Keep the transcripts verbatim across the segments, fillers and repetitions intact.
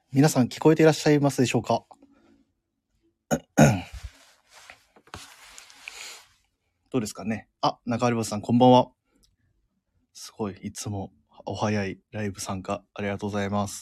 皆さん聞こえていらっしゃいますでしょうか？どうですかね。あ、中有さんこんばんは。すごい、いつもお早いライブ参加ありがとうございます。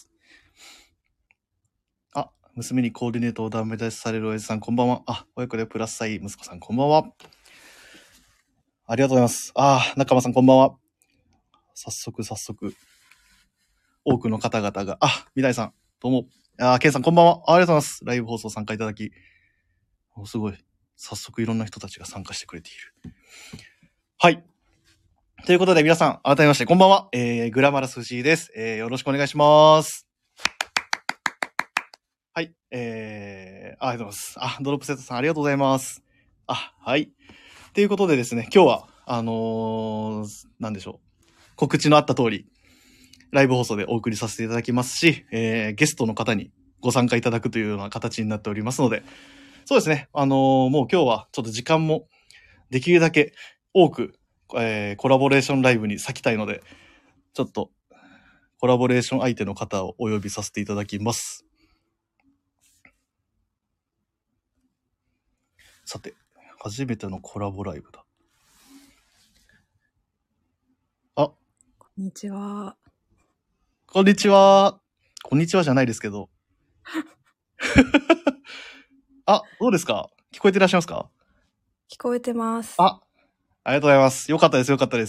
あ、娘にコーディネートをダメ出しされるおやじさんこんばんは。あ、親子でプラス歳息子さんこんばんは。ありがとうございます。あ、仲間さんこんばんは。早速早速、多くの方々が、あ、みだいさん、どうも。あ、ケンさんこんばんは。ありがとうございます。ライブ放送参加いただき、おすごい。早速いろんな人たちが参加してくれている。はい。ということで皆さん、改めまして、こんばんは。えー、グラマラス藤井です。えー、よろしくお願いします。はい。えー、ありがとうございます。あ、ドロップセットさんありがとうございます。あ、はい。ということでですね、今日は、あのー、なんでしょう。告知のあった通り、ライブ放送でお送りさせていただきますし、えー、ゲストの方にご参加いただくというような形になっておりますので、そうですね、あのー、もう今日はちょっと時間もできるだけ多く、えー、コラボレーションライブに割きたいので、ちょっとコラボレーション相手の方をお呼びさせていただきます。さて、初めてのコラボライブだ。あ、 こんにちは。 こんにちは。こんにちはじゃないですけど。あ、どうですか？聞こえてらっしゃいますか？ 聞こえてます。 あ、ありがとうございます。よかったです、よかったです。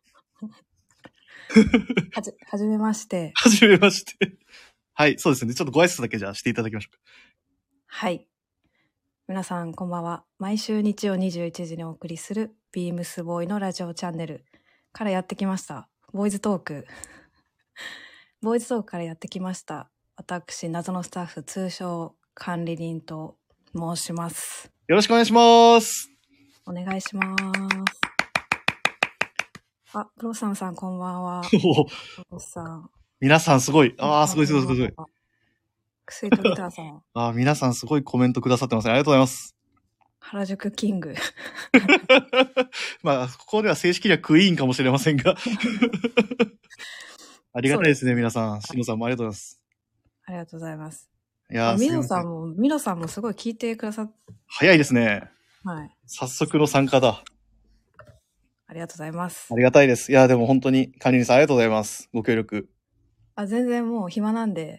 はじ、はじめまして。 はじめまして。はい、そうですね。ちょっとご挨拶だけじゃあしていただきましょうか。 はい。皆さんこんばんは。毎週日曜にじゅういちじにお送りするビームスボーイのラジオチャンネルからやってきました。ボーイズトーク。ボーイズトークからやってきました。私、謎のスタッフ、通称管理人と申します。 よろしくお願いします。 お願いします。あ、プロさんさんこんばんは。プロさん。 皆さんすごい。ああ、すごいすごいすごいすごい。 クスイートギターさん。 ああ、皆さんすごいコメントくださってますね。ありがとうございます。 原宿キング。 まあ、ここでは正式にはクイーンかもしれませんが。ありがたいですね、皆さん。しのさんもありがとうございます。 ありがとうございます。 いやー、 ミノさんも、ミノさんもすごい聞いてくださっ早いですね。 はい。 早速の参加だ。 ありがとうございます。 ありがたいです。いや、でも本当に、管理人さんありがとうございます。ご協力。 あ、全然もう暇なんで。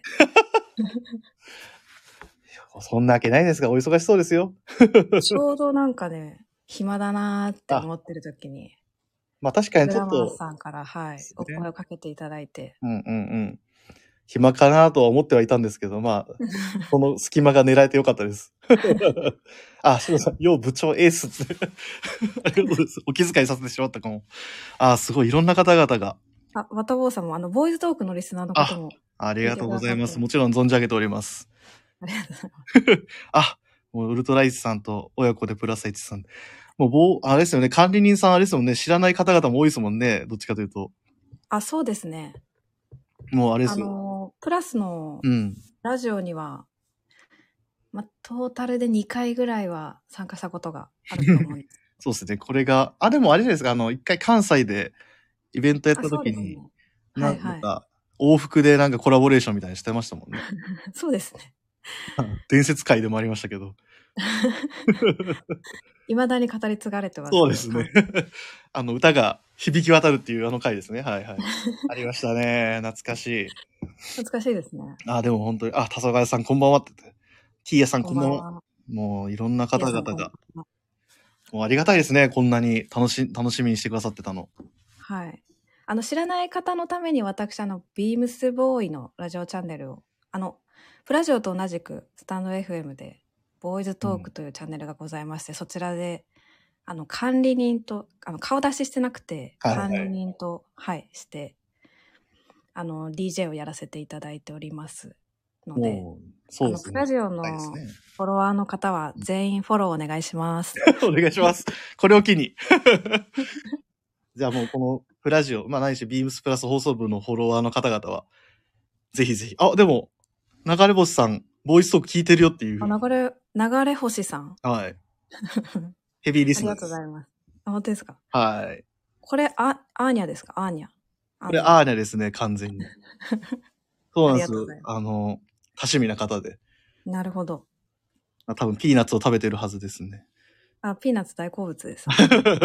そんなわけないですが、お忙しそうですよ。 ちょうどなんかね、暇だなーって思ってる時に。 まあ確かにちょっと。 グラマーさんから、はい、ね、お声をかけていただいて。 うんうんうん。暇かなとは思ってはいたんですけど、まあ、この隙間が狙えてよかったです。あ、しのさん、よう部長エースって。ありがとうございます。お気遣いさせてしまったかも。あ、すごい、いろんな方々が。 あ、わたぼうさんも、あの、ボーイズトークのリスナーの方も。 あ、ありがとうございます。もちろん存じ上げております。 ありがとうございます。 あ、もうウルトライスさんと親子でプラスイチさん。もう、ぼう、あれですよね、管理人さんあれですもんね、知らない方々も多いですもんね、どっちかというと。 あ、そうですね。 もうあれですよ。 あの、プラスの、ラジオには、うん、ま、トータルでにかいぐらいは参加したことがあると思うんです。 そうですね、これが、あ、でもあれじゃないですか、あの、一回関西でイベントやった時に、ね、なんか、はいはい、往復でなんかコラボレーションみたいにしてましたもんね。 そうですね。 伝説会でもありましたけど。 未だに語り継がれてます。 そうですね。あの、歌が響き渡るっていうあの回ですね。はいはい。ありましたね。懐かしい。 懐かしいですね。 あ、でも本当に、あ、たそがやさんこんばんはって言って。ティーヤさんこんばんは。もういろんな方々が。もうありがたいですね。こんなに楽し、楽しみにしてくださってたの。 はい。あの、知らない方のために私、あの、ビームスボーイのラジオチャンネルを、あの、プラジオと同じくスタンド エフエム で、ボーイズトークというチャンネルがございまして、うん、そちらで、あの、管理人と、あの、顔出ししてなくて、はいはい、管理人と、はい、して、あの、ディージェー をやらせていただいておりますので、そうですね、あの、プラジオのフォロワーの方は全員フォローお願いします。 お願いします。これを機に。じゃあもうこのプラジオ、まあ何しビームスプラス放送部のフォロワーの方々は、ぜひぜひ。あ、でも、流れ星さん、ボイストーク聞いてるよっていう。 あ、流れ、流れ星さん。 はい。ヘビーリスナーです。 ありがとうございます。あ、本当ですか？ はい。 これ、あ、アーニャですか？アーニャ。 これアーニャですね、完全に。そうなんです。あの、 多趣味な方で。 なるほど。 多分ピーナッツを食べてるはずですね。 あ、ピーナッツ大好物です。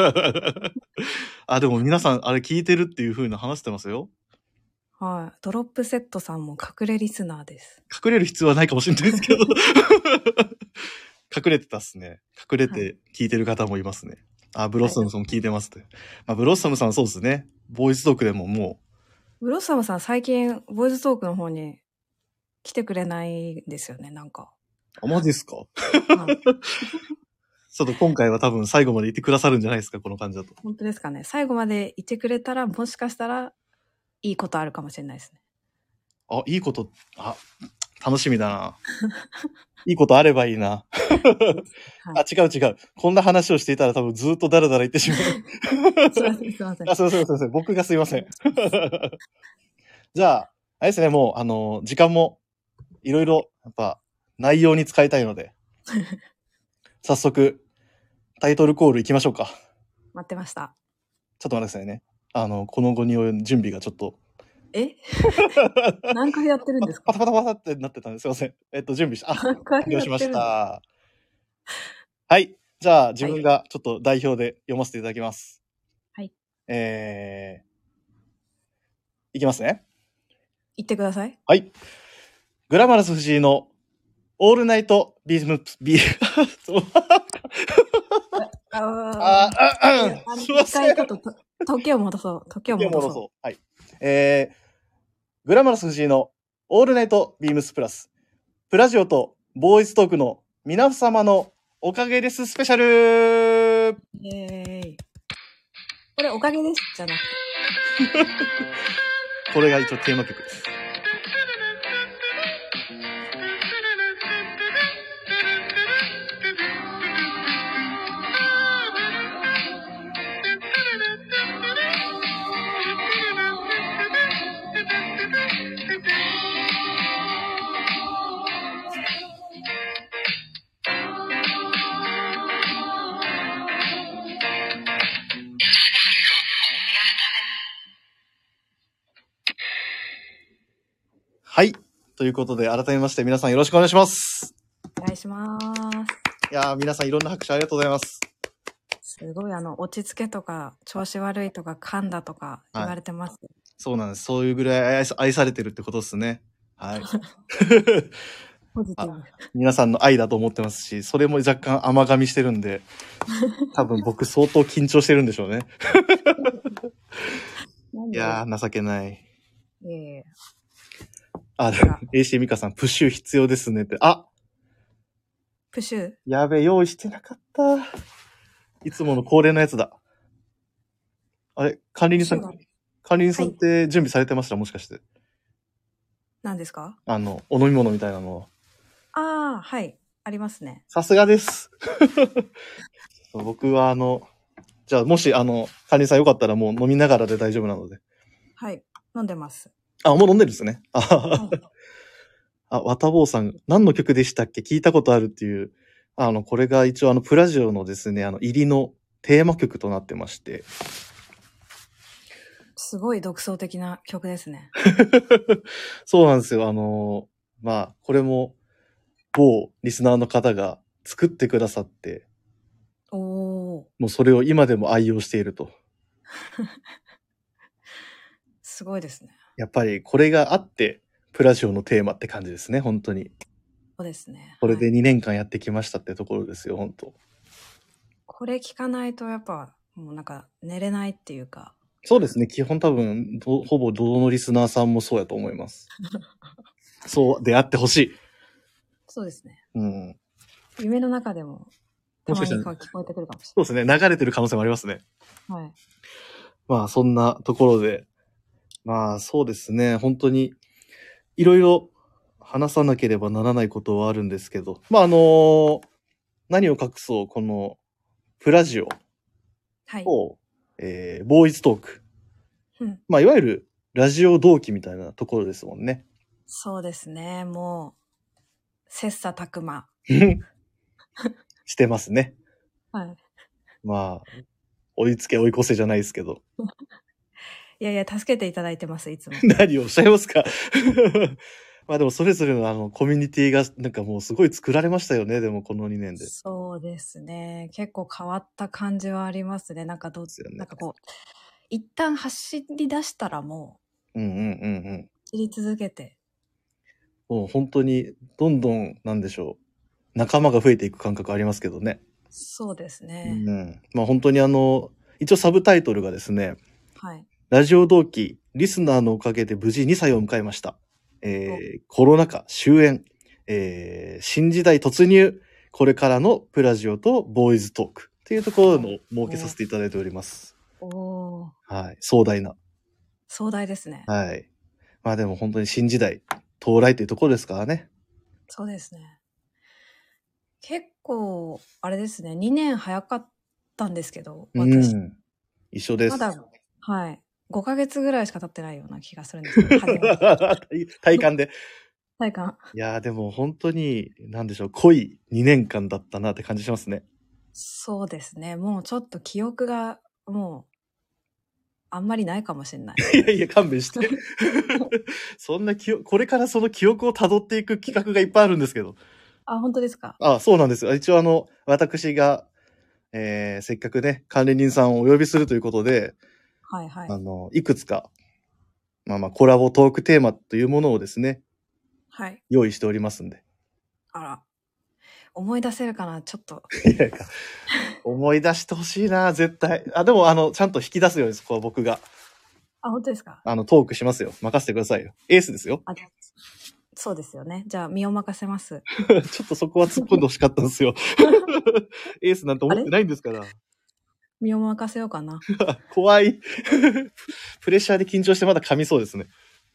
あ、でも皆さんあれ聞いてるっていう風な話してますよ。 はい。ドロップセットさんも隠れリスナーです。 隠れる必要はないかもしれないですけど。隠れてたっすね。隠れて聞いてる方もいますね。はい、あ、ブロッサムさんも聞いてますって。まあ、ブロッサムさんそうですね。ボイストークでももう。ブロッサムさん最近、ボイストークの方に来てくれないんですよね、なんか。 あ、マジっすか、はい、ちょっと今回は多分最後までいてくださるんじゃないですか、この感じだと。 本当ですかね。最後までいてくれたら、もしかしたら、いいことあるかもしれないですね。 あ、いいこと、あ、楽しみだな。いいことあればいいな。はい、あ、違う違う。こんな話をしていたら多分ずっとダラダラ言ってしまう。 すいません、すいません。 あ、すいません、すいません。僕がすいません。じゃあ、あれですね、もう、あの、時間も、いろいろ、やっぱ、内容に使いたいので、早速、タイトルコール行きましょうか。 待ってました。 ちょっと待ってくださいね。あの、この後に及ぶ準備がちょっと。 え何回やってるんですか？ パタパタパタってなってたんです。すいません。えっと、準備した。あ、 何回やってるんですか？ 完了しました。はい。じゃあ、自分がちょっと代表で読ませていただきます。 はい。 えー、いきますね。 言ってください。 はい。グラマラス藤井のオールナイトビーム、ビー、 あああ、すいません。 ちょっと時を戻そう。時を戻そう。そうはい。えー、グラマラス藤井のオールナイトビームスプラス、プラジオとボーイズトークの皆様のおかげですスペシャル。 イエーイ。これおかげですじゃなくて。 これが一応テーマ曲です。はい。ということで、改めまして皆さんよろしくお願いします。 お願いします。 いやー、皆さんいろんな拍手ありがとうございます。 すごい、あの、落ち着けとか、調子悪いとか、噛んだとか言われてます。はい、 そうなんです。そういうぐらい愛されてるってことですね。はい。 ポジティブ。 皆さんの愛だと思ってますし、それも若干甘噛みしてるんで、多分僕相当緊張してるんでしょうね。いやー、情けない。 いえいえ。 あ、エーシー ミカさん、プッシュ必要ですねって。あ、 プッシュやべえ、用意してなかった。いつもの恒例のやつだ。あれ、管理人さん、管理人さんって準備されてました、はい、もしかして。 何ですか？あの、お飲み物みたいなのは。 ああ、はい。ありますね。 さすがです。僕はあの、じゃあもしあの、管理人さんよかったらもう飲みながらで大丈夫なので。 はい。飲んでます。 あ、もう飲んでるんですね。あ、はい、あ、わたぼうさん、何の曲でしたっけ？聞いたことあるっていう。あの、これが一応あの、プラジオのですね、あの、入りのテーマ曲となってまして。 すごい独創的な曲ですね。 そうなんですよ。あの、まあ、これも、某リスナーの方が作ってくださって。 おお。 もうそれを今でも愛用していると。 すごいですね。 やっぱりこれがあって、プラジオのテーマって感じですね、本当に。 そうですね。 これでにねんかんやってきましたってところですよ、本当。 これ聞かないとやっぱ、もうなんか寝れないっていうか。 そうですね、基本多分、ほぼどのリスナーさんもそうやと思います。そうであってほしい。 そうですね。 うん。 夢の中でも、たまに聞こえてくるかもしれない。 そうですね、流れてる可能性もありますね。 はい。 まあ、そんなところで、まあ、そうですね、本当に、いろいろ話さなければならないことはあるんですけど、まあ、あのー、何を隠そう、この、プラジオと、はい、えー、ボーイズトーク。うん、まあ、いわゆるラジオ同期みたいなところですもんね。 そうですね、もう、切磋琢磨。 してますね。 はい。 まあ、追いつけ追い越せじゃないですけど。 いやいや、助けていただいてます、いつも。 何をおっしゃいますかまあでもそれぞれのあのコミュニティがなんかもうすごい作られましたよね。でもこのにねんで。でそうですね。結構変わった感じはありますね。なんかどう、 すよね。 なんかこう、一旦走り出したらもうんうんうんうん。 う、走り続けて。 もう本当にどんどんなんでしょう。仲間が増えていく感覚ありますけどね。 そうですうね。 ん。まあ本当にあの、一応サブタイトルがですね、 はい。 ラジオ同期、リスナーのおかげで無事にさいを迎えました。えー、コロナ禍終焉、えー、新時代突入、これからのプラジオとボーイズトークっていうところの設けさせていただいております。 おー、 はい。壮大な。 壮大ですね。 はい。まあでも本当に新時代到来というところですからね。 そうですね。結構、あれですね、にねん早かったんですけど、 う私。 ん。一緒です。 まだ、はい。ごかげつぐらいしか経ってないような気がするんですけど、初めて。 体体感で。 体感。 いやーでも本当に、なんでしょう、濃いにねんかんだったなって感じしますね。 そうですね。もうちょっと記憶が、もう、あんまりないかもしれない。 いやいや、勘弁して。そんな記憶、これからその記憶を辿っていく企画がいっぱいあるんですけど。 あ、本当ですか？ あ、そうなんですよ。一応あの、私が、えー、せっかくね、管理人さんをお呼びするということで、 はいはい。 あの、いくつか、まあまあ、コラボトークテーマというものをですね、 はい。 用意しておりますんで。 あら。思い出せるかなちょっと。 いやいや思い出してほしいな、絶対。あ、でも、あの、ちゃんと引き出すように、そこは僕が、 あ、本当ですか？ あの、トークしますよ。任せてくださいよ。エースですよ。 あ、そうですよね。じゃあ、身を任せます。 ちょっとそこは突っ込んでほしかったんですよ。エースなんて思ってないんですから。 身を任せようかな。 怖い。プレッシャーで緊張してまだ噛みそうですね。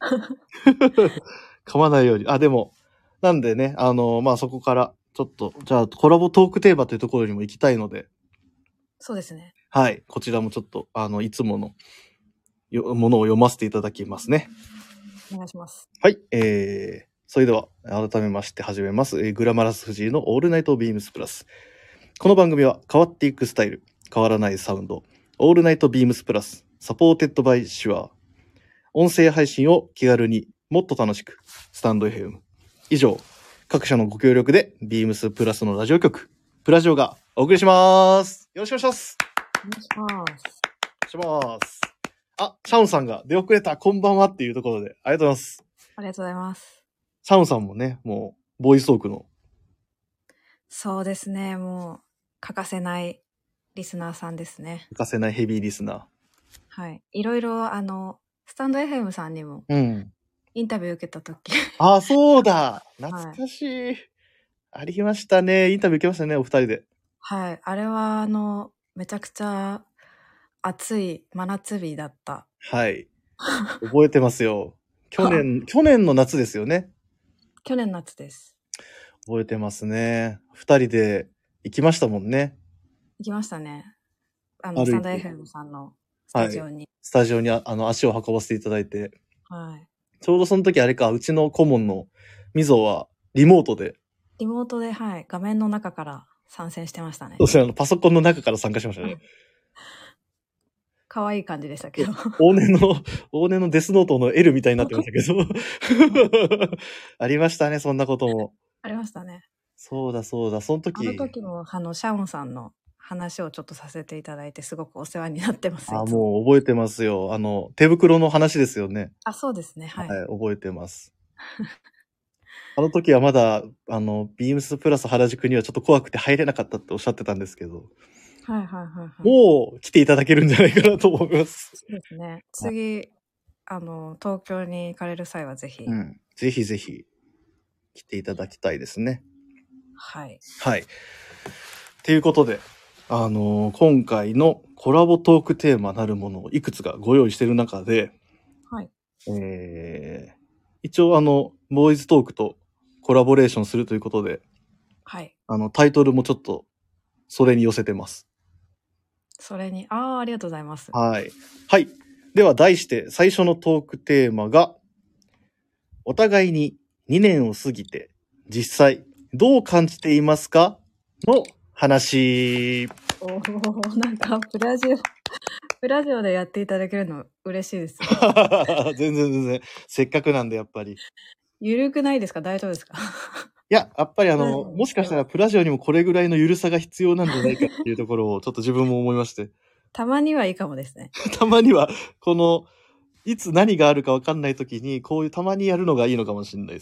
噛まないように。あ、でも、なんでね、あの、まあ、そこから、ちょっと、じゃあ、コラボトークテーマというところにも行きたいので、 そうですね。 はい。こちらもちょっと、あの、いつものよものを読ませていただきますね。 お願いします。 はい。えー、それでは、改めまして始めます。えーグラマラス藤井のオールナイトビームスプラス。この番組は変わっていくスタイル、変わらないサウンド、オールナイトビームスプラス、サポーテッドバイシュアー。音声配信を気軽にもっと楽しく、スタンド エフエム。以上、各社のご協力で、ビームスプラスのラジオ局、プラジオがお送りします。よろしくお願いします。 お願いします。 お願いします。あ、シャウンさんが出遅れた、こんばんはっていうところで、ありがとうございます。 ありがとうございます。 シャウンさんもね、もう、ボイストークの。 そうですね。もう、欠かせないリスナーさんですね。 欠かせないヘビーリスナはい。いろいろ、あの、スタンド エフエム さんにもー。うん。 インタビュー受けたとき。 あ、そうだ。懐かしい。ありましたね。インタビュー受けましたね、お二人で。 はい。あれは、あの、めちゃくちゃ暑い真夏日だった。 はい。覚えてますよ。去年、去年の夏ですよね。 去年夏です。 覚えてますね。二人で行きましたもんね。 行きましたね。あの、スタンド エフエム さんのスタジオに。はい、 スタジオにああの足を運ばせていただいて。 はい。 ちょうどその時あれか、うちの顧問のみぞはリモートで。 リモートで、はい。画面の中から参戦してましたね。 そうですね。あの、パソコンの中から参加しましたね。 可愛い感じでしたけど。 往年の、往年のデスノートの L みたいになってましたけど。ありましたね、そんなことも。 ありましたね。 そうだそうだ、その時。 あの時も、あの、シャオンさんの話をちょっとさせていただいて、すごくお世話になってます。 あ、もう覚えてますよ。あの、手袋の話ですよね。 あ、そうですね。はい。 はい、覚えてます。あの時はまだ、あの、ビームスプラス原宿にはちょっと怖くて入れなかったっておっしゃってたんですけど。 はいはいはい、はい。 もう来ていただけるんじゃないかなと思います。 そうですね。次、あの、東京に行かれる際はぜひ。 うん。ぜひぜひ来ていただきたいですね。 はい。 はい。ということで、あのー、今回のコラボトークテーマなるものをいくつかご用意している中で、 はい。 えー、一応あの、ボーイズトークとコラボレーションするということで、 はい。 あの、タイトルもちょっとそれに寄せてます。 それに、ああ、ありがとうございます。 はい。はい。では、題して最初のトークテーマが、お互いににねんを過ぎて、実際どう感じていますかの話。 おお、なんか、プラジオ、プラジオでやっていただけるの嬉しいです、ね。 全然全然。せっかくなんで、やっぱり。 ゆるくないですか？大丈夫ですか？ いや、やっぱりあプラジの、 オにもしかしたらプラジオにもこれぐらいのゆるさが必要なんじゃないかっていうところをちょっと自分も思いまして。 たまにはいいかもですね。 たまには、この、いつ何があるかわかんないときに、こういうたまにやるのがいいのかもしれないです。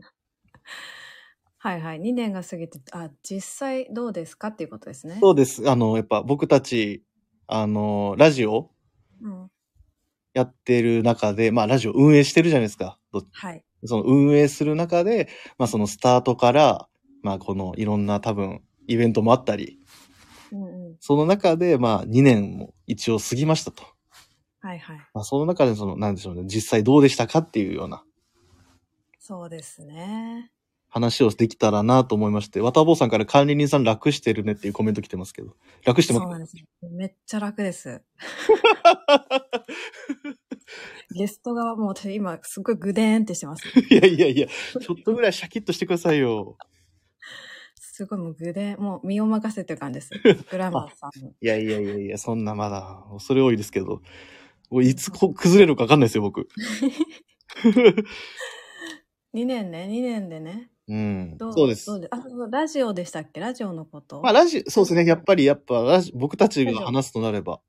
はいはい。にねんが過ぎて、あ、実際どうですかっていうことですね。 そうです。あの、やっぱ僕たち、あの、ラジオうん。 やってる中で、まあラジオ運営してるじゃないですか。どはい。 その運営する中で、まあそのスタートから、まあこのいろんな多分イベントもあったり、 うんうん。 その中でまあにねんも一応過ぎましたと。 はいはい。 まあその中でその、なんでしょうね、実際どうでしたかっていうようなそうですね。 話をできたらなと思いまして、わたぼうさんから管理人さん楽してるねっていうコメント来てますけど。楽してますか？ そうなんです。めっちゃ楽です。ゲスト側も私今すごいグデーンってしてます。 いやいやいや、ちょっとぐらいシャキッとしてくださいよ。 すごいもうグデーン、もう身を任せてる感じです。グラマーさんに。 いやいやいやいや、そんなまだ、恐れ多いですけど、もういつこ崩れるかわかんないですよ、僕。 にねんね、にねんでね。 うん。 どう、 そうです。 どうで、あ、そうラジオでしたっけ？ラジオのことまあ、ラジ、そうですね。やっぱり、やっぱ、ラジ、僕たちラジオ。 が話すとなれば。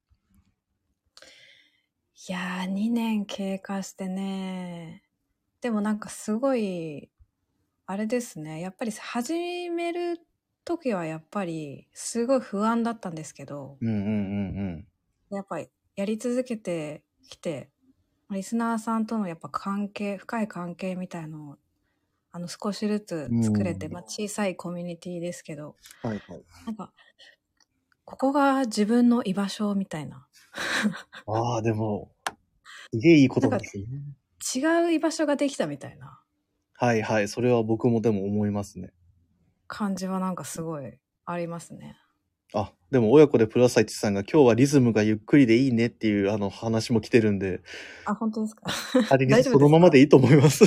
いやー、にねん経過してね。でもなんかすごい、あれですね。やっぱり始める時はやっぱりすごい不安だったんですけど、 うんうんうんやっぱりやり続けてきて、リスナーさんとのやっぱ関係、深い関係みたいのを、あの少しずつうん。 作れて、 うん。 まあ小さいコミュニティですけど、 はいはい。 なんか、ここが自分の居場所みたいな。 ああ、でも、すげえいいなんか言葉ですね。 違う居場所ができたみたいなはいはい。それは僕もでも思いますね。 感じはなんかすごいありますね。 あ、でも親子でプラスサイチさんが今日はリズムがゆっくりでいいねっていうあの話も来てるんで、 あ、本当ですか？ 仮に大丈夫ですか？ そのままでいいと思います。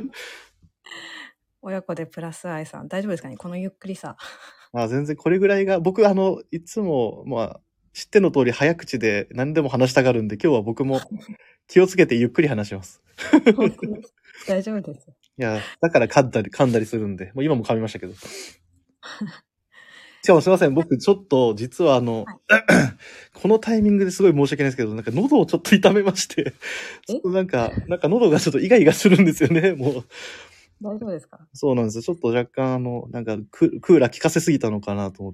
親子でプラス愛さん。大丈夫ですかね？このゆっくりさ。 まあ全然これぐらいが、僕あの、いつも、まあ、知っての通り早口で何でも話したがるんで、今日は僕も気をつけてゆっくり話します。 本当です。大丈夫です。 いや、だから噛んだり、噛んだりするんで、もう今も噛みましたけど。しかもすいません、僕ちょっと実はあの、 はいこのタイミングですごい申し訳ないですけど、なんか喉をちょっと痛めまして、ちょっとなんか、なんか喉がちょっとイガイガするんですよね、もう。 大丈夫ですか？ そうなんですよ。ちょっと若干あの、なんかククーラー効かせすぎたのかなと思って。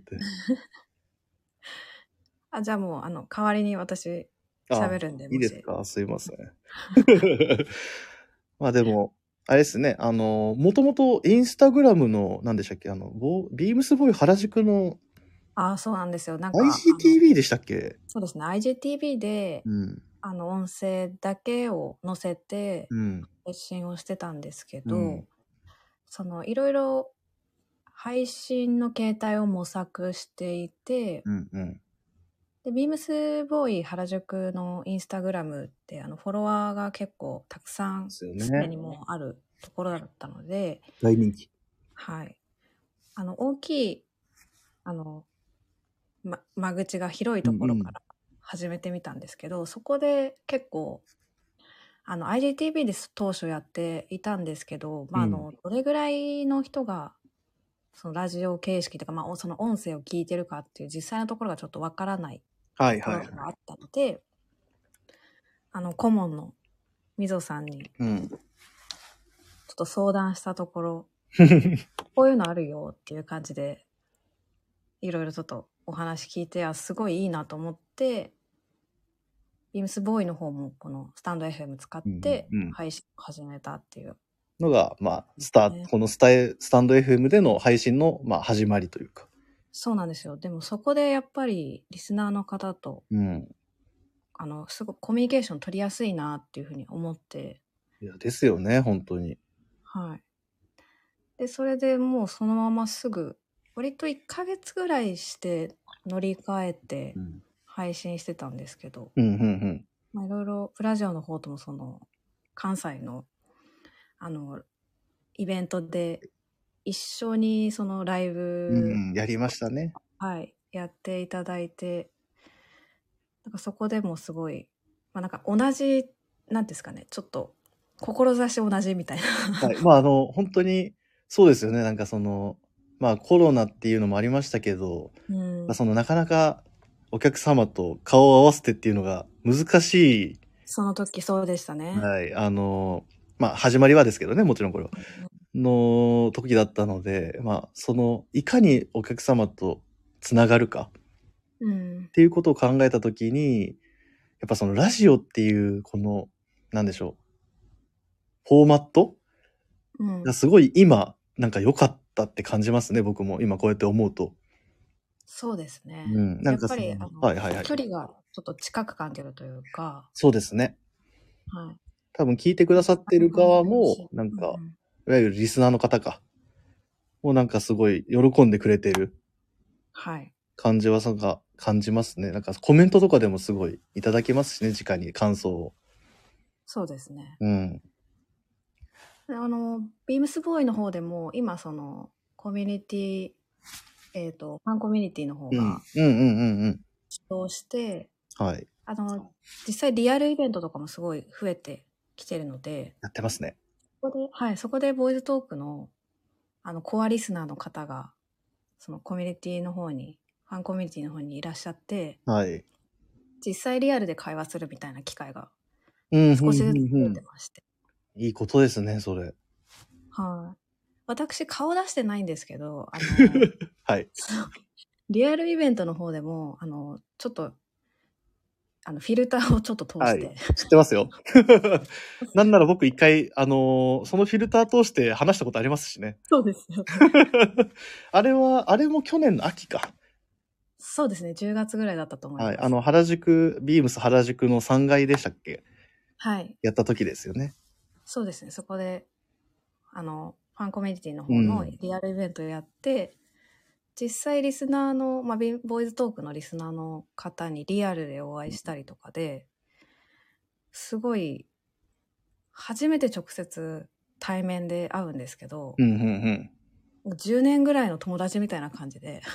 あ、じゃあもう、あの、代わりに私、 あ、 喋るんで、 いいもし。 ですか？すいません。まあでも、あれですね、あの、もともとインスタグラムの、なんでしたっけ、あの、ボビームスボーイ原宿のあ、そうなんですよ。なんか、あの、 アイジーティービー でしたっけ？ そうですね。アイジーティービー で、 うん。 あの、音声だけを載せて、 うん。 配信をしてたんですけうん。 ど、その、いろいろ配信の形態を模索していて、 うんうん。 で、ビームスボーイ原宿のインスタグラムってあのフォロワーが結構たくさんですよすでね。 にもうあるところだったので、 大人気。 はい。あの大きい、あの、ま、間口が広いところから始めてみたんですけど、そこで結構、あの アイジーティービー で当初やっていたんですけど、まあ、あうん。 の、どれぐらいの人がそのラジオ形式とか、まあ、その音声を聞いてるかっていう実際のところがちょっとわからないはいところはいはがあったので、あの、顧問のみぞさんにい。うん。 ちょっと相談したところ、こういうのあるよっていう感じで、いろいろちょっとお話聞いて、あ、すごいいいなと思って、ビームスボーイの方もこのスタンド エフエム 使ってうんうん配信を始めたっていう。 のが、まあ、スタね、 このスタイ、スタンド エフエム での配信の、まあ、始まりというか。 そうなんですよ。でもそこでやっぱりリスナーの方と、 うん。 あの、すごくコミュニケーション取りやすいなっていうふうに思って、 いや、ですよね、本当に。 はい。で、それでもうそのまますぐ、割といっかげつぐらいして乗り換えてうん。 配信してたんですけど、 うん、うん、うん。 まあいろいろプラジオの方ともその、関西の、あの、イベントで一緒にそのライブ、 うん、やりましたね。 はい、やっていただいて、なんかそこでもすごい、まあなんか同じ、なんですかね、ちょっと志同じみたいな。 はい。まあ、あの、本当に、そうですよね。なんかその、まあ、コロナっていうのもありましたけど、 うん、 その、なかなかお客様と顔を合わせてっていうのが難しい、 その時そうでしたね。 はい。あの、まあ、始まりはですけどね、もちろんこれは。の時だったので、まあ、その、いかにお客様とつながるかうん、 っていうことを考えたときに、やっぱそのラジオっていう、この、なんでしょう、フォーマットうんが、すごい今、なんか良かったって感じますね、僕も。今こうやって思うと。 そうですね。 うん。なんやっぱり、 かその、 あの、 はいはいはい。 距離がちょっと近く感じるというか、 そうですね。 はい。 多分聞いてくださってる側も、なんか、 うんうん、 いわゆるリスナーの方か。もうなんかすごい喜んでくれてるはい。 感じはさが感じますね。なんかコメントとかでもすごいいただけますしね、直に感想を。 そうですね。 うん。 であの、ビームスボーイの方でも、今その、コミュニティ、えっ、と、ファンコミュニティの方うん。 が、 うんうんうんうん。 起動して、 はい。 あの、実際リアルイベントとかもすごい増えてきてるので、 やってますね。 そこで、はい、そこでボーイズトークの、あの、コアリスナーの方が、そのコミュニティの方に、ファンコミュニティの方にいらっしゃって、 はい。 実際リアルで会話するみたいな機会がうん、うん、 少しずつ増えうんうん。 てまして。 いいことですね、それ。 はい。私、顔出してないんですけど、あの、 はい。 リアルイベントの方でも、あの、ちょっと、あの、フィルターをちょっと通はい。 して。 知ってますよ。なんなら僕一回、あのーそのフィルター通して話したことありますしね。 そうですよ。 あれは、あれも去年の秋か。 そうですね。じゅうがつぐらいだったと思いはい。 ます。 あの、原宿、ビームス原宿のさんがいでしたっけ？ はい。 やった時ですよね。 そうですね。そこで、あの、ファンコミュニティのう方のん。 リアルイベントをやって、実際リスナーの、まあ、ビボーイズトークのリスナーの方にリアルでお会いしたりとかで、すごい、初めて直接対面で会うんですけど、 うん、うん、うん。 もうじゅうねんぐらいの友達みたいな感じで、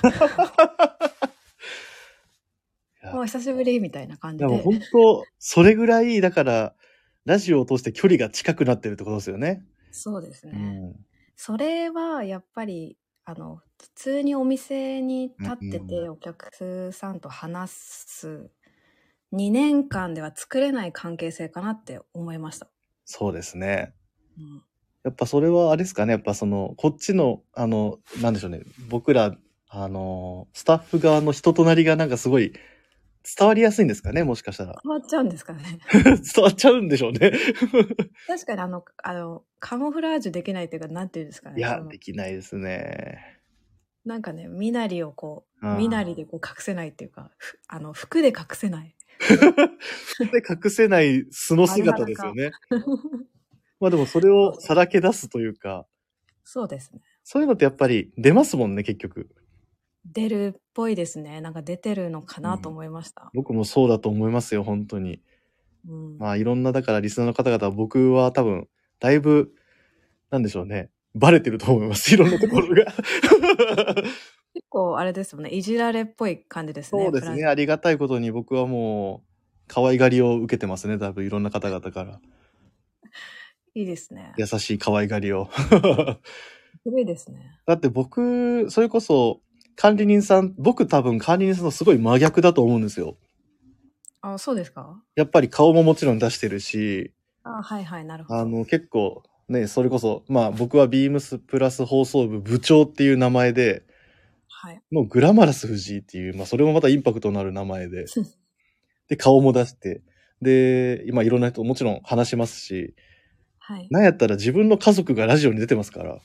いや、 もう久しぶりみたいな感じで、 でも本当、それぐらい、だから、ラジオを通して距離が近くなってるってことですよね。 そうですね。 うん。 それはやっぱり、あの、普通にお店に立ってうんてお客さんと話すにねんかんでは作れない関係性かなって思いました。 そうですね。 うん、 やっぱそれはあれですかね。やっぱその、こっちの、あの、なんでしょうね。僕ら、あの、スタッフ側の人となりがなんかすごい伝わりやすいんですかね。もしかしたら。 変わっちゃうんですかね。 伝わっちゃうんでしょうね。 確かにあの、あの、カモフラージュできないっていうか、なんていうんですかね。 いや、 そのできないですね。 なんかね、身なりをこう、 うん身なりでこう隠せないっていうか、ふあの、服で隠せない。 で隠せない素の姿ですよね。まあでもそれをさらけ出すというか、 そうですね。 そういうのってやっぱり出ますもんね、結局。 出るっぽいですね。なんか出てるのかなと思いました。 僕もそうだと思いますよ、本当に。 うん、 まあいろんな、だからリスナーの方々は僕は多分、だいぶ、なんでしょうね。バレてると思います。いろんなところが。 結構あれですもんね。いじられっぽい感じですね。 そうですね。 プラジありがたいことに僕はもう、可愛がりを受けてますね。多分いろんな方々から。 いいですね。 優しい可愛がりを。 すごいですね。 だって僕、それこそ、管理人さん、僕多分管理人さんのすごい真逆だと思うんですよ。 あ、そうですか？ やっぱり顔ももちろん出してるし、 あ、はいはい、なるほど。 あの、結構、ね、それこそ、まあ僕はビームスプラス放送部部長っていう名前で、 はい。 もうグラマラス藤井っていう、まあそれもまたインパクトのある名前で、で、顔も出して、で、今いろんな人もちろん話しますし、 はい。 なんやったら自分の家族がラジオに出てますから、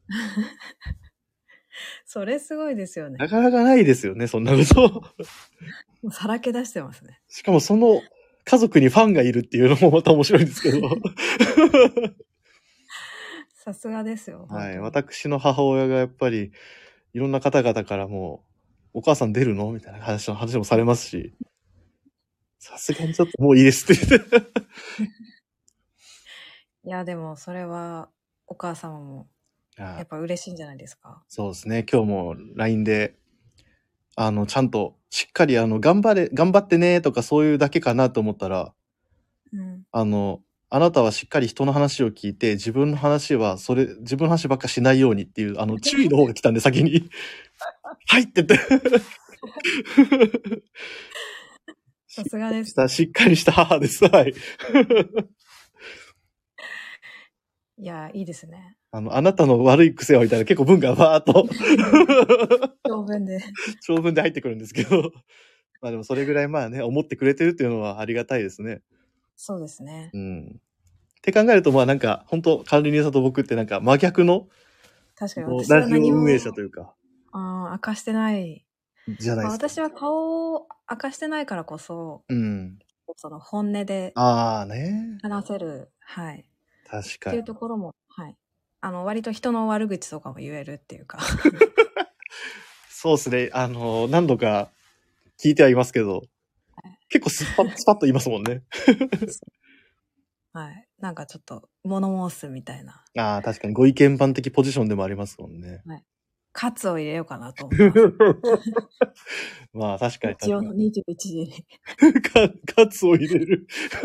それすごいですよね。 なかなかないですよね、そんなこと。 もうさらけ出してますね。 しかもその家族にファンがいるっていうのもまた面白いんですけど。 さすがですよ。 はい。 本当に。 私の母親がやっぱり、いろんな方々からもう、お母さん出るのみたいな話話もされますし、さすがにちょっともういいですって言って。 いや、でもそれはお母様もやっぱ嬉しいんじゃないですか。 そうですね。今日も ライン で、あの、ちゃんと、しっかり、あの、頑張れ、頑張ってねとかそういうだけかなと思ったら、 うん。 あの、 あなたはしっかり人の話を聞いて、自分の話は、それ、自分の話ばっかしないようにっていう、あの、注意の方が来たんで、先に。はいって言って。 さすがです。 しっかりした母です。はい。 いや、いいですね。 あの、あなたの悪い癖はみたいな結構文がバーっと。 長文で。 長文で入ってくるんですけど。まあでもそれぐらいまあね、思ってくれてるっていうのはありがたいですね。 そうですね。 うん。って考えると、まあなんか、本当管理人さんと僕ってなんか真逆の、 確かにもう私はラジオ何も運営者というか、 あ明かしてない。まあ、 じゃないですか。 私は顔を明かしてないからこそ、 うん。 その本音でああね。 話せる、はい。っていう確かに。 ところも、はい。あの、割と人の悪口とかも言えるっていうか。 そうですね。あの、何度か聞いてはいますけど、結構スパッ、スパッと言いますもんね。 はい。なんかちょっと物申すみたいな。 ああ、確かにご意見番的ポジションでもありますもんね。 はい。カツを入れようかなと思ってます。 まあ確かに確か日曜のにじゅういちじに。 に。カツを入れる。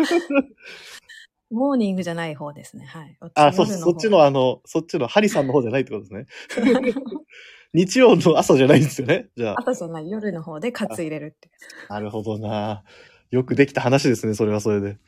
モーニングじゃない方ですね。はい。 あ、そう、そっちのあの、そっちのハリさんの方じゃないってことですね。日曜の朝じゃないんですよね。じゃあ。 朝じゃない夜の方でカツ入れるって。 なるほどな。よくできた話ですね、それはそれで。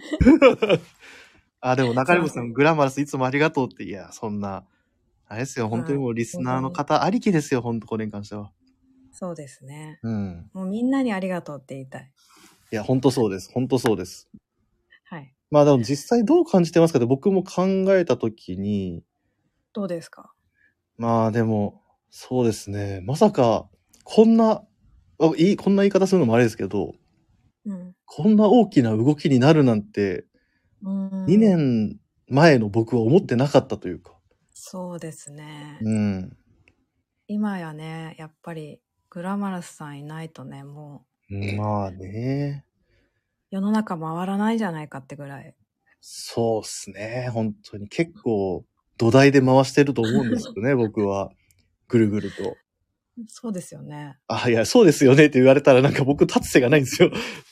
あ、でも中山さん、グラマラスいつもありがとうって、いや、そんな、あれですよ、本当にもうリスナーの方ありきですよ、本当これに関しては。 そうですね。 うん。 もうみんなにありがとうって言いたい。 いや、本当そうです。本当そうです。 はい。 まあでも実際どう感じてますかって僕も考えたときに、 どうですか？ まあでも、そうですね。まさか、こんな、あいい、こんな言い方するのもあれですけど、 うん。 こんな大きな動きになるなんて、 うんにねんまえの僕は思ってなかったというか。 そうですね。 うん。 今やね、やっぱりグラマラスさんいないとね、もまあね。 う世の中回らないじゃないかってぐらい。 そうっすね。本当に結構土台で回してると思うんですよね、僕は。ぐるぐると。 そうですよね。 あ、いや、そうですよねって言われたらなんか僕立つ瀬がないんですよ。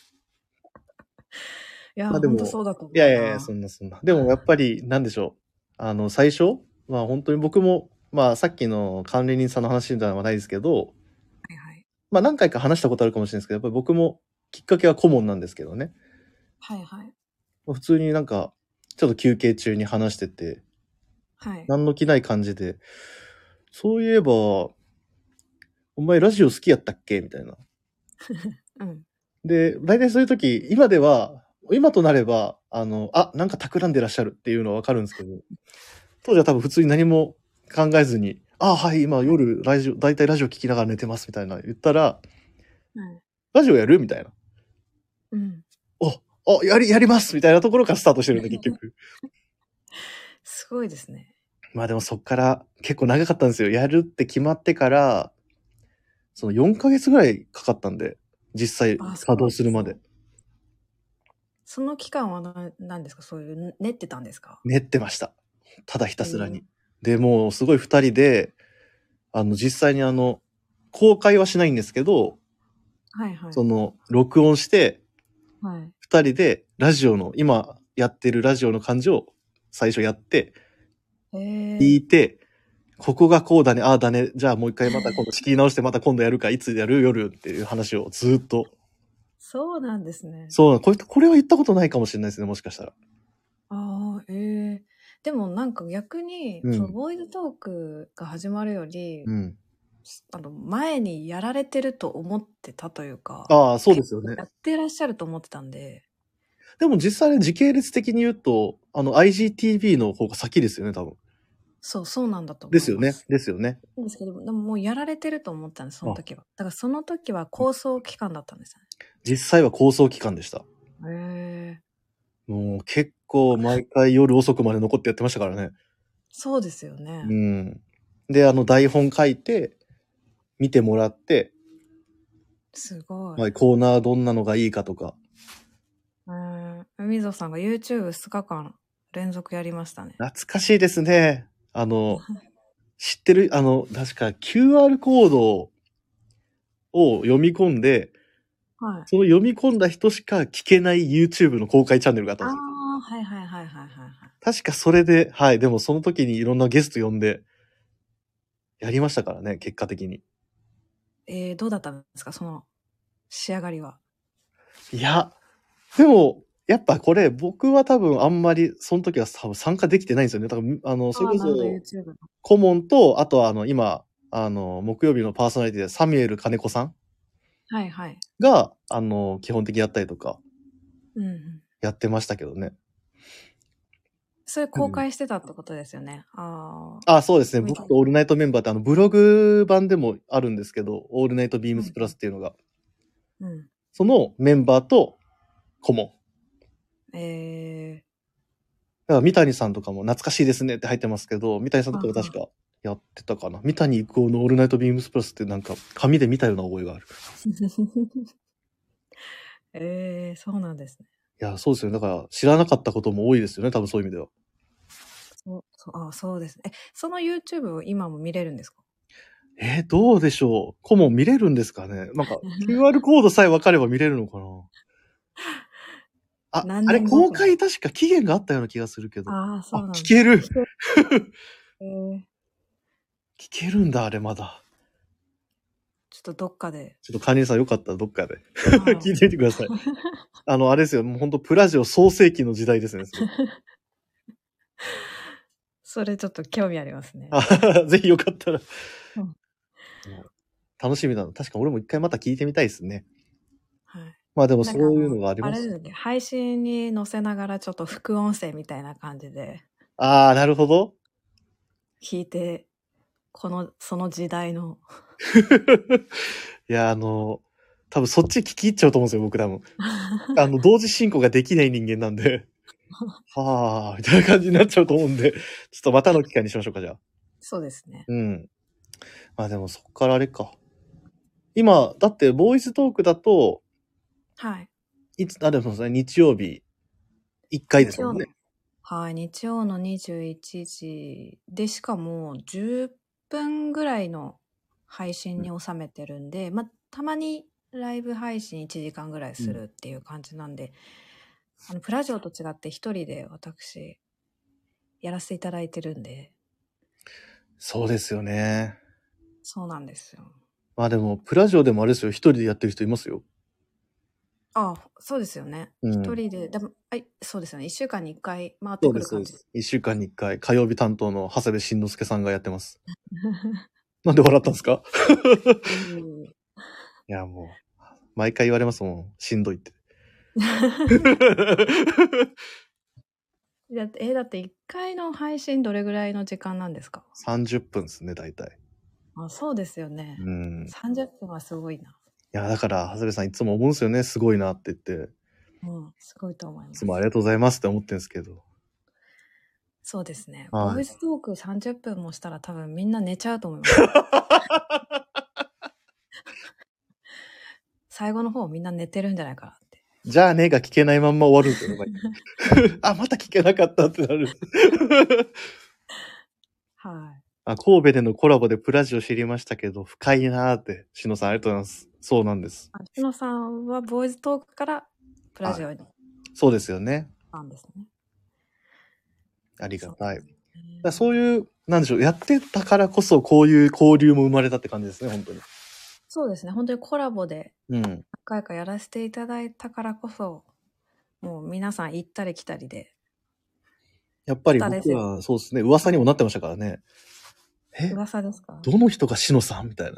いや、 まあでも、 ほんとそうだと思ういな。 やいやいや、そんなそんな。でもやっぱり、なんでしょう。あの、最初まあ本当に僕も、まあさっきの管理人さんの話ではないですけど、 はいはい。 まあ何回か話したことあるかもしれないですけど、やっぱり僕もきっかけは顧問なんですけどね。 はいはい。 まあ普通になんか、ちょっと休憩中に話してて、 はい。 何の気ない感じで、そういえば、お前ラジオ好きやったっけみたいな。 うん。 で、大体そういう時、今では、今となれば、あの、あ、なんか企んでらっしゃるっていうのはわかるんですけど、当時は多分普通に何も考えずに、あ、はい、今夜ラジオ、大体ラジオ聞きながら寝てますみたいな言ったら、 はい。 ラジオやるみたいな。 うん。 お、お、やり、やりますみたいなところからスタートしてるんで、結局。 すごいですね。 まあでもそっから結構長かったんですよ。やるって決まってから、そのよんかげつぐらいかかったんで、実際あ、 稼働するまで。 その期間はな何ですか？そういう練ってたんですか？ 練ってました。ただひたすらへに。で、もうすごい二人で、あの、実際にあの、公開はしないんですけど、 はいはい。 その、録音して、 はい。 二人でラジオの、今やってるラジオの感じを最初やって、 へ聞え。 いて、ここがこうだね、ああだね、じゃあもう一回また今度仕切り直してまた今度やるか、いつやる夜っていう話をずっと。 そうなんですね。 そう、これ、これは言ったことないかもしれないですね、もしかしたら。 ああ、ええでもなんか逆に、 うんそのボーイズトークが始まるより、 うん。 あの、前にやられてると思ってたというか、 ああ、そうですよねや。ってらっしゃると思ってたんで、 でも実際ね、時系列的に言うと、あの、アイジーティービー の方が先ですよね、多分。 そう、そうなんだとですよね。 思います。 ですよね。 なんですけど、でももうやられてると思ったんです、そのあ、 時は。だからその時は構想期間だったんです実際は構想期間でした。 よね。へえ。 もう結構毎回夜遅くまで残ってやってましたからね。 そうですよね。 うん。で、あの台本書いて、見てもらって、 すごい。 まあ、コーナーどんなのがいいかとか。 えー、海蔵さんが YouTubeにちにちかん連続やりましたね。 懐かしいですね。あの、知ってる、あの、確か キューアール コードを読み込んで、 はい。 その読み込んだ人しか聞けない YouTube の公開チャンネルがあったんですよ。 あ、はいはいはいはいはいはい。 確かそれで、はい。でもその時にいろんなゲスト呼んで、やりましたからね、結果的に。 えー、どうだったんですか、その仕上がりは。 いや、でも、やっぱこれ、僕は多分あんまり、その時は多分参加できてないんですよね。だから、あの、それこああ、なるほど、 そ、 YouTube の。 顧問と、あとはあの、今、あの、木曜日のパーソナリティでサミュエル金子さんはいはい。 が、あの、基本的にやったりとか、 うんうん。 やってましたけどね。 それ公開してたってことですよね。うん、ああ、そうですね。 見た僕とオールナイトメンバーってあの、ブログ版でもあるんですけど、オールナイトビームスプラスっていうのが、 うん。 そのメンバーと顧問。 えだから三谷さんとかも懐かしいですねって入ってますけど、三谷さんとかも確かやってたかな。三谷郁夫のオールナイトビームスプラスってなんか紙で見たような覚えがある。 ー、えー、そうなんですね。 いや、そうですよね。だから知らなかったことも多いですよね。多分そういう意味では。 そうそうあそうですね。え、その YouTube を今も見れるんですか？ えー、どうでしょう。顧問見れるんですかね。なんか キューアール コードさえ分かれば見れるのかな。あ、 何あれ、 年後か公開確か期限があったような気がするけど。 ああ、そうなんだ。 聞ける。 えー、 聞けるんだ、あれまだ。 ちょっとどっかで。 ちょっとカニさんよかったらどっかではい聞いてみてください。あの、あれですよ。もう本当プラジオ創世期の時代ですね。 それちょっと興味ありますね。 ぜひよかったら、 うん、 楽しみなの。確か俺も一回また聞いてみたいですね。 はい。 まあでもそういうのがありあます。 れですね、配信に載せながらちょっと副音声みたいな感じでああ、なるほど。 聞いて、この、その時代の。 いや、あの、多分そっち聞き入っちゃうと思うんですよ、僕多分。あの、同時進行ができない人間なんで。はあ、みたいな感じになっちゃうと思うんで、ちょっとまたの機会にしましょうか、じゃあ。 そうですね。 うん。まあでもそっからあれか。今、だってボーイズトークだと、 はい。 いつ、あ、でもそうですね、日曜日、いっかいですもんね。 はい、日曜のにじゅういちじで、しかもじゅっぷんぐらいの配信に収めてるんで、うん、まあ、たまにライブ配信いちじかんぐらいするっていう感じなんで、うん、あの、プラジオと違って一人で私、やらせていただいてるんで。 そうですよね。 そうなんですよ。 まあでも、プラジオでもあれですよ、一人でやってる人いますよ。 ああ、そうですよね。一、うん、人で、でも、はい、そうですよね。一週間に一回回ってくる感じ。 一週間に一回、火曜日担当の長谷部慎之介さんがやってます。なんで笑ったんですか？いや、もう、毎回言われますもん。しんどいって。 だって、え、だっていっかいの配信どれぐらいの時間なんですか？ さんじゅっぷんですね、大体。 あ、そうですよね。うん。さんじゅっぷんはすごいな。いや、だから、長谷部さんいつも思うんですよね。すごいなって言って。 うん、すごいと思います。 いつもありがとうございますって思ってるんですけど。 そうですね。 はい、 ボイストークさんじゅっぷんもしたら多分みんな寝ちゃうと思います。最後の方みんな寝てるんじゃないかなって。 じゃあねが聞けないまんま終わるんですよね。あ、また聞けなかったってなる。 はい。 あ、神戸でのコラボでプラジオ知りましたけど、深いなーって。しのさんありがとうございます。そうなんです。 しのさんはボイストークからプラジオに。 そうですよね。 なんですね。 ありがたい。そう、だそういう、なんでしょう、やってたからこそこういう交流も生まれたって感じですね、本当に。 そうですね。本当にコラボで何回かやらせていただいたからこそ、うん、もう皆さん行ったり来たりで。 やっぱり僕はそうですね、噂にもなってましたからね。 え、噂ですか？ どの人がしのさんみたいな。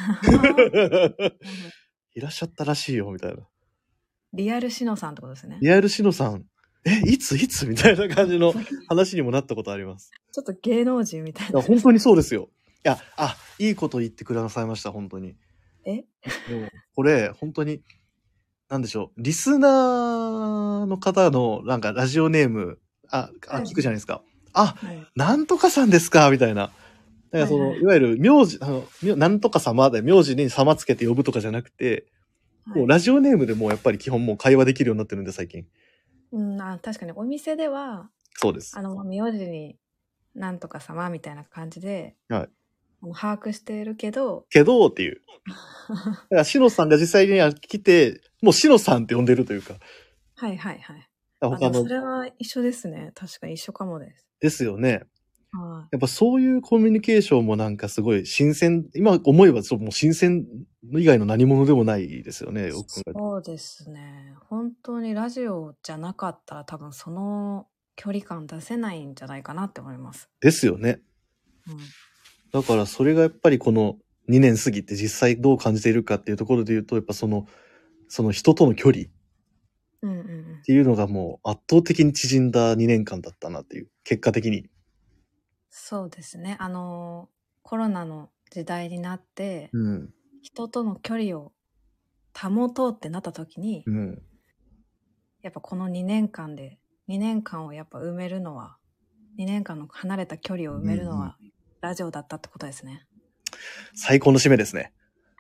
いらっしゃったらしいよ、みたいな。 リアルしのさんってことですね。 リアルしのさん。え、いついつみたいな感じの話にもなったことあります。 ちょっと芸能人みたいな。 いや、本当にそうですよ。いや、あ、いいこと言ってくださいました、本当に。 え？ でも、これ、本当に、なんでしょう、リスナーの方の、なんか、ラジオネーム、あ、あ聞くじゃないですか。あ、はい、なんとかさんですかみたいな。だからその、はいはい、いわゆる、名字、あの、なんとか様で、名字に様つけて呼ぶとかじゃなくて、はい、もうラジオネームでもうやっぱり基本もう会話できるようになってるんで、最近。 うん、あ、確かにお店では、 そうです。 あの、名字に、なんとか様みたいな感じで、はい。把握してるけど。 けどっていう。だから、しのさんが実際に来て、もうしのさんって呼んでるというか。 はいはいはい。 あ、 他でもその、 れは一緒ですね。確かに一緒かもです。 ですよね。 はやっぱそういうコミュニケーションもなんかすごい新鮮、今思えばそうもう新鮮以外の何者でもないですよね。 い。 よく考えてそうですね。本当にラジオじゃなかったら多分その距離感出せないんじゃないかなって思います。 ですよね。 うん。 だからそれがやっぱりこのにねん過ぎて実際どう感じているかっていうところで言うと、やっぱその、その人との距離っうんうんうん。 ていうのがもう圧倒的に縮んだにねんかんだったなっていう、結果的に。 そうですね。あの、コロナの時代になって、 うん。 人との距離を保とうってなった時に、 うん。 やっぱこのにねんかんで、にねんかんをやっぱ埋めるのは、にねんかんの離れた距離を埋めるのは、ラジオだったってことですね。 最高の締めですね。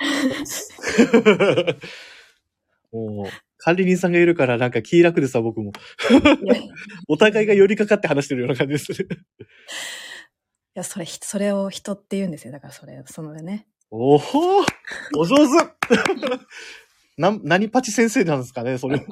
もう、管理人さんがいるからなんか気楽でさ、僕も。 いやいお互いが寄りかかって話してるような感じです。 や、それ、それを人って言うんですよ。だからそれ、そのね。 おほーお上手な、何パチ先生なんですかね、それ。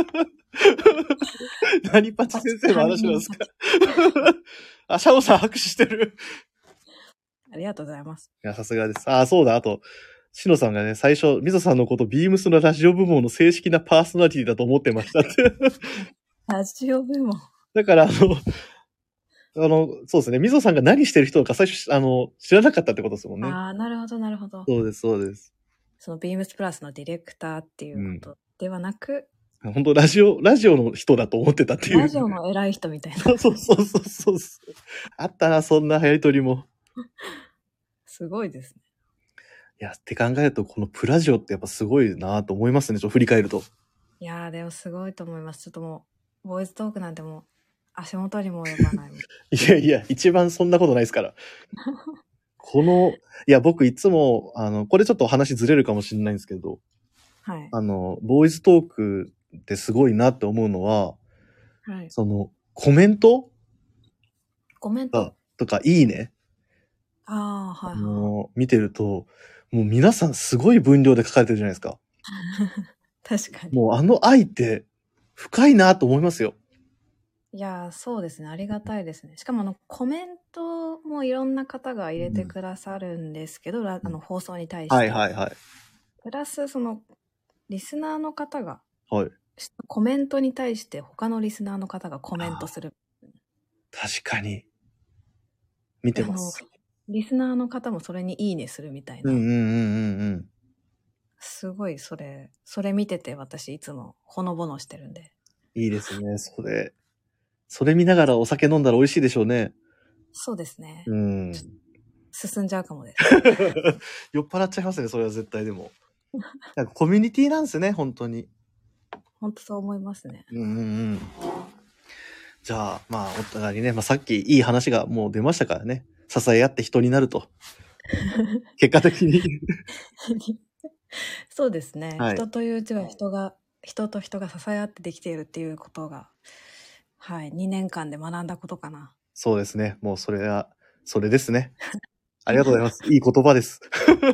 何パチ先生の話なんですか。あ、シャオさん拍手してる。 ありがとうございます。 いや、さすがです。あ、そうだ、あと、シノさんがね、最初、ミゾさんのこと、ビームスのラジオ部門の正式なパーソナリティだと思ってましたって。 ラジオ部門。 だから、あの、あの、そうですね、ミゾさんが何してる人か最初、あの、知らなかったってことですもんね。 ああ、なるほど、なるほど。 そうです、そうです。 そのビームスプラスのディレクターっていうことではなく、 本当ラジオ、ラジオの人だと思ってたっていう。 ラジオの偉い人みたいな。 そうそうそうそうそう。あったな、そんなやりとりも。 すごいですね。 いや、って考えると、このプラジオってやっぱすごいなと思いますね、ちょっと振り返ると。 いやー、でもすごいと思います。ちょっともう、ボイストークなんてもう、足元にも及ばないもん。 いやいや、一番そんなことないですから。この、いや、僕いつも、あの、これちょっと話ずれるかもしれないんですけど、 はい。 あの、ボイストークってすごいなって思うのは、 はい。 その、コメントコメント。 とか、いいね、 ああ、はいはい。 あの、見てると、もう皆さんすごい分量で書かれてるじゃないですか。 確かに。 もうあの愛って深いなと思いますよ。 いやー、そうですね。ありがたいですね。しかもあの、コメントもいろんな方が入れてくださるんですけど、らあの、放送に対して。 はいはいはい。 プラス、その、リスナーの方が、 はい。 コメントに対して他のリスナーの方がコメントする。 確かに。見てます。 リスナーの方もそれにいいねするみたいな。 うんうんうんうんうん。 すごいそれ、それ見てて私いつもほのぼのしてるんで。 いいですね、それ。それ見ながらお酒飲んだら美味しいでしょうね。 そうですね。 うん。 進んじゃうかもです。 酔っ払っちゃいますね、それは絶対でも。なんかコミュニティなんですね、本当に。 本当そう思いますね。 うんうんうん。じゃあ、まあ、お互いにね、まあさっきいい話がもう出ましたからね。支え合って人になると。結果的に。 そうですね、 はい、 人といううちは人が、人と人が支え合ってできているっていうことが、はい、にねんかんで学んだことかな。 そうですね。もうそれは、それですね。ありがとうございます。いい言葉です。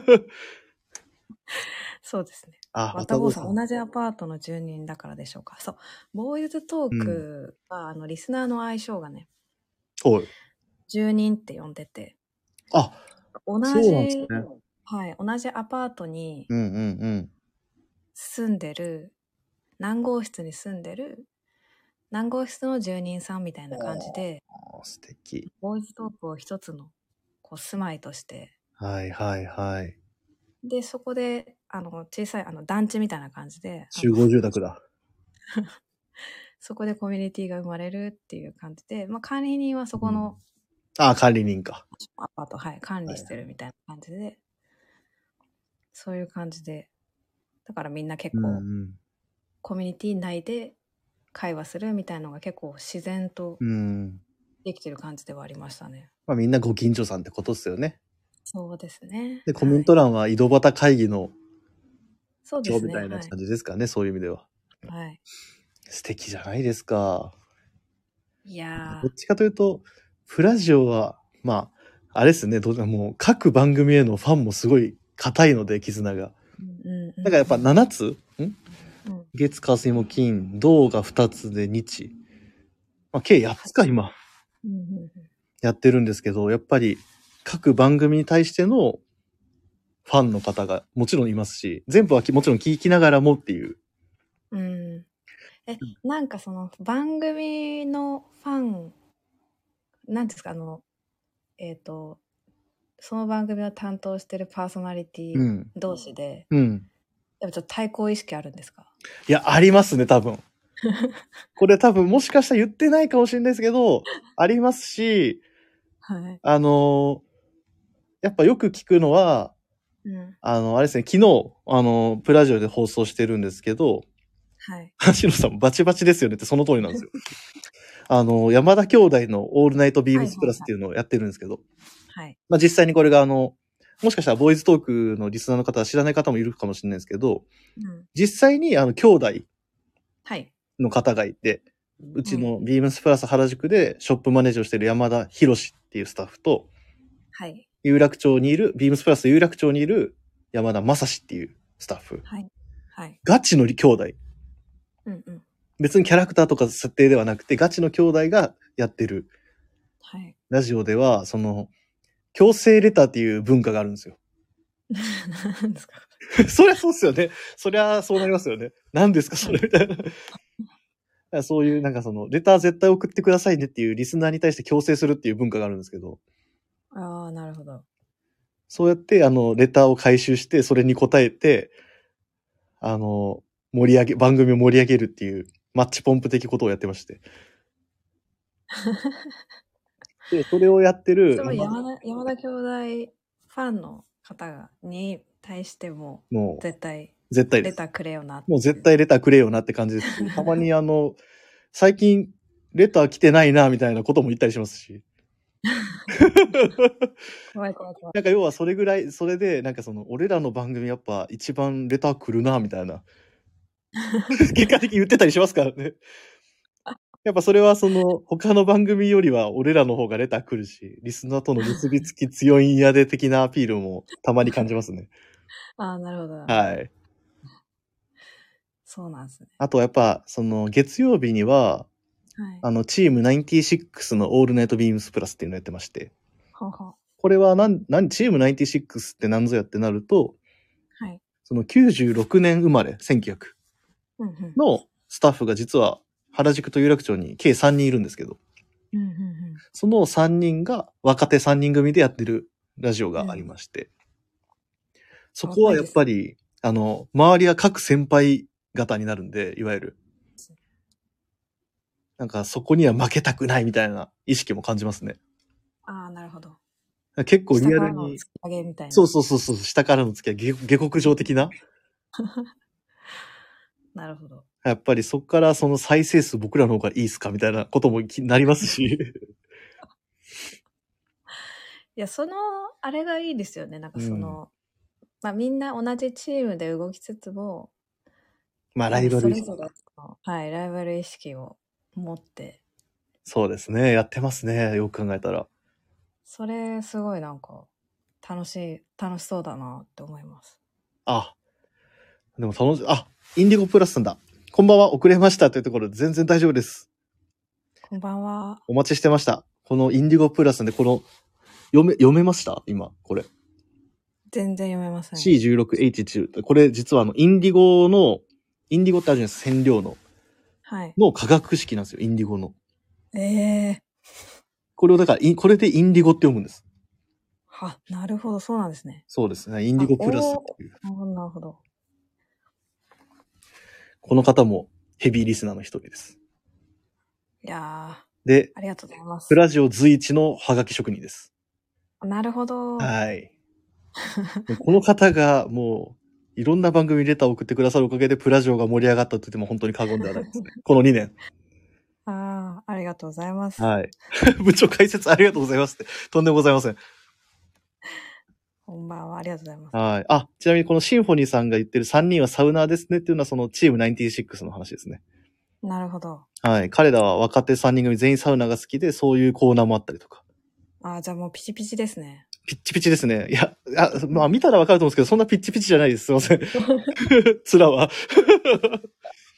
そうですね。 あ、 また坊さん、 また坊さん。 同じアパートの住人だからでしょうか。そう。ボーイズトークは、うん、あの、リスナーの相性がね、 はい。 住人って呼んでて。 あ、 同じ、 そうなんですね。 はい、同じアパートにうんうんうん。 住んでる、何号室に住んでる、何号室の住人さんみたいな感じで、 素敵。 ボーイズトークを一つのこう住まいとして。 はいはいはい。 で、そこで、あの、小さい、あの、団地みたいな感じで。 集合住宅だ。 そこでコミュニティが生まれるっていう感じで、まあ、管理人はそこの、 うん、ああ、管理人か。 アパート、はい、管理してるみたいな感じで、はい、そういう感じで、だからみんな結構、うんうん、コミュニティ内で会話するみたいなのが結構自然とできてる感じではありましたね。 まあみんなご近所さんってことですよね。 そうですね。 で、コメント欄は井戸端会議のそうですね。 みたいな感じですかね、はい、そういう意味では。 はい。 素敵じゃないですか。 いやー。 どっちかというと、プラジオは、まあ、あれですね、どうもう各番組へのファンもすごい固いので、絆が。 うんうんうん、 だからやっぱななつん、うん、 月火水木金、土がふたつで日。まあ、計やっつか今、 うんうんうん、 やってるんですけど、やっぱり各番組に対してのファンの方がもちろんいますし、全部はもちろん聞きながらもっていう。 うん。え、なんかその番組のファン、なんですか、あの、えっと、その番組を担当してるパーソナリティ同士で、 うん。うん、 やっぱちょっと対抗意識あるんですか？ いや、ありますね、多分。これ多分もしかしたら言ってないかもしれないですけど、ありますし、 はい。 あのー、やっぱよく聞くのは、うん、あの、あれですね、昨日、あの、プラジオで放送してるんですけど、 はい。 橋野さんバチバチですよねってその通りなんですよ。あの、山田兄弟のオールナイトビームスプラスっていうのをやってるんですけど、 はい。 まあ実際にこれがあの、もしかしたらボーイズトークのリスナーの方は知らない方もいるかもしれないですけど、うん、実際にあの、兄弟の方がいて、はい、うちのビームスプラス原宿でショップマネージャーをしている山田博士っていうスタッフと、はい。有楽町にいる、ビームスプラス有楽町にいる山田正史っていうスタッフ。はい。はい。ガチの兄弟。うんうん。別にキャラクターとか設定ではなくて、ガチの兄弟がやってる。はい。ラジオでは、その、強制レターっていう文化があるんですよ。何ですか？そりゃそうっすよね。そりゃそうなりますよね。何ですかそれみたいな。そういうなんかその、レター絶対送ってくださいねっていうリスナーに対して強制するっていう文化があるんですけど。ああ、なるほど。そうやって、あの、レターを回収して、それに答えて、あの、盛り上げ、番組を盛り上げるっていう、マッチポンプ的ことをやってまして。で、それをやってる。 それ山田、山田兄弟ファンの方がに対しても、もう、絶対、絶対レターくれよなって。 もう絶対レターくれよなって感じですし、たまにあの、最近、レター来てないな、みたいなことも言ったりしますし。 怖い怖い怖い。 なんか要はそれぐらい、それで、なんかその、俺らの番組やっぱ一番レター来るな、みたいな。結果的に言ってたりしますからね。やっぱそれはその、他の番組よりは俺らの方がレター来るし、リスナーとの結びつき強いんやで的なアピールもたまに感じますね。 ああ、なるほど。 はい。 そうなんですね。 あとやっぱ、その、月曜日には、はい、あの、チームナインティシックスのオールナイトビームスプラスっていうのをやってまして。 はは。 これはなん、なん、チームナインティシックスって何ぞやってなると、はい。そのきゅうじゅうろくねん生まれ、せんきゅうひゃくのスタッフが実は原宿と有楽町に計さんにんいるんですけど、うんうんうん、そのさんにんが若手さんにん組でやってるラジオがありまして、うん、そこはやっぱり、あの、周りは各先輩方になるんで、いわゆる。なんかそこには負けたくないみたいな意識も感じますね。 ああ、なるほど。 結構リアルに。 下からの突き上げみたいな。 そうそうそうそう、下からの突き上げ、下克上的な。 なるほど。 やっぱりそこからその再生数僕らの方がいいっすかみたいなこともなりますし。いや、その、あれがいいですよね。なんかその、うん、まあみんな同じチームで動きつつも、 まあライバル意識。 それぞれの、はい、ライバル意識を持って。 そうですね。やってますね。よく考えたら。 それ、すごいなんか、楽しい、楽しそうだなって思います。 あ、でも楽しい、あ、インディゴプラスさんだ。こんばんは、遅れましたというところで全然大丈夫です。 こんばんは。 お待ちしてました。このインディゴプラスで、この、読め、読めました今、これ。 全然読めません。 シーじゅうろくエイチワン。これ実はあの、インディゴの、インディゴってあるじゃないですか、染料の。 はい。 の化学式なんですよ、インディゴの。 ええー。 これをだから、これでインディゴって読むんです。 は、なるほど、そうなんですね。 そうですね、インディゴプラスっていう。 なるほど。 この方もヘビーリスナーの一人です。 いやー。で、 ありがとうございます。 プラジオ随一のハガキ職人です。 なるほど。 はい。この方がもう、いろんな番組レターを送ってくださるおかげでプラジオが盛り上がったと言っても本当に過言ではないですね。このにねん。 ああ、ありがとうございます。 はい。部長解説ありがとうございますって。とんでもございません。 こんばんは、ありがとうございます。 はい。あ、ちなみにこのシンフォニーさんが言ってるさんにんはサウナーですねっていうのはそのチームナインティシックスの話ですね。 なるほど。 はい。彼らは若手さんにん組全員サウナが好きで、そういうコーナーもあったりとか。 ああ、じゃあもうピチピチですね。 ピッチピチですね。いや、あまあ見たらわかると思うんですけど、そんなピッチピチじゃないです。すいません。つらは。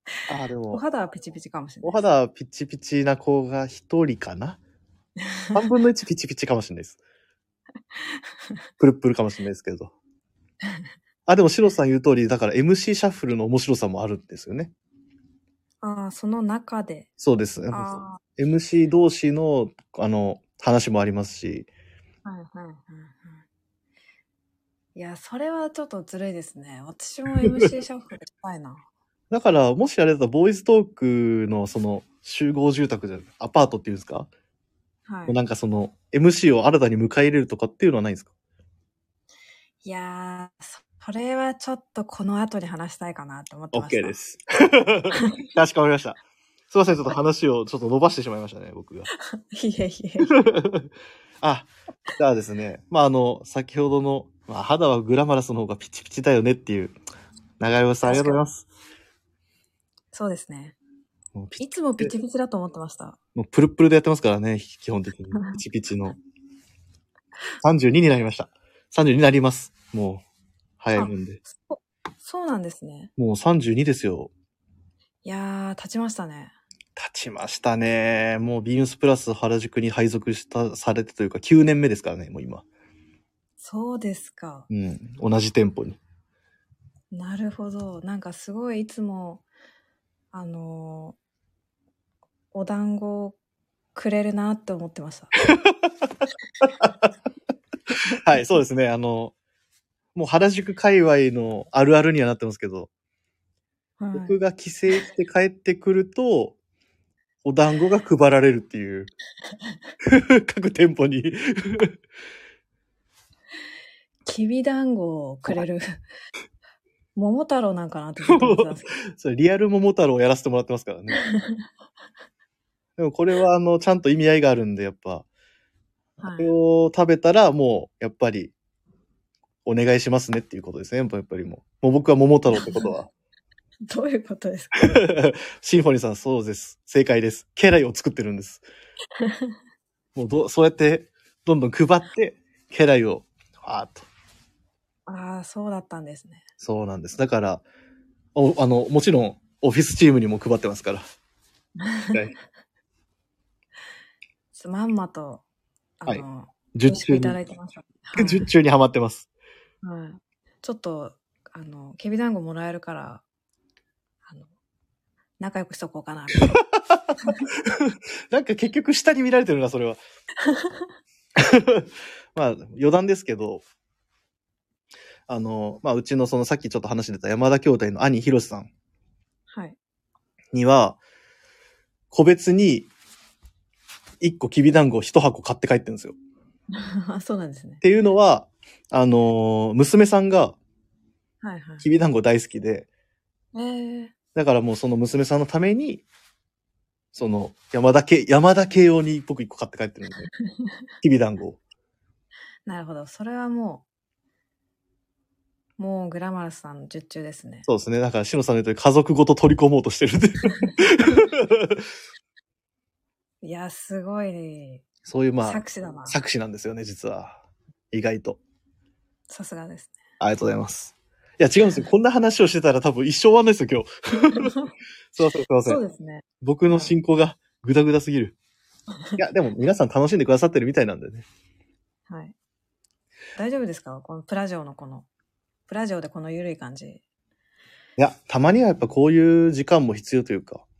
ああ、でも、 お肌はピチピチかもしれないお肌はピチピチな子が一人かな。さんぶんのいちピチピチかもしれないです。プルプルかもしれないですけど。あ、でもシロさん言う通り、だから エムシー シャッフルの面白さもあるんですよね。 ああ、その中で。 そうです。 あエムシー 同士の、あの、話もありますし。 あ、はいはいはいはい。いや、それはちょっとずるいですね。私も エムシー シャッフルしたいな。 だから、もしあれだったら、ボーイズトークの、その、集合住宅じゃ、アパートっていうんですか？ はい。 なんかその、エムシー を新たに迎え入れるとかっていうのはないんですか？ いやー、それはちょっとこの後に話したいかなと思ってました。 OK です。かしこまりました。すいません、ちょっと話をちょっと伸ばしてしまいましたね、僕が。 いえいえ。 あ、じゃあですね、まあ、あの、先ほどの、まあ、肌はグラマラスの方がピチピチだよねっていう、長山さんありがとうございます。 そうですね。 もうピいつもピチピチだと思ってました。 もうプルップルでやってますからね、基本的に。ピチピチの。さんじゅうにになりました。さんじゅうにになります。もう、早いもんで。 そ、そうなんですね。 もうさんじゅうにですよ。 いやー、経ちましたね。 経ちましたね。もうビームスプラス原宿に配属したされてというかきゅうねんめですからね、もう今。 そうですか。 うん、同じ店舗に。 なるほど。なんかすごいいつも、あのー、お団子くれるなって思ってました。 はい、そうですね。あの、もう原宿界隈のあるあるにはなってますけど、 はい、 僕が帰省して帰ってくると、お団子が配られるっていう。各店舗に。 きび団子をくれる。桃太郎なんかなってずっと思ってたんですけど。 それリアル桃太郎をやらせてもらってますからね。でもこれはあの、ちゃんと意味合いがあるんで、やっぱ、 はい、 これを食べたらもう、やっぱり、お願いしますねっていうことですね。やっぱりもう。もう僕は桃太郎ってことは。 どういうことですか？ シンフォニーさん、そうです。正解です。家来を作ってるんです。もうど、そうやって、どんどん配って、家来を、あーっと。 ああ、そうだったんですね。 そうなんです。だから、お、あの、もちろん、オフィスチームにも配ってますから。はい。 まんまと、あはい。 の、 術中美味しくいただいに、 てました。はい、 術中にハマってます。 はい。ちょっと、あの、きび団子もらえるから、あの、仲良くしとこうかな、みたいな。 なんか結局下に見られてるな、それは。まあ、余談ですけど、あの、まあ、うちのそのさっきちょっと話してた山田兄弟の兄、ひろしさん。 はい。 には、個別に、一個きび団子を一箱買って帰ってるんですよ。 そうなんですね。 っていうのは、あのー、娘さんが、 はいはい。 きび団子大好きで、 えー、 だからもうその娘さんのために、その、山田家、山田家用に僕一個買って帰ってるんで、きび団子を。 なるほど。それはもう、もうグラマラスさんの術中ですね。 そうですね。だから、しのさんの言うと家族ごと取り込もうとしてるんで。 いや、すごい。 そういうまあ、 作詞だな。 作詞なんですよね、実は。意外と。 さすがですね。 ありがとうございます。いや、違うんですよ。こんな話をしてたら多分一生終わんないですよ、今日。すいません、すいません。 そうですね。 僕の進行がグダグダすぎる。いや、でも皆さん楽しんでくださってるみたいなんでね。 はい。大丈夫ですか？このプラジオのこの、プラジオでこの緩い感じ。 いや、たまにはやっぱこういう時間も必要というか。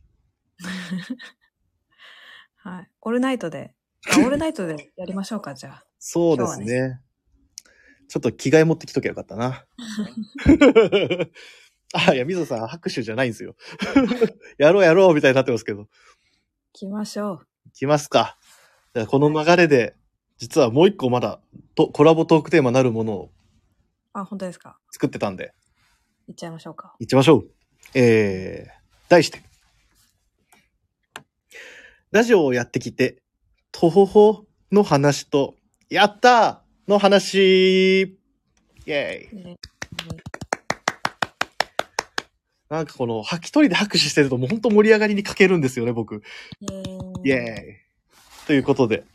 はい。オールナイトで、あ、オールナイトでやりましょうか、じゃあ。 そうですね。ねちょっと着替え持ってきときゃよかったな。あ、いや、みぞさん拍手じゃないんですよ。やろうやろうみたいになってますけど。 来ましょう。 来ますか。じゃあこの流れで、実はもう一個まだとコラボトークテーマなるものをあ、本当ですか。 作ってたんで。 行っちゃいましょうか。 行っちゃいましょう。えー、題して。ラジオをやってきて、とほほの話と、やったーの話イェーイ。 ね、 なんかこの、は一人で拍手してるともうほんと盛り上がりに欠けるんですよね、僕。 イェーイ。 イェーイ。ということで、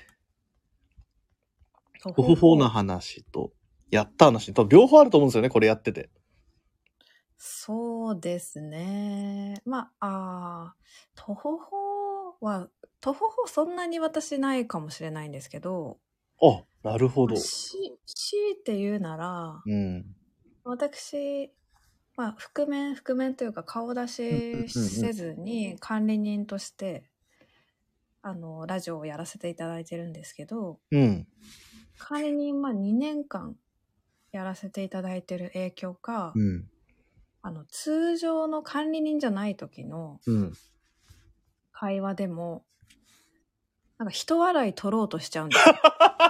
ととほほな話と、やった話と、両方あると思うんですよね、これやってて。 そうそうですね。まあ、あ徒歩法は、徒歩法そんなに私ないかもしれないんですけど、 あ、なるほど。 し、強いて言うなら、 うん。 私、まあ、覆面、覆面というか顔出しせずに管理人として、あの、ラジオをやらせていただいてるんですけど、 うん。 管理人、まあ、にねんかんやらせていただいてる影響か、 うん。 あの、通常の管理人じゃない時のうん。 会話でも、なんか人笑い取ろうとしちゃうんですよ。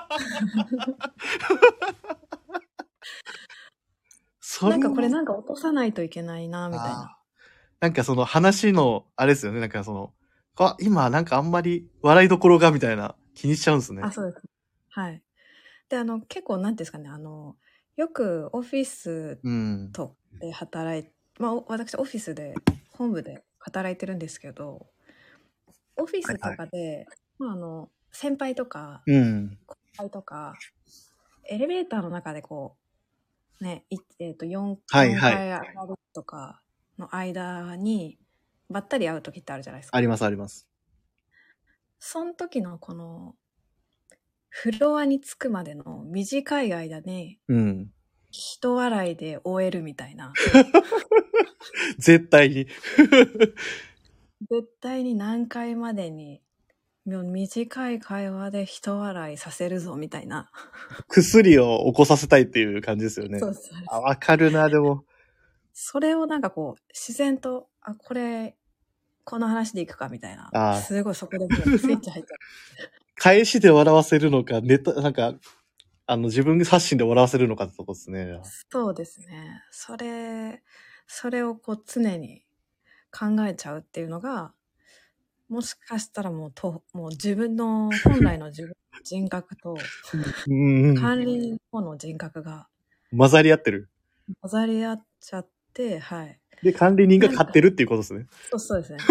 それなんかこれはなんか落とさないといけないな、みたいな。 あーなんかその話の、あれですよね。なんかその、あ、今なんかあんまり笑いどころがみたいな気にしちゃうんですね。 あ、そうです。はい。で、あの、結構なんていうんですかね、あの、よくオフィスうん。 とで働いて、まあ、お私オフィスで、本部で働いてるんですけど、オフィスとかで、まあ、あの、先輩とか、 うん。 後輩とか、エレベーターの中でこう、ね、いえっ、と、4、4 はいはい。 回上がるとかの間に、ばったり会う時ってあるじゃないですか。 ありますあります。 その時のこの、フロアに着くまでの短い間に、 うん。 人笑いで終えるみたいな。 絶対に。 絶対に何回までに、もう短い会話で人笑いさせるぞみたいな。 薬を起こさせたいっていう感じですよね。 そうそう。 あ、わかるな、でも。 それをなんかこう、自然と、あ、これ、この話でいくかみたいな。 あーすごいそこでもうスイッチ入っちゃう。 返しで笑わせるのか、ネタ、なんか、あの、自分発信で笑わせるのかってとこですね。 そうですね。それ、それをこう常に考えちゃうっていうのが、もしかしたらもうと、もう自分の本来の自分人格とうんうん。 管理の方の人格が混ざり合ってる。 混ざり合っちゃって、はい。 で、管理人が買ってるっていうことですね。 そうそうですね。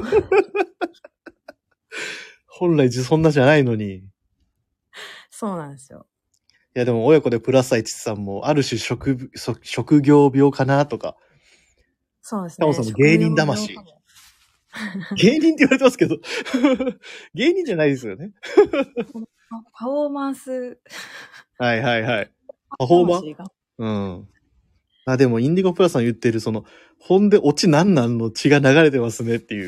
本来そんなじゃないのに。いそうなんですよ。 や、でも親子でプラスサイチさんも、ある種職、そ職業病かなとか。 そうですね。 しかもその芸人魂。芸人って言われてますけど。芸人じゃないですよね。 パフォーマンス。 はいはいはい。パフォーマーうん。あ、でも、インディゴプラスさん言ってる、その、ほんでオチなんなんの血が流れてますねっていう。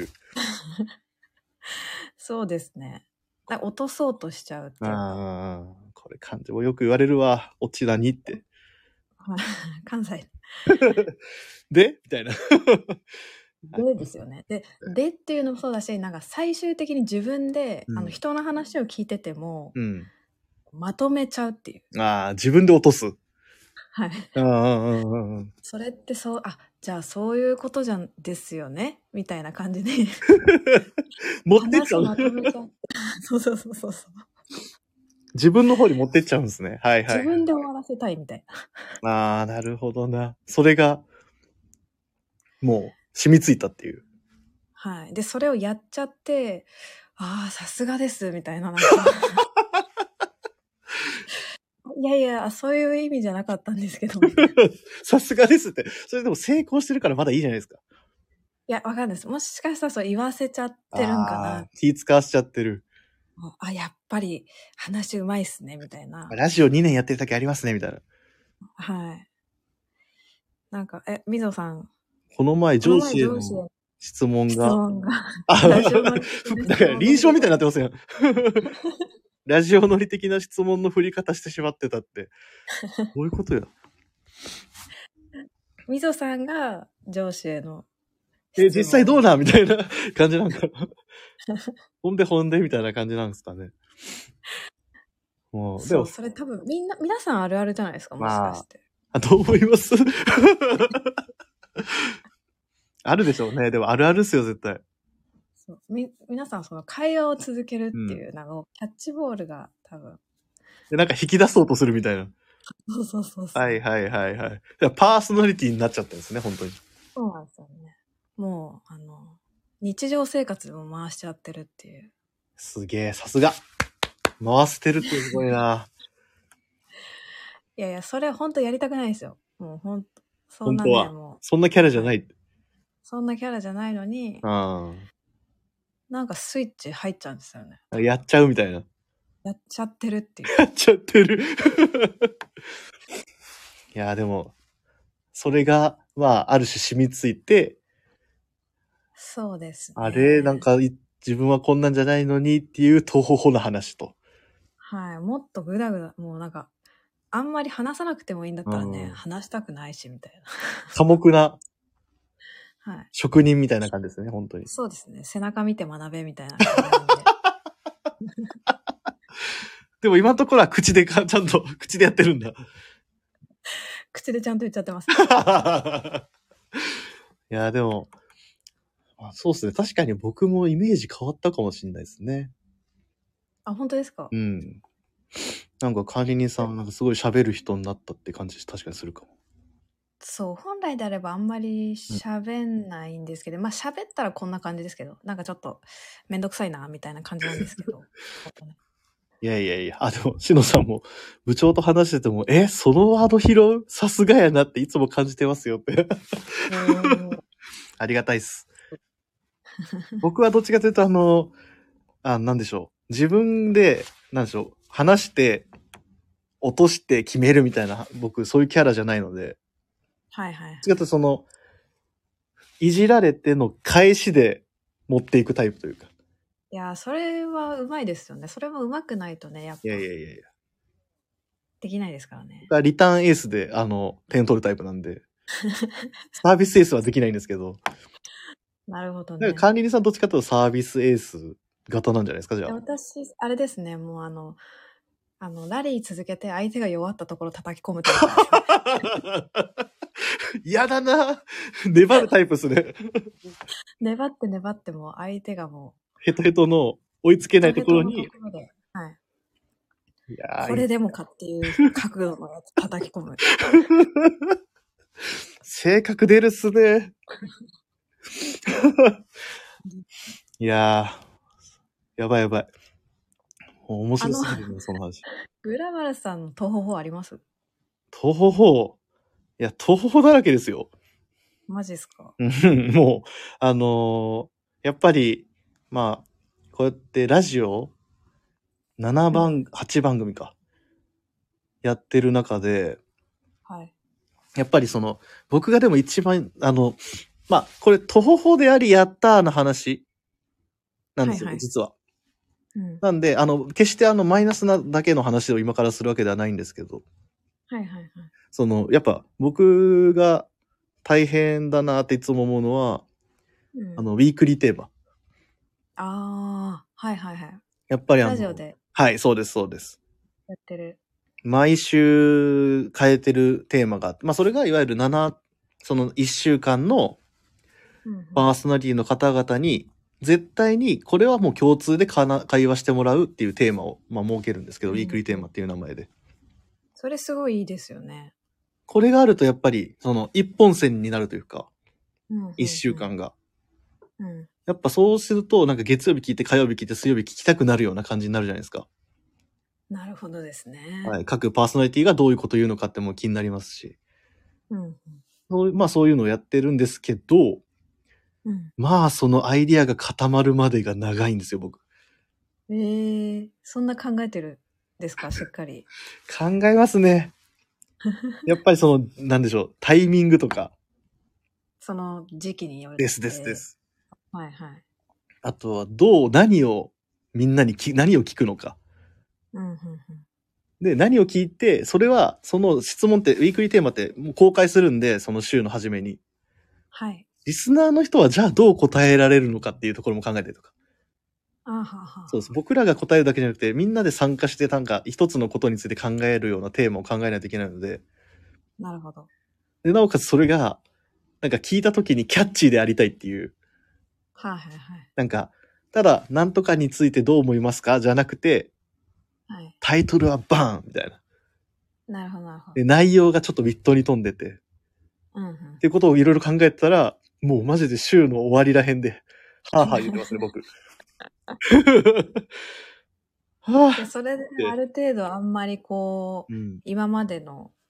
そうですね。だ落とそうとしちゃうっていうか。 ああ、これ漢字もよく言われるわ。オチ何って。 関西。 でみたいな。 でですよね。で、でっていうのもそうだし、なんか最終的に自分で、うん、あの人の話を聞いてても、うん、まとめちゃうっていう。 ああ、自分で落とす。 はい。 ああ、 それってそう、あ、じゃあそういうことじゃんですよねみたいな感じで。 持ってっちゃう。 話まとめちゃう。そうそうそうそう。 自分の方に持ってっちゃうんですね。はいはい。 自分で終わらせたいみたいな。ああ、なるほどな。それが、もう、染みついたっていう。 はい。で、それをやっちゃって、ああ、さすがです、みたいな。なんかいやいや、そういう意味じゃなかったんですけど。 さすがですって。それでも成功してるからまだいいじゃないですか。 いや、わかんないです。もしかしたらそう言わせちゃってるんかな。 気使わしちゃってる。 あ、やっぱり話うまいっすね、みたいな。 ラジオにねんやってる時ありますね、みたいな。 はい。なんか、え、みぞさん。 この前上司への質問が。質問が。あ、ラジオのだから臨床みたいになってますよ。ラジオ乗り的な質問の振り方してしまってたって。どういうことや。 みぞさんが上司へのえ、実際どうなんみたいな感じなんか。ほんでほんでみたいな感じなんですかね。 もう、そう、それ多分みんな、皆さんあるあるじゃないですか、もしかして。 あ、どう思いますあるでしょうね。でもあるあるっすよ、絶対。 そうみ、皆さんその会話を続けるっていう、うん、なんかキャッチボールが多分。 で、なんか引き出そうとするみたいな。 そうそうそうそう。 はいはいはいはい。パーソナリティになっちゃったんですね、本当に。 そうなんですよね。もう、あの、日常生活でも回しちゃってるっていう。 すげえ、さすが。回してるってすごいな。 いやいや、それ本当やりたくないですよ。もう本当そんなね、もう。 そんなキャラじゃない。 そんなキャラじゃないのに、 あなんかスイッチ入っちゃうんですよね。 あ。やっちゃうみたいな。 やっちゃってるっていう。 やっちゃってる。いや、でも、それが、まあ、ある種染みついて、 そうですね。 あれ、なんか、い自分はこんなんじゃないのにっていう、とほほな話と。 はい。もっとグダグダ、もうなんか、あんまり話さなくてもいいんだったらね、 うん話したくないし、みたいな。 寡黙なはい。 職人みたいな感じですね、本当に。 そうですね。背中見て学べみたいな感じなんで。 でも今のところは口でか、ちゃんと、口でやってるんだ。 口でちゃんと言っちゃってます。 いや、でも、あ、そうですね。確かに僕もイメージ変わったかもしれないですね。 あ、本当ですか？ うん。なんか管理人さんなんかすごい喋る人になったって感じ確かにするかも。 そう、本来であればあんまり喋んないんですけど、まあ喋ったらこんな感じですけど、なんかちょっとめんどくさいな、みたいな感じなんですけど。 いやいやいや、あ、でも、しのさんも部長と話してても、え、そのワード拾うさすがやなっていつも感じてますよって。ありがたいっす。僕はどっちかというと、あの、あ、なんでしょう。自分で、なんでしょう。話して、落として決めるみたいな、僕、そういうキャラじゃないので、 はいはい。 違ってその、いじられての返しで持っていくタイプというか。 いや、それはうまいですよね。それもうまくないとね、やっぱ。 いやいやいやいや。 できないですからね。 僕はリターンエースで、あの、点取るタイプなんで、サービスエースはできないんですけど、 なるほどね。 なんか管理人さんどっちかというとサービスエース型なんじゃないですか、じゃあ。 私、あれですね、もうあの、あの、ラリー続けて相手が弱ったところ叩き込むタイプです。 嫌だな。粘るタイプですね。 粘って粘っても相手がもう、 ヘトヘトの追いつけないところに、 ヘトヘトのところで、はい。 いやーこれでもかっていう角度のやつ叩き込む。 性格出るっすね。いやー、やばいやばい。もう面白すぎるね、その話。 グラマラスさんの東方法あります？ 東方法。いや、東方法だらけですよ。 マジですか？ うんもう、あのーやっぱり、まあ、こうやってラジオ、ななばん、 うんはちばん組か。やってる中で、 はい。 やっぱりその、僕がでも一番、あの、まあ、これ、徒歩法であり、やったーの話なんですよ、 はいはい実は。 うん。 なんで、あの、決してあの、マイナスなだけの話を今からするわけではないんですけど、 はいはいはい。 その、やっぱ、僕が大変だなっていつも思うのは、 うん、 あの、ウィークリーテーマ。 ああ、はいはいはい。 やっぱりあの、 ラジオではい、そうです、そうです。 やってる。 毎週変えてるテーマがあって、まあ、それがいわゆるなな、そのいっしゅうかんのうんうんパーソナリティの方々に、絶対にこれはもう共通でかな会話してもらうっていうテーマを、まあ、設けるんですけど、 うんウィークリーテーマっていう名前で。 それすごいいいですよね。 これがあるとやっぱり、その一本線になるというか、 うんうんうん一週間が。 うん。 やっぱそうすると、なんか月曜日聞いて火曜日聞いて水曜日聞きたくなるような感じになるじゃないですか。 なるほどですね。 はい。各パーソナリティがどういうこと言うのかっても気になりますし。 うんうんそうまあそういうのをやってるんですけど、 うん。 まあそのアイディアが固まるまでが長いんですよ、僕。 えー、そんな考えてるんですか、しっかり。 考えますね。やっぱりその、なんでしょう、タイミングとか。 その時期による。 ですですで。す。 はいはい。 あとは、どう、何を、みんなにき、何を聞くのか。 うんうんうん。 で、何を聞いて、それは、その質問って、ウィークリーテーマってもう公開するんで、その週の初めに。 はい。 リスナーの人はじゃあどう答えられるのかっていうところも考えたりとか。 あはは。 そうです。僕らが答えるだけじゃなくて、みんなで参加してなんか一つのことについて考えるようなテーマを考えないといけないので、 なるほど。 で、なおかつそれが、なんか聞いた時にキャッチーでありたいっていう、 はいはいはい。 なんか、ただ、なんとかについてどう思いますかじゃなくて、 はい。 タイトルはバーンみたいな。 なるほどなるほど。 で、内容がちょっとウィットに飛んでて、 うんうん。 っていうことをいろいろ考えてたら、もうマジで週の終わりらへんで、はぁはぁ言ってますね、僕。はぁ。 でそれである程度あんまりこう、 うん。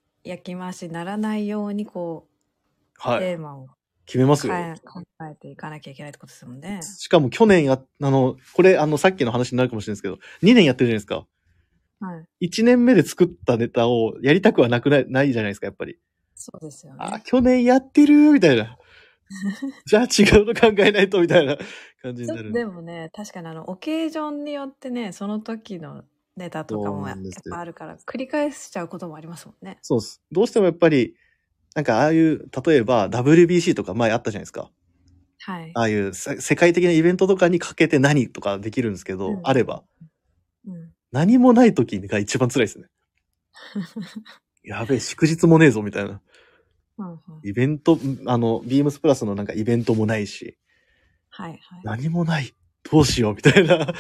今までの焼き回しにならないようにこう、 はい。 テーマを決めますよ。 考えていかなきゃいけないってことですもんね。 しかも去年や、あの、これ、あの、さっきの話になるかもしれないですけど、にねんやってるじゃないですか。 はい。 いちねんめで作ったネタをやりたくはなくない、ないじゃないですか、やっぱり。 そうですよね。 あ、去年やってるみたいな。じゃあ違うの考えないとみたいな感じになる。 でもね、確かにあの、オケージョンによってね、その時のネタとかもやっぱあるから、繰り返しちゃうこともありますもんね。 そうです。どうしてもやっぱり、なんかああいう、例えば ダブリュービーシー とか前あったじゃないですか。 はい。 ああいう世界的なイベントとかにかけて何とかできるんですけど、うん、あれば、うん、何もない時が一番辛いですね。やべえ、祝日もねえぞみたいな。うんうん、イベント、あの、ビームスプラスのなんかイベントもないし、はいはい。何もない。どうしようみたいな。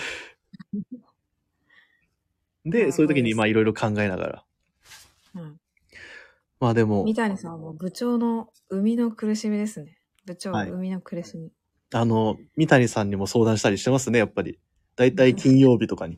で、そういう時にまあいろいろ考えながら。うん、まあでも。 三谷さんも部長の生みの苦しみですね。部長、生みの苦しみ。 あの、三谷さんにも相談したりしてますね、やっぱり。だいたい金曜日とかに。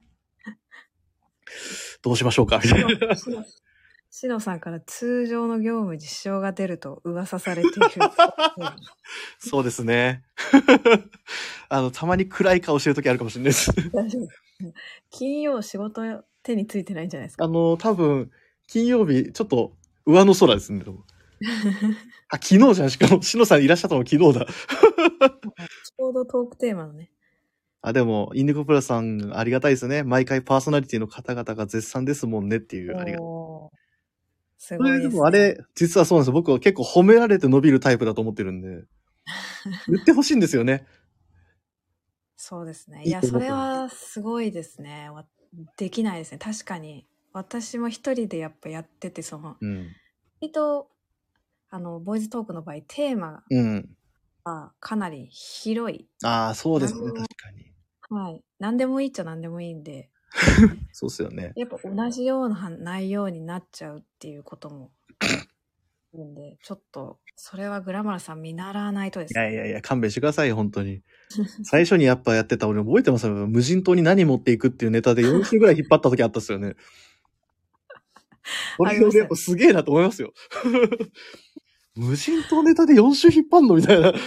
どうしましょうかみたいな。 しのさんから通常の業務に支障が出ると噂されている。 そうですね。あの、たまに暗い顔してる時あるかもしれないです。 金曜仕事手についてないんじゃないですか。 あの、多分、金曜日、ちょっと上の空ですね。あ、昨日じゃん。しかも、しのさんいらっしゃったの昨日だ。 ちょうどトークテーマのね。 あ、でも、インディゴプラスさん、ありがたいですね。毎回パーソナリティの方々が絶賛ですもんねっていう、ありがたい。すごいですね。でもあれ、実はそうなんですよ。僕は結構褒められて伸びるタイプだと思ってるんで。言ってほしいんですよね。 そうですね。いや、それはすごいですね。できないですね。確かに。私も一人でやっぱやってて、その、うん、割と、あの、ボイズトークの場合、テーマがかなり広い。 うん、ああ、そうですね。確かに。 はい。何でもいいっちゃ何でもいいんで。 そうっすよね。 やっぱ同じような内容になっちゃうっていうこともあるんで、ちょっと、それはグラマラさん見習わないとですね。いやいやいや、勘弁してくださいよ、本当に。最初にやっぱやってた、俺覚えてますよ。無人島に何持っていくっていうネタでよん週ぐらい引っ張った時あったっすよね。これやっぱすげえなと思いますよ。無人島ネタでよん週引っ張んのみたいな。あ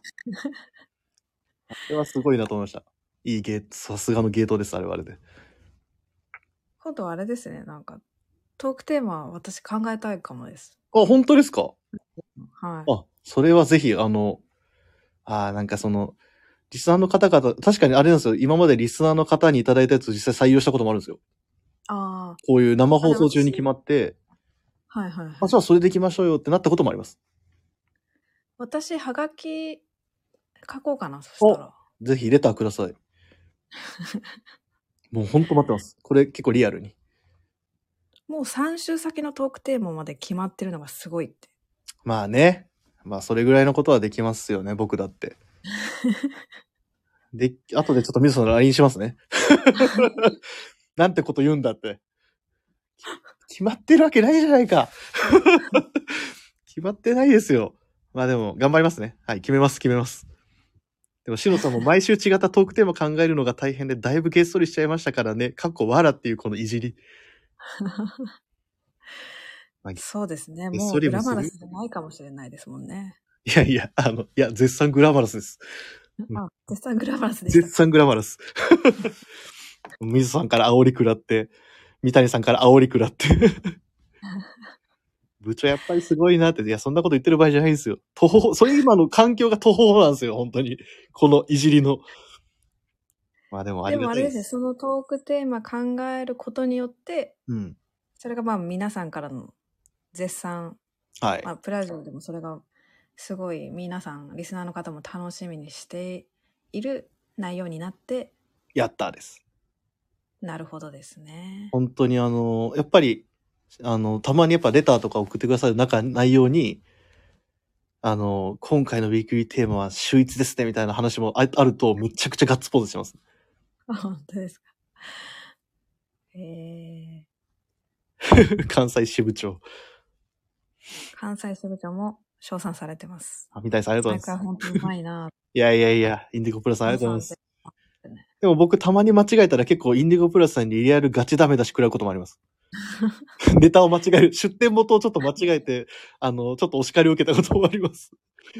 れはすごいなと思いました。いいゲート、さすがのゲートです、あれはあれで。 今度はあれですね、なんか、トークテーマは私考えたいかもです。 あ、本当ですか？はい。 あ、 それはぜひ、あの、あなんかその、リスナーの方々、確かにあれなんですよ。今までリスナーの方にいただいたやつを実際採用したこともあるんですよ。 ああ。 こういう生放送中に決まって、 はいはいはい。 あ、じゃあそれで行きましょうよってなったこともあります。 私、はがき書こうかな、そしたら。 ぜひレターください。もうほんと待ってます。これ結構リアルに。 もうさん週先のトークテーマまで決まってるのがすごいって。 まあね。まあそれぐらいのことはできますよね、僕だって。で、後でちょっと皆さん ライン しますね。なんてこと言うんだって。決まってるわけないじゃないか。決まってないですよ。まあでも、頑張りますね。はい、決めます、決めます。でも、シノさんも毎週違ったトークテーマ考えるのが大変で、だいぶげっそりしちゃいましたからね。かっこわらっていうこのいじり。 そうですね。もうグラマラスじゃないかもしれないですもんね。 いやいや、あの、いや、絶賛グラマラスです。 あ、絶賛グラマラスでした。 絶賛グラマラス。水さんから煽り食らって、三谷さんから煽り食らって。部長やっぱりすごいなって、いや、そんなこと言ってる場合じゃないんですよ。途方、それ今の環境が途方なんですよ、本当に。このいじりの。まあでもありがたいです。 でもあれですね、そのトークテーマ考えることによって、 うん。 それがまあ皆さんからの絶賛。 はい。 まあ、プラジオでもそれがすごい皆さん、リスナーの方も楽しみにしている内容になって。 やったです。 なるほどですね。 本当にあの、やっぱり、あの、たまにやっぱレターとか送ってくださる中、内容に、あの、今回のウィークリーテーマは秀逸ですね、みたいな話も あ, あると、めちゃくちゃガッツポーズします。 あ、本当ですか。えー、関西支部長。 関西支部長も称賛されてます。 あ、三谷さんありがとうございます。 毎回本当にうまいな。 いやいやいや、インディゴプラスさんありがとうございます。でも僕たまに間違えたら結構インディゴプラスさんにリアルガチダメ出し食らうこともあります。 ネタを間違える。出典元をちょっと間違えて、あの、ちょっとお叱りを受けたこともあります。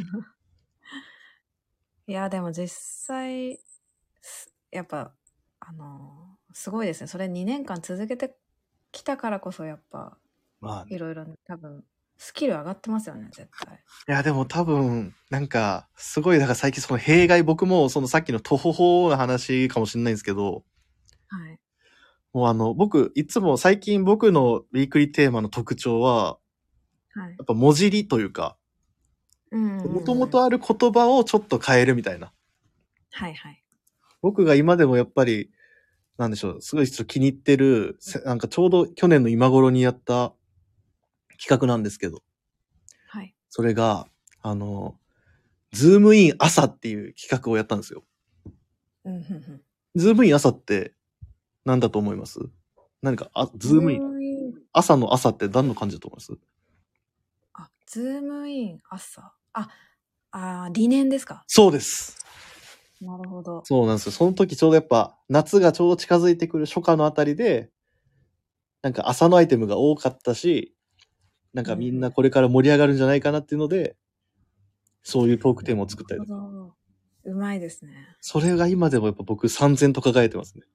いや、でも実際、やっぱ、あの、すごいですね。それにねんかん続けてきたからこそ、やっぱ、 まあ、ね、 いろいろ多分、スキル上がってますよね、絶対。 いや、でも多分、なんか、すごい、だから最近その弊害、僕もそのさっきのトホホの話かもしれないんですけど、 はい。 もうあの、僕、いつも最近僕のウィークリーテーマの特徴は、 はい。 やっぱ文字りというか、 うんうんうん、 もともとある言葉をちょっと変えるみたいな。 はいはい。 僕が今でもやっぱり、なんでしょう、すごいちょっと気に入ってる、なんかちょうど去年の今頃にやった企画なんですけど、 はい。 それが、あの、ズームイン朝っていう企画をやったんですよ。 うんうんうん。 ズームイン朝って何だと思います？何か、あ、ズームイン。朝の朝って何の感じだと思います？ あ、ズームイン朝。あ、あ、理念ですか？ そうです。 なるほど。 そうなんですよ。その時ちょうどやっぱ夏がちょうど近づいてくる初夏のあたりで、なんか朝のアイテムが多かったし、なんかみんなこれから盛り上がるんじゃないかなっていうので、そういうトークテーマを作ったりとか。 うまいですね。 それが今でもやっぱ僕さんぜんと輝いてますね。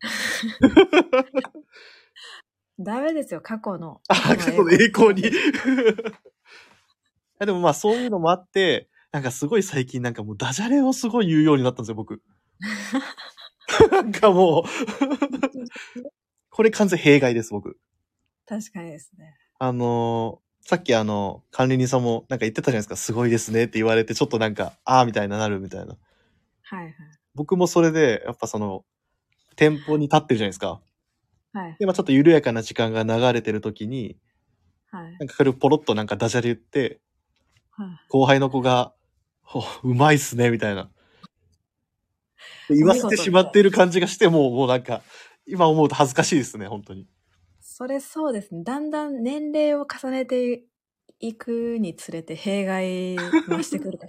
ダメですよ、過去の。 あ、過去の栄光に。でもまあそういうのもあって、なんかすごい最近なんかもうダジャレをすごい言うようになったんですよ、僕。なんかもう、これ完全弊害です、僕。 確かにですね。 あのー、さっきあの、管理人さんもなんか言ってたじゃないですか、すごいですねって言われて、ちょっとなんか、あーみたいななるみたいな。 はいはい。 僕もそれで、やっぱその、店舗に立ってるじゃないですか。 はい。 で、まあちょっと緩やかな時間が流れてる時に、 はい。 なんかそれをポロッとなんかダジャレ言って、 はい。 後輩の子が、ほうまいっすね、みたいな。言わせてしまっている感じがして、もう、もうなんか、今思うと恥ずかしいですね、本当に。 それそうですね。だんだん年齢を重ねていくにつれて弊害増してくるから。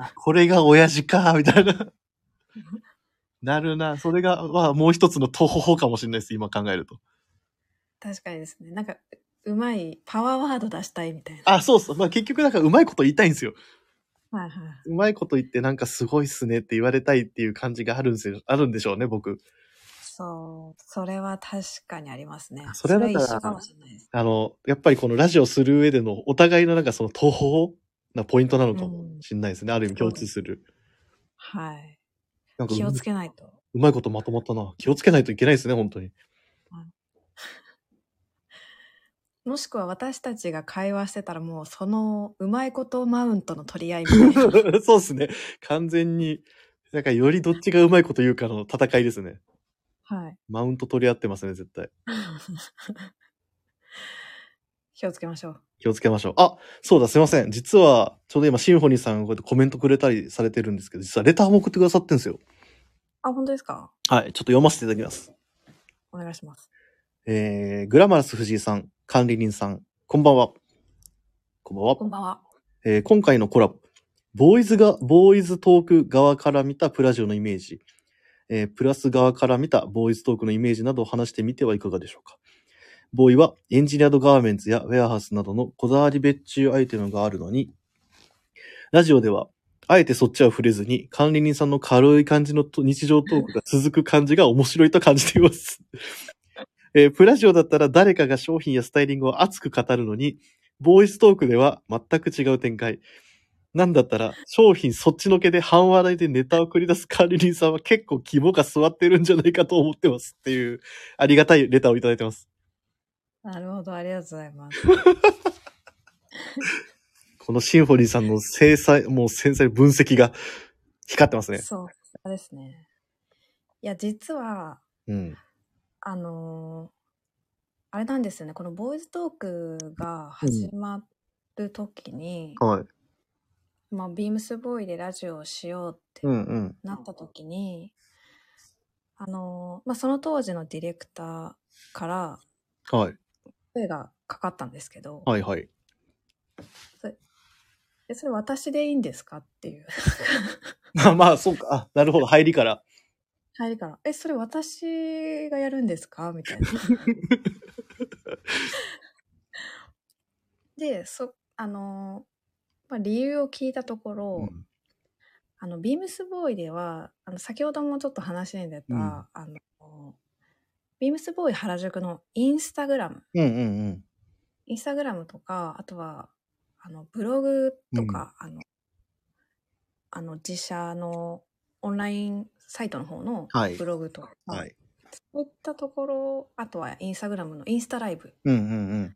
これが親父か、みたいな。なるな。それが、まあ、もう一つの徒歩かもしれないです、今考えると。 確かにですね。なんか、うまい、パワーワード出したいみたいな。 あ、そうそう。まあ結局なんかうまいこと言いたいんですよ。 はいはい。 うまいこと言ってなんかすごいっすねって言われたいっていう感じがあるんですよ。あるんでしょうね、僕。 そう。それは確かにありますね。 それはだから、 それ一緒かもしれないです。 あの、やっぱりこのラジオする上でのお互いのなんかその徒歩なポイントなのかもしれないですね。うん、ある意味共通する。 はい。 なんか気をつけないと。 うまいことまとまったな。気をつけないといけないですね、本当に。 もしくは私たちが会話してたらもうそのうまいことマウントの取り合いみたいな。 そうですね。完全に、なんかよりどっちがうまいこと言うかの戦いですね。 はい。 マウント取り合ってますね、絶対。 気をつけましょう。 気をつけましょう。あ、そうだ、すいません。実は、ちょうど今、シンフォニーさんがこうやってコメントくれたりされてるんですけど、実はレターも送ってくださってるんですよ。 あ、本当ですか？ はい、ちょっと読ませていただきます。 お願いします。 えー、グラマラス藤井さん、管理人さん、こんばんは。こんばんは。 こんばんは。 えー、今回のコラボ、ボーイズが、ボーイズトーク側から見たプラジオのイメージ、えー、プラス側から見たボーイズトークのイメージなどを話してみてはいかがでしょうか。ボーイはエンジニアドガーメンツやウェアハウスなどのこだわり別注アイテムがあるのに、ラジオではあえてそっちは触れずに管理人さんの軽い感じの日常トークが続く感じが面白いと感じています。えー、プラジオだったら誰かが商品やスタイリングを熱く語るのに、ボーイズトークでは全く違う展開。なんだったら商品そっちのけで半笑いでネタを繰り出す管理人さんは結構肝が据わってるんじゃないかと思ってますっていうありがたいレターをいただいてます。 なるほど、ありがとうございます。 このシンフォニーさんの精細、もう繊細分析が光ってますね。 そう、そうですね。いや、実は、 うん、 あのー、あれなんですよね。このボーイズトークが始まる時に、 うん、はい。 まあ、ビームスボーイでラジオをしようってなった時に、うんうん、あのー、まあ、その当時のディレクターから、 はい。 声がかかったんですけど、 はいはい。 それ、え、それ私でいいんですかっていう。 まあまあ、そうか。あ、なるほど。入りから。 入りから、え、それ私がやるんですかみたいな。で、そ、あの、まあ、理由を聞いたところ、 うん、 あの、ビームスボーイでは、あの、先ほどもちょっと話に出た、 うん、 あの、ビームスボーイ原宿のインスタグラム、 うん、うん、 インスタグラムとか、あとは、あの、ブログとか、うん、あの、あの、自社のオンラインサイトの方のブログとか、はいはい、そういったところ、あとはインスタグラムのインスタライブ。 うんうんうん、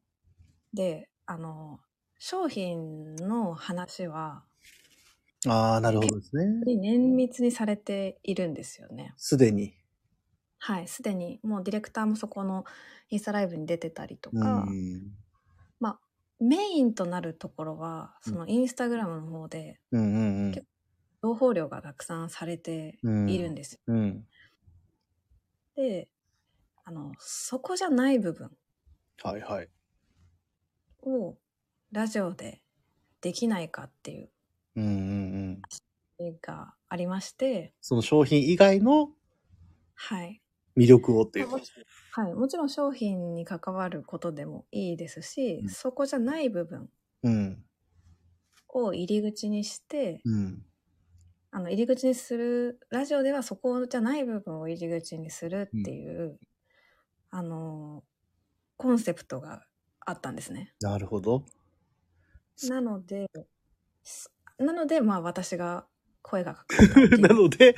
で、あの、商品の話は、 ああ、なるほどですね。 綿密にされているんですよね。 すでに。 はい、すでにもうディレクターもそこのインスタライブに出てたりとか、うん、まあ、メインとなるところは、そのインスタグラムの方で、うんうんうん、結構情報量がたくさんされているんですよ。 うんうん、 で、あの、そこじゃない部分。 はいはい。 をラジオでできないかっていう。 うんうんうん。がありまして。 その商品以外のはい。 魅力をっていう。 はい。もちろん商品に関わることでもいいですし、うん、そこじゃない部分を入り口にして、うん、あの入り口にする、ラジオではそこじゃない部分を入り口にするっていう、うん、あの、コンセプトがあったんですね。 なるほど。 なので、なので、まあ私が声がかかったなので、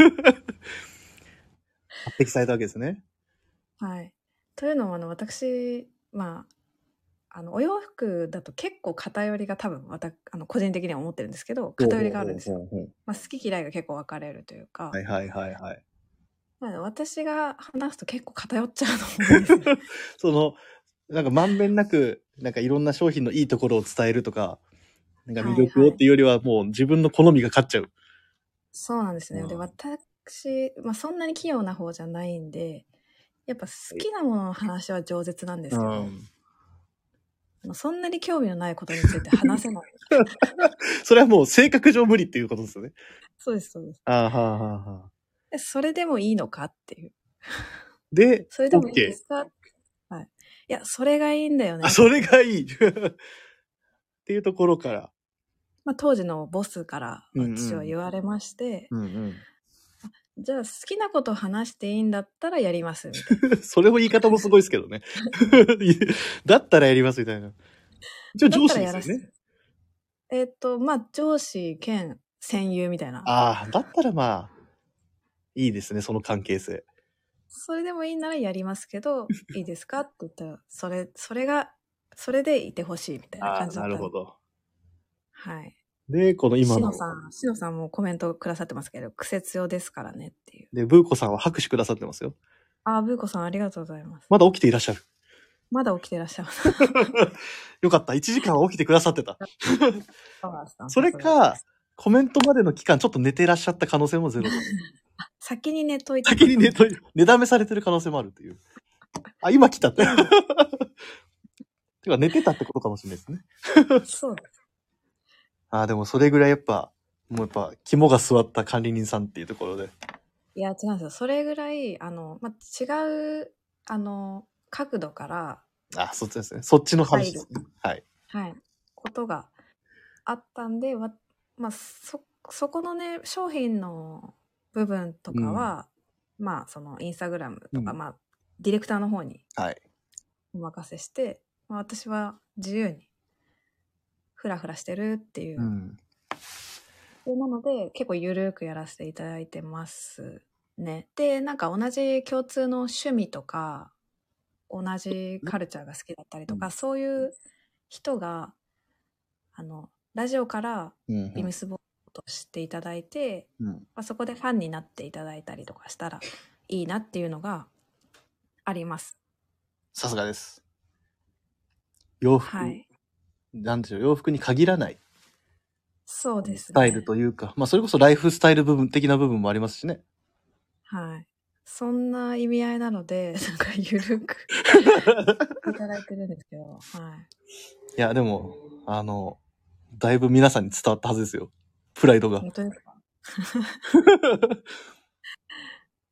発摘されたわけですね。 はい。というのも、あの、私、まあ、あの、お洋服だと結構偏りが多分、また、あの、個人的には思ってるんですけど、偏りがあるんですよ。まあ、好き嫌いが結構分かれるというか。 はいはいはいはい。 私が話すと結構偏っちゃうと思うんですよ。 その、なんかまんべんなく、なんかいろんな商品のいいところを伝えるとか、なんか魅力をっていうよりはもう自分の好みが勝っちゃう。はいはい、 そうなんですね。で、私、まあそんなに器用な方じゃないんで、やっぱ好きなものの話は饒舌なんですけど、うん、そんなに興味のないことについて話せない。 それはもう性格上無理っていうことですよね。 そうです、そうです。 あーはーはーはー。それでもいいのかっていう。 で、 それでもいいですか、OK、はい。いや、それがいいんだよね。 あ、それがいい。っていうところから。 まあ、当時のボスから私は言われまして、うんうん、じゃあ好きなことを話していいんだったらやりますみたいな。 それも言い方もすごいですけどね。だったらやりますみたいな。じゃあ上司ですよね。 えっと、まあ、上司兼戦友みたいな。 ああ、だったらまあ、いいですね、その関係性。 それでもいいならやりますけど、いいですかって言ったら、それ、それが、それでいてほしいみたいな感じだった。なるほど。はい。で、この今の。しのさん、しのさんもコメントくださってますけど、癖強ですからねっていう。 で、ブーコさんは拍手くださってますよ。 あ、ブーコさんありがとうございます。 まだ起きていらっしゃる。 まだ起きていらっしゃいます。 よかった。いちじかんは起きてくださってた。それか、コメントまでの期間ちょっと寝ていらっしゃった可能性もゼロ。 先に寝といて。 先に寝といて、寝だめされてる可能性もあるという。あ、今来たって。てか寝てたってことかもしれないですね。 そうです。 あ、でもそれぐらいやっぱ、もうやっぱ肝が据わった管理人さんっていうところで。 いや、違うんですよ。それぐらい、あの、まあ、違う、あの、角度から、 あ、そっちですね。そっちの話ですね。はい。 はい。ことがあったんで、まあ、そ、そこのね、商品の部分とかは、うん、まあ、その、インスタグラムとか、うん、まあ、ディレクターの方に、お任せして、はい、まあ、私は自由に、フラフラしてるっていう。うんなので、結構ゆるくやらせていただいてますね。で、なんか同じ共通の趣味とか、同じカルチャーが好きだったりとか、うん、そういう人が、あの、ラジオからビームスボーイとしていただいて、うんまあ、そこでファンになっていただいたりとかしたらいいなっていうのがあります。 さすがです。洋服、はい、なんでしょう、洋服に限らない。 そうですね。 スタイルというか、まあそれこそライフスタイル部分的な部分もありますしね。 はい。そんな意味合いなので、なんかゆるくいただいてるんですけど、はい。 いや、でも、あの、だいぶ皆さんに伝わったはずですよ。プライドが。 本当ですか？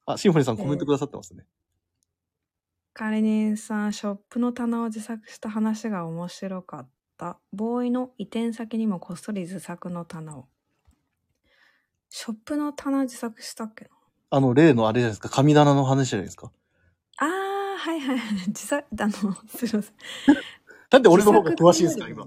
あ、シンフォニーさんコメントくださってますね。 管理人さん、ショップの棚を自作した話が面白かった。ボーイの移転先にもこっそり自作の棚を。ショップの棚自作したっけな。 あの、例のあれじゃないですか、神棚の話じゃないですか。 あー、はいはいはい。自作、あの、すいません。 なんで俺の方が詳しいんですか、今。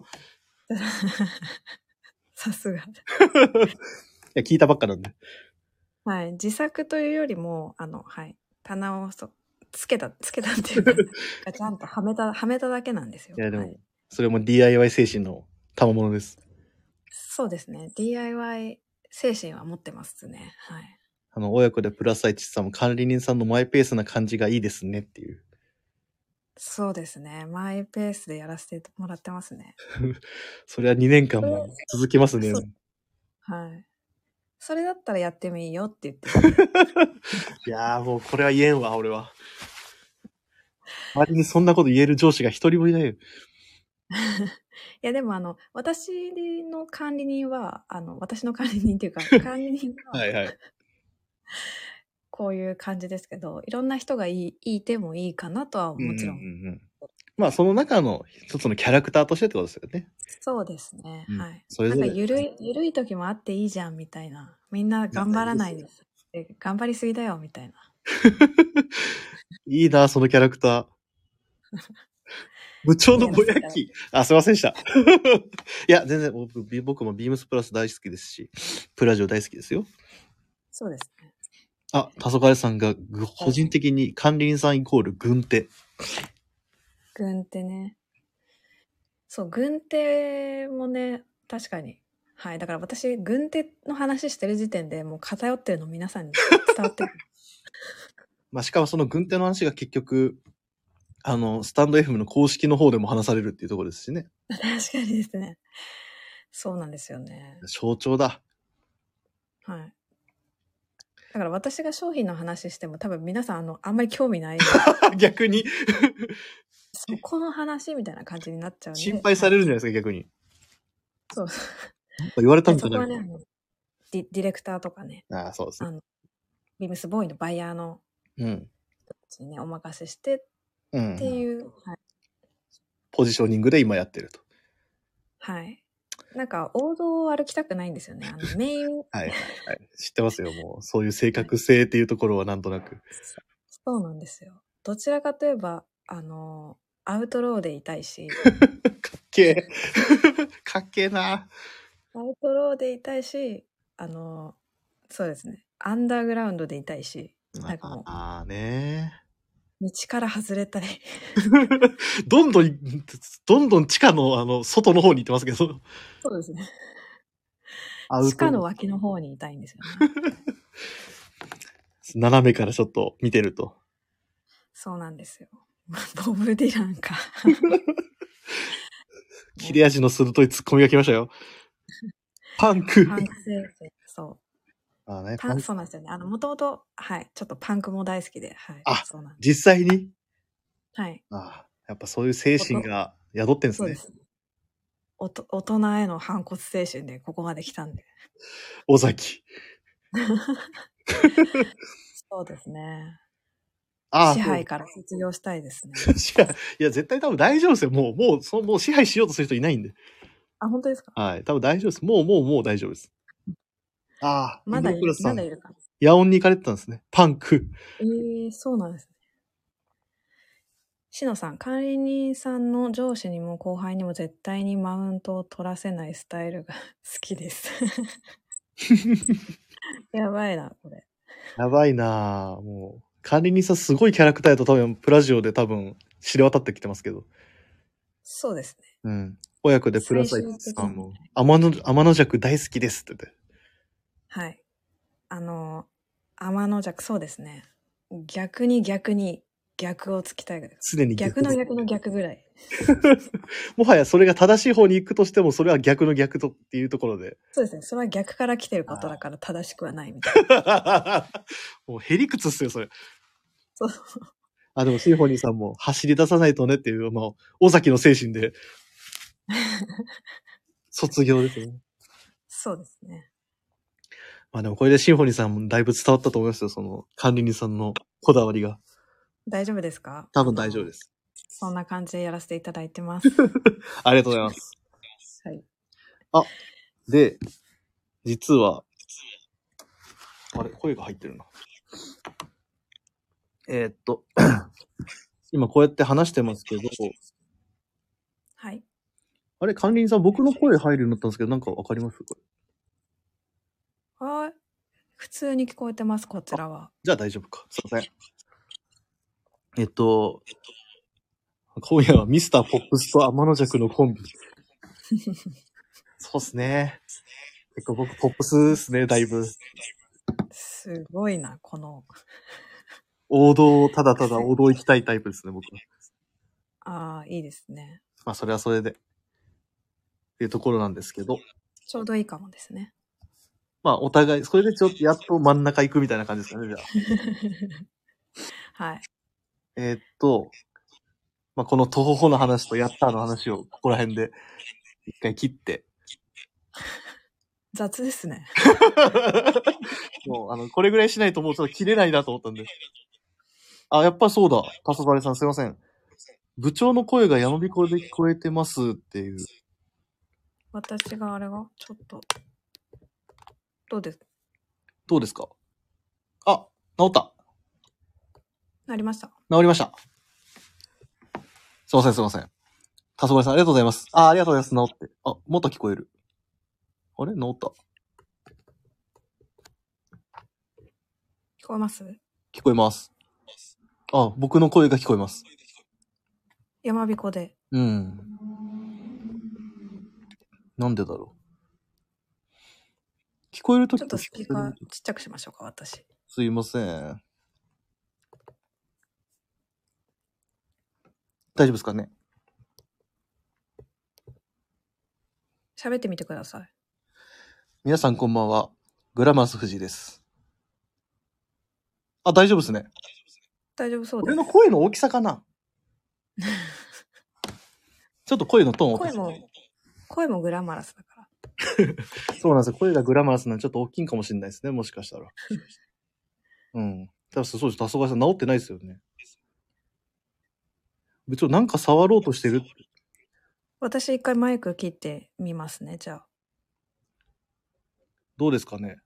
さすが。 いや、聞いたばっかなんで。 はい。自作というよりも、あの、はい。棚をそつけた、つけたっていうか、ガチャンとはめた、はめただけなんですよ。 いや、でも、 はい、 それも ディーアイワイ 精神の賜物です。 そうですね。ディーアイワイ 精神は持ってますね。はい。 あの、親子でプラス愛知さんも管理人さんのマイペースな感じがいいですねっていう。 そうですね。マイペースでやらせてもらってますね。 それはにねんかんも続けますね。 はい。それだったらやってもいいよって言ってる。 いやーもうこれは言えんわ、俺は。周りにそんなこと言える上司が一人もいないよ。 いやでもあの、私の管理人は、あの、私の管理人っていうか、管理人は、 はいはい。 こういう感じですけど、いろんな人がいい、いてもいいかなとはもちろん。 うんうんうん、まあその中の一つのキャラクターとしてってことですよね。 そうですね。うん、はい。 それぞれなんかゆるい、ゆるい時もあっていいじゃんみたいな。みんな頑張らないです。頑張りすぎだよみたいな。 いいな、そのキャラクター。部長のぼやき。あ、すいませんでした。いや、全然僕、僕もビームスプラス大好きですし、プラジオ大好きですよ。 そうですね。 あ、黄昏さんが個人的に管理人さんイコール軍手。 軍手ね。そう、軍手もね、確かに。はい。だから私、軍手の話してる時点でもう偏ってるの皆さんに伝わってる。 まあ、しかもその軍手の話が結局、あの、スタンド エフエム の公式の方でも話されるっていうところですしね。 確かにですね。そうなんですよね。 象徴だ。 はい。だから私が商品の話しても多分皆さんあの、あんまり興味ない。 逆に。 そこの話みたいな感じになっちゃうんで。 心配されるんじゃないですか、はい、逆に。 そう。 言われたんじゃないそこはね、あのディ、ディレクターとかね。 ああ、そうですね。 あの、ビームスボーイのバイヤーの人たちにね、お任せしてっていう、うん、はい。 ポジショニングで今やってると。 はい。なんか王道を歩きたくないんですよね。あのメイン。 はいはいはい。知ってますよ、もう。そういう正確性っていうところはなんとなく。 そうなんですよ。どちらかといえば、あの、アウトローでいたいし。 かっけえ。かっけえな。 アウトローでいたいし、あの、そうですね。アンダーグラウンドでいたいし。なんかもう。 ああね道から外れたい。 どんどん、どんどん地下の、あの、外の方に行ってますけど。 そうですね。地下の脇の方にいたいんですよね。 斜めからちょっと見てると。 そうなんですよ。ボブ・ディランか。 切れ味の鋭いツッコミが来ましたよ。パンク。 パンク先生、そう。あ、ね、パンそうなんですよね。あの、もともと、はい、ちょっとパンクも大好きで、はい。 あ、 そうなんです。 実際にはい。 ああ、やっぱそういう精神が宿ってんですね。 そうです。おと大人への反骨精神でここまで来たんで。 尾崎。 そうですね。 ああ、 支配から卒業したいですね。 いや、絶対多分大丈夫ですよ。もう、もう、そもう支配しようとする人いないんで。 あ、本当ですか？ はい。多分大丈夫です。もう、もう、もう大丈夫です。ああ、 まだいる、まだいるか。 野音に行かれてたんですね。パンク。 ええー、そうなんですね。しのさん、管理人さんの上司にも後輩にも絶対にマウントを取らせないスタイルが好きです。やばいな、これ。 やばいなもう。管理人さんすごいキャラクターやと多分、プラジオで多分、知れ渡ってきてますけど。 そうですね。 うん。親子でプラス愛さんも、天の、天の弱大好きですって言って。 はい。あの、天の弱、そうですね。逆に逆に逆をつきたいぐらい。 常に逆の逆の逆ぐらい。 もはやそれが正しい方に行くとしても、それは逆の逆とっていうところで。 そうですね。それは逆から来てることだから正しくはないみたいな。 もうへりくつっすよ、それ。 そう。 あ、でもシンフォニーさんも走り出さないとねっていう、まあ、尾崎の精神で、卒業ですね。 そうですね。 まあでもこれでシンフォニーさんもだいぶ伝わったと思いますよ、その管理人さんのこだわりが。 大丈夫ですか？ 多分大丈夫です。 そんな感じでやらせていただいてます。 ありがとうございます。 はい。 あ、で、実は、あれ、声が入ってるな。えー、っと、今こうやって話してますけど、 はい。 あれ、管理人さん、僕の声入るようになったんですけど、なんかわかりますこれ。 はい。普通に聞こえてます、こちらは。 じゃあ大丈夫か。すいません。えっと、今夜はミスターポップスと天の弱のコンビ。そうっすね。結構僕ポップスですね、だいぶ。 すごいな、この。 王道をただただ王道行きたいタイプですね、僕は。 ああ、いいですね。 まあ、それはそれで。っていうところなんですけど。 ちょうどいいかもですね。 まあ、お互い、それでちょっとやっと真ん中行くみたいな感じですかね、じゃあ。 はい。 えー、っと、まあ、このトホホの話とヤッターの話をここら辺で一回切って。 雑ですね。 もう、あの、これぐらいしないともうちょっと切れないなと思ったんで。あ、やっぱそうだ。タソバレさんすいません。部長の声がやまびこで聞こえてますっていう。 私があれが、ちょっと。どうですどうですか？あ、治った。 なりました。 治りました。すいませんすいません。タソバレさんありがとうございます。あ、ありがとうございます。治って。あ、もっと聞こえる。あれ治った。 聞こえます？ 聞こえます。あ、僕の声が聞こえます。 やまびこで。 うん。なんでだろう。聞こえるときちょっとスピーカーちっちゃくしましょうか、私。 すいません。大丈夫ですかね？ 喋ってみてください。 皆さんこんばんは。グラマス藤井です。あ、大丈夫ですね。 大丈夫そうです。 俺の声の大きさかなちょっと声のトーンを。 声も、声もグラマラスだから。 そうなんですよ。声がグラマラスなんでちょっと大きいかもしれないですね。もしかしたら。うん。多分そうです。たそがさん治ってないですよね。部長なんか触ろうとしてる？ 私一回マイク切ってみますね、じゃあ。 どうですかね？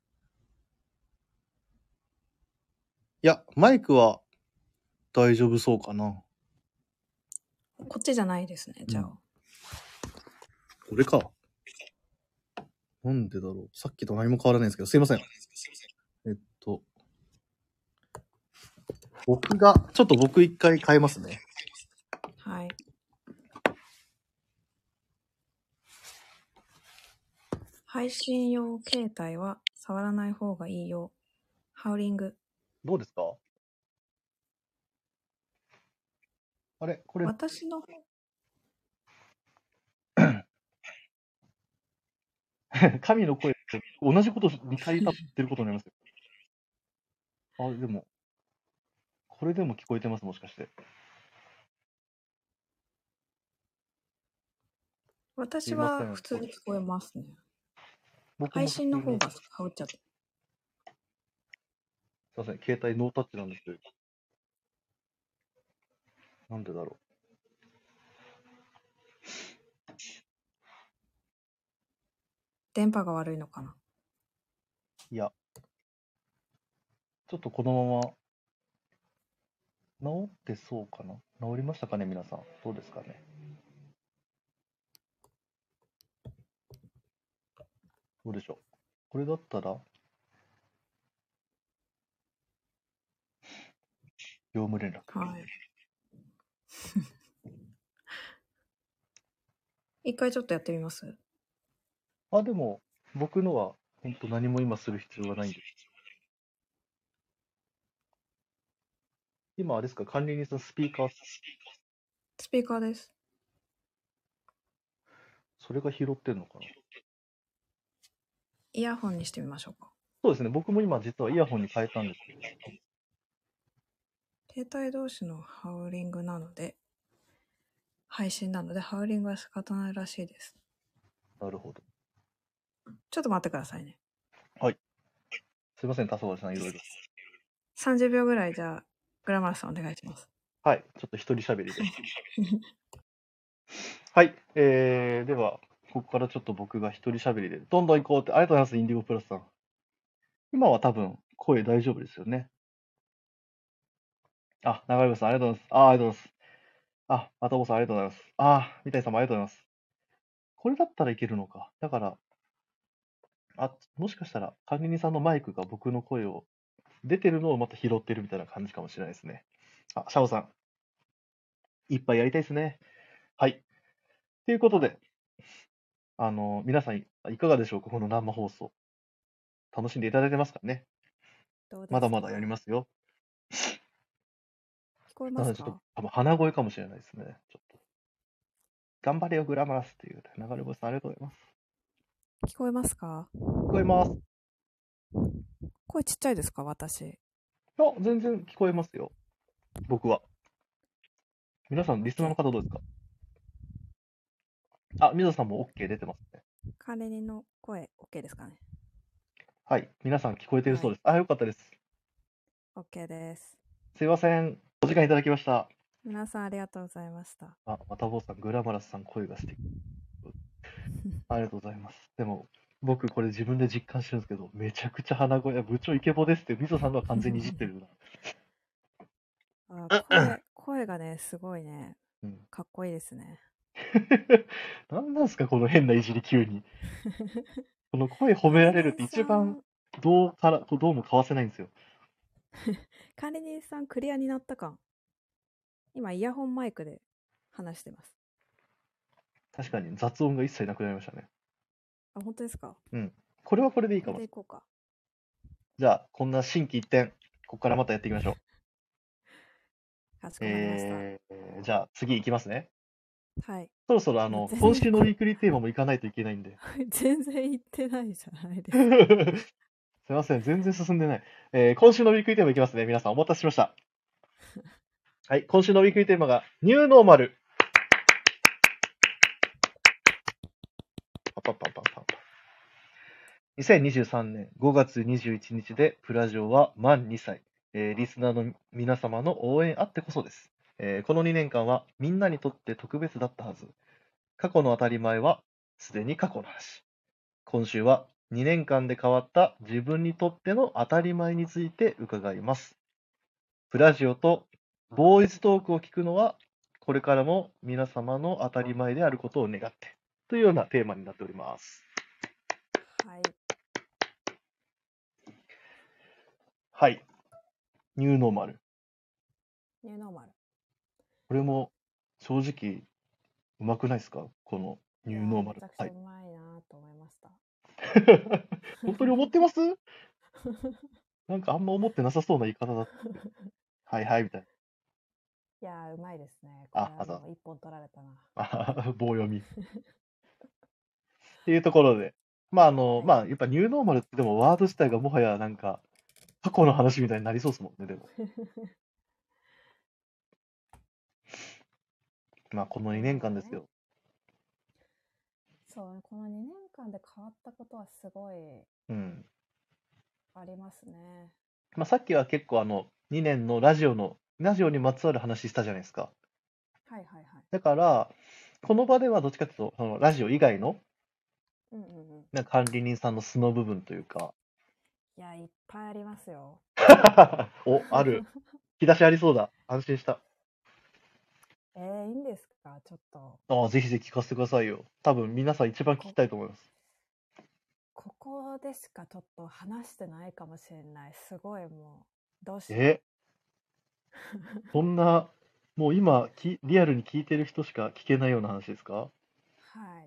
いや、マイクは大丈夫そうかな。 こっちじゃないですね、じゃあ。うん、 これか。なんでだろう。さっきと何も変わらないんですけど、すいません。えっと。僕が、ちょっと僕一回変えますね。 はい。配信用携帯は触らない方がいいよ。ハウリング。 どうですか？あれこれ。 私の神の声って同じことに回言ってることになりますよ。あ、でも、これでも聞こえてます、もしかして。 私は普通に聞こえますね。 僕配信の方がかぶっちゃって。 すいません、携帯ノータッチなんですけど。なんでだろう。 電波が悪いのかな？ いや、ちょっとこのまま、治ってそうかな？治りましたかね、皆さん。どうですかね。どうでしょう。これだったら、業務連絡。 はい。一回ちょっとやってみます？ あ、でも、僕のは、本当何も今する必要がないんです。今、あれですか、管理人さんスピーカー。 スピーカーです。 それが拾ってんのかな？ イヤホンにしてみましょうか。 そうですね、僕も今実はイヤホンに変えたんですけど。 携帯同士のハウリングなので、配信なのでハウリングは仕方ないらしいです。 なるほど。 ちょっと待ってくださいね。 はい。 すいません、田所さん、いろいろ。 さんじゅうびょうぐらいじゃあ、グラマラスさんお願いします。 はい、ちょっと一人喋りで。はい、えー、では、ここからちょっと僕が一人喋りで、どんどん行こうって、ありがとうございます、インディゴプラスさん。今は多分、声大丈夫ですよね。あ、流れさん、ありがとうございます。あ、ありがとうございます。あ、またぼさん、ありがとうございます。あ、三谷さんもありがとうございます。これだったらいけるのか。だから、あ、もしかしたら、管理人さんのマイクが僕の声を、出てるのをまた拾ってるみたいな感じかもしれないですね。あ、シャオさん、いっぱいやりたいですね。はい。ということで、あの、皆さんいいかがでしょうか、この生放送。楽しんでいただいてますかね。 どうですか？ まだまだやりますよ。 聞こえなので、ちょっとますか？ 多分鼻声かもしれないですね。ちょっと。頑張れよ、グラマラスっていう流れ星さん、ありがとうございます。 聞こえますか？ 聞こえます。 声ちっちゃいですか、私。 いや、全然聞こえますよ。僕は。皆さん、リスナーの方どうですか？あ、水野さんも OK 出てますね。 管理人の声 OK ですかね？ はい。皆さん聞こえてるそうです。あ、よかったです。 OK です。 すいません。お時間いただきました。 皆さんありがとうございました。 あ、また坊さん、グラマラスさん、声が素敵。ありがとうございます。でも、僕、これ自分で実感してるんですけど、めちゃくちゃ鼻声、部長イケボですって、水野さんのは完全にいじってるな。 あ、声、声がね、すごいね、 うん、 かっこいいですね。 何なんすか、この変ないじり急に。この声褒められるって一番どうから、どうも買わせないんですよ。 管理人さんクリアになったか。今イヤホンマイクで話してます。 確かに雑音が一切なくなりましたね。 あ、本当ですか？ うん。これはこれでいいかも。 これでいこうか。 じゃあ、こんな心機一転、ここからまたやっていきましょう。 かしこまりました。 えー、じゃあ次いきますね。 はい。 そろそろあの、 全然今週のウィークリーテーマも行かないといけないんで。 全然言ってないじゃないですか。 すいません、全然進んでない。えー今週のウィークリーテーマいきますね。皆さんお待たせしました。はい、今週のウィークリーテーマが、ニューノーマル。パパパパパパ。にせんにじゅうさんねんごがつにじゅういちにちで、プラジオは満にさい。えーリスナーの皆様の応援あってこそです。えーこのにねんかんはみんなにとって特別だったはず。過去の当たり前はすでに過去の話。今週はにねんかんで変わった自分にとっての当たり前について伺います。プラジオとボーイズトークを聞くのは、これからも皆様の当たり前であることを願って、というようなテーマになっております。 はい。 はい。ニューノーマル。 ニューノーマル。 これも正直うまくないですか？このニューノーマル。 めちゃくちゃはい。 うまいなと思いました。 本当に思ってます？なんかあんま思ってなさそうな言い方だって。はいはいみたいな。 いやー、うまいですね。これあ、あざ。 はもう一本取られたな。 あ棒読み。っていうところで。まああの、 はいまあやっぱニューノーマルってでもワード自体がもはやなんか過去の話みたいになりそうですもんね、でも。まあこのにねんかんですよ。 そうね、このにねんかんで変わったことはすごいうん。 ありますね。 まあさっきは結構あのにねんのラジオの、ラジオにまつわる話したじゃないですか。 はいはいはい。 だから、この場ではどっちかっていうと、そのラジオ以外のうんうんうん。 なんか管理人さんの素の部分というか、 いや、いっぱいありますよ。 お、ある。引き出しありそうだ。安心した。 えー、いいんですか？ちょっと。 ああ、ぜひぜひ聞かせてくださいよ。多分皆さん一番聞きたいと思います。 ここでしかちょっと話してないかもしれない。すごいもう、どうしよう。 え、そんな、もう今き、リアルに聞いてる人しか聞けないような話ですか？ はい、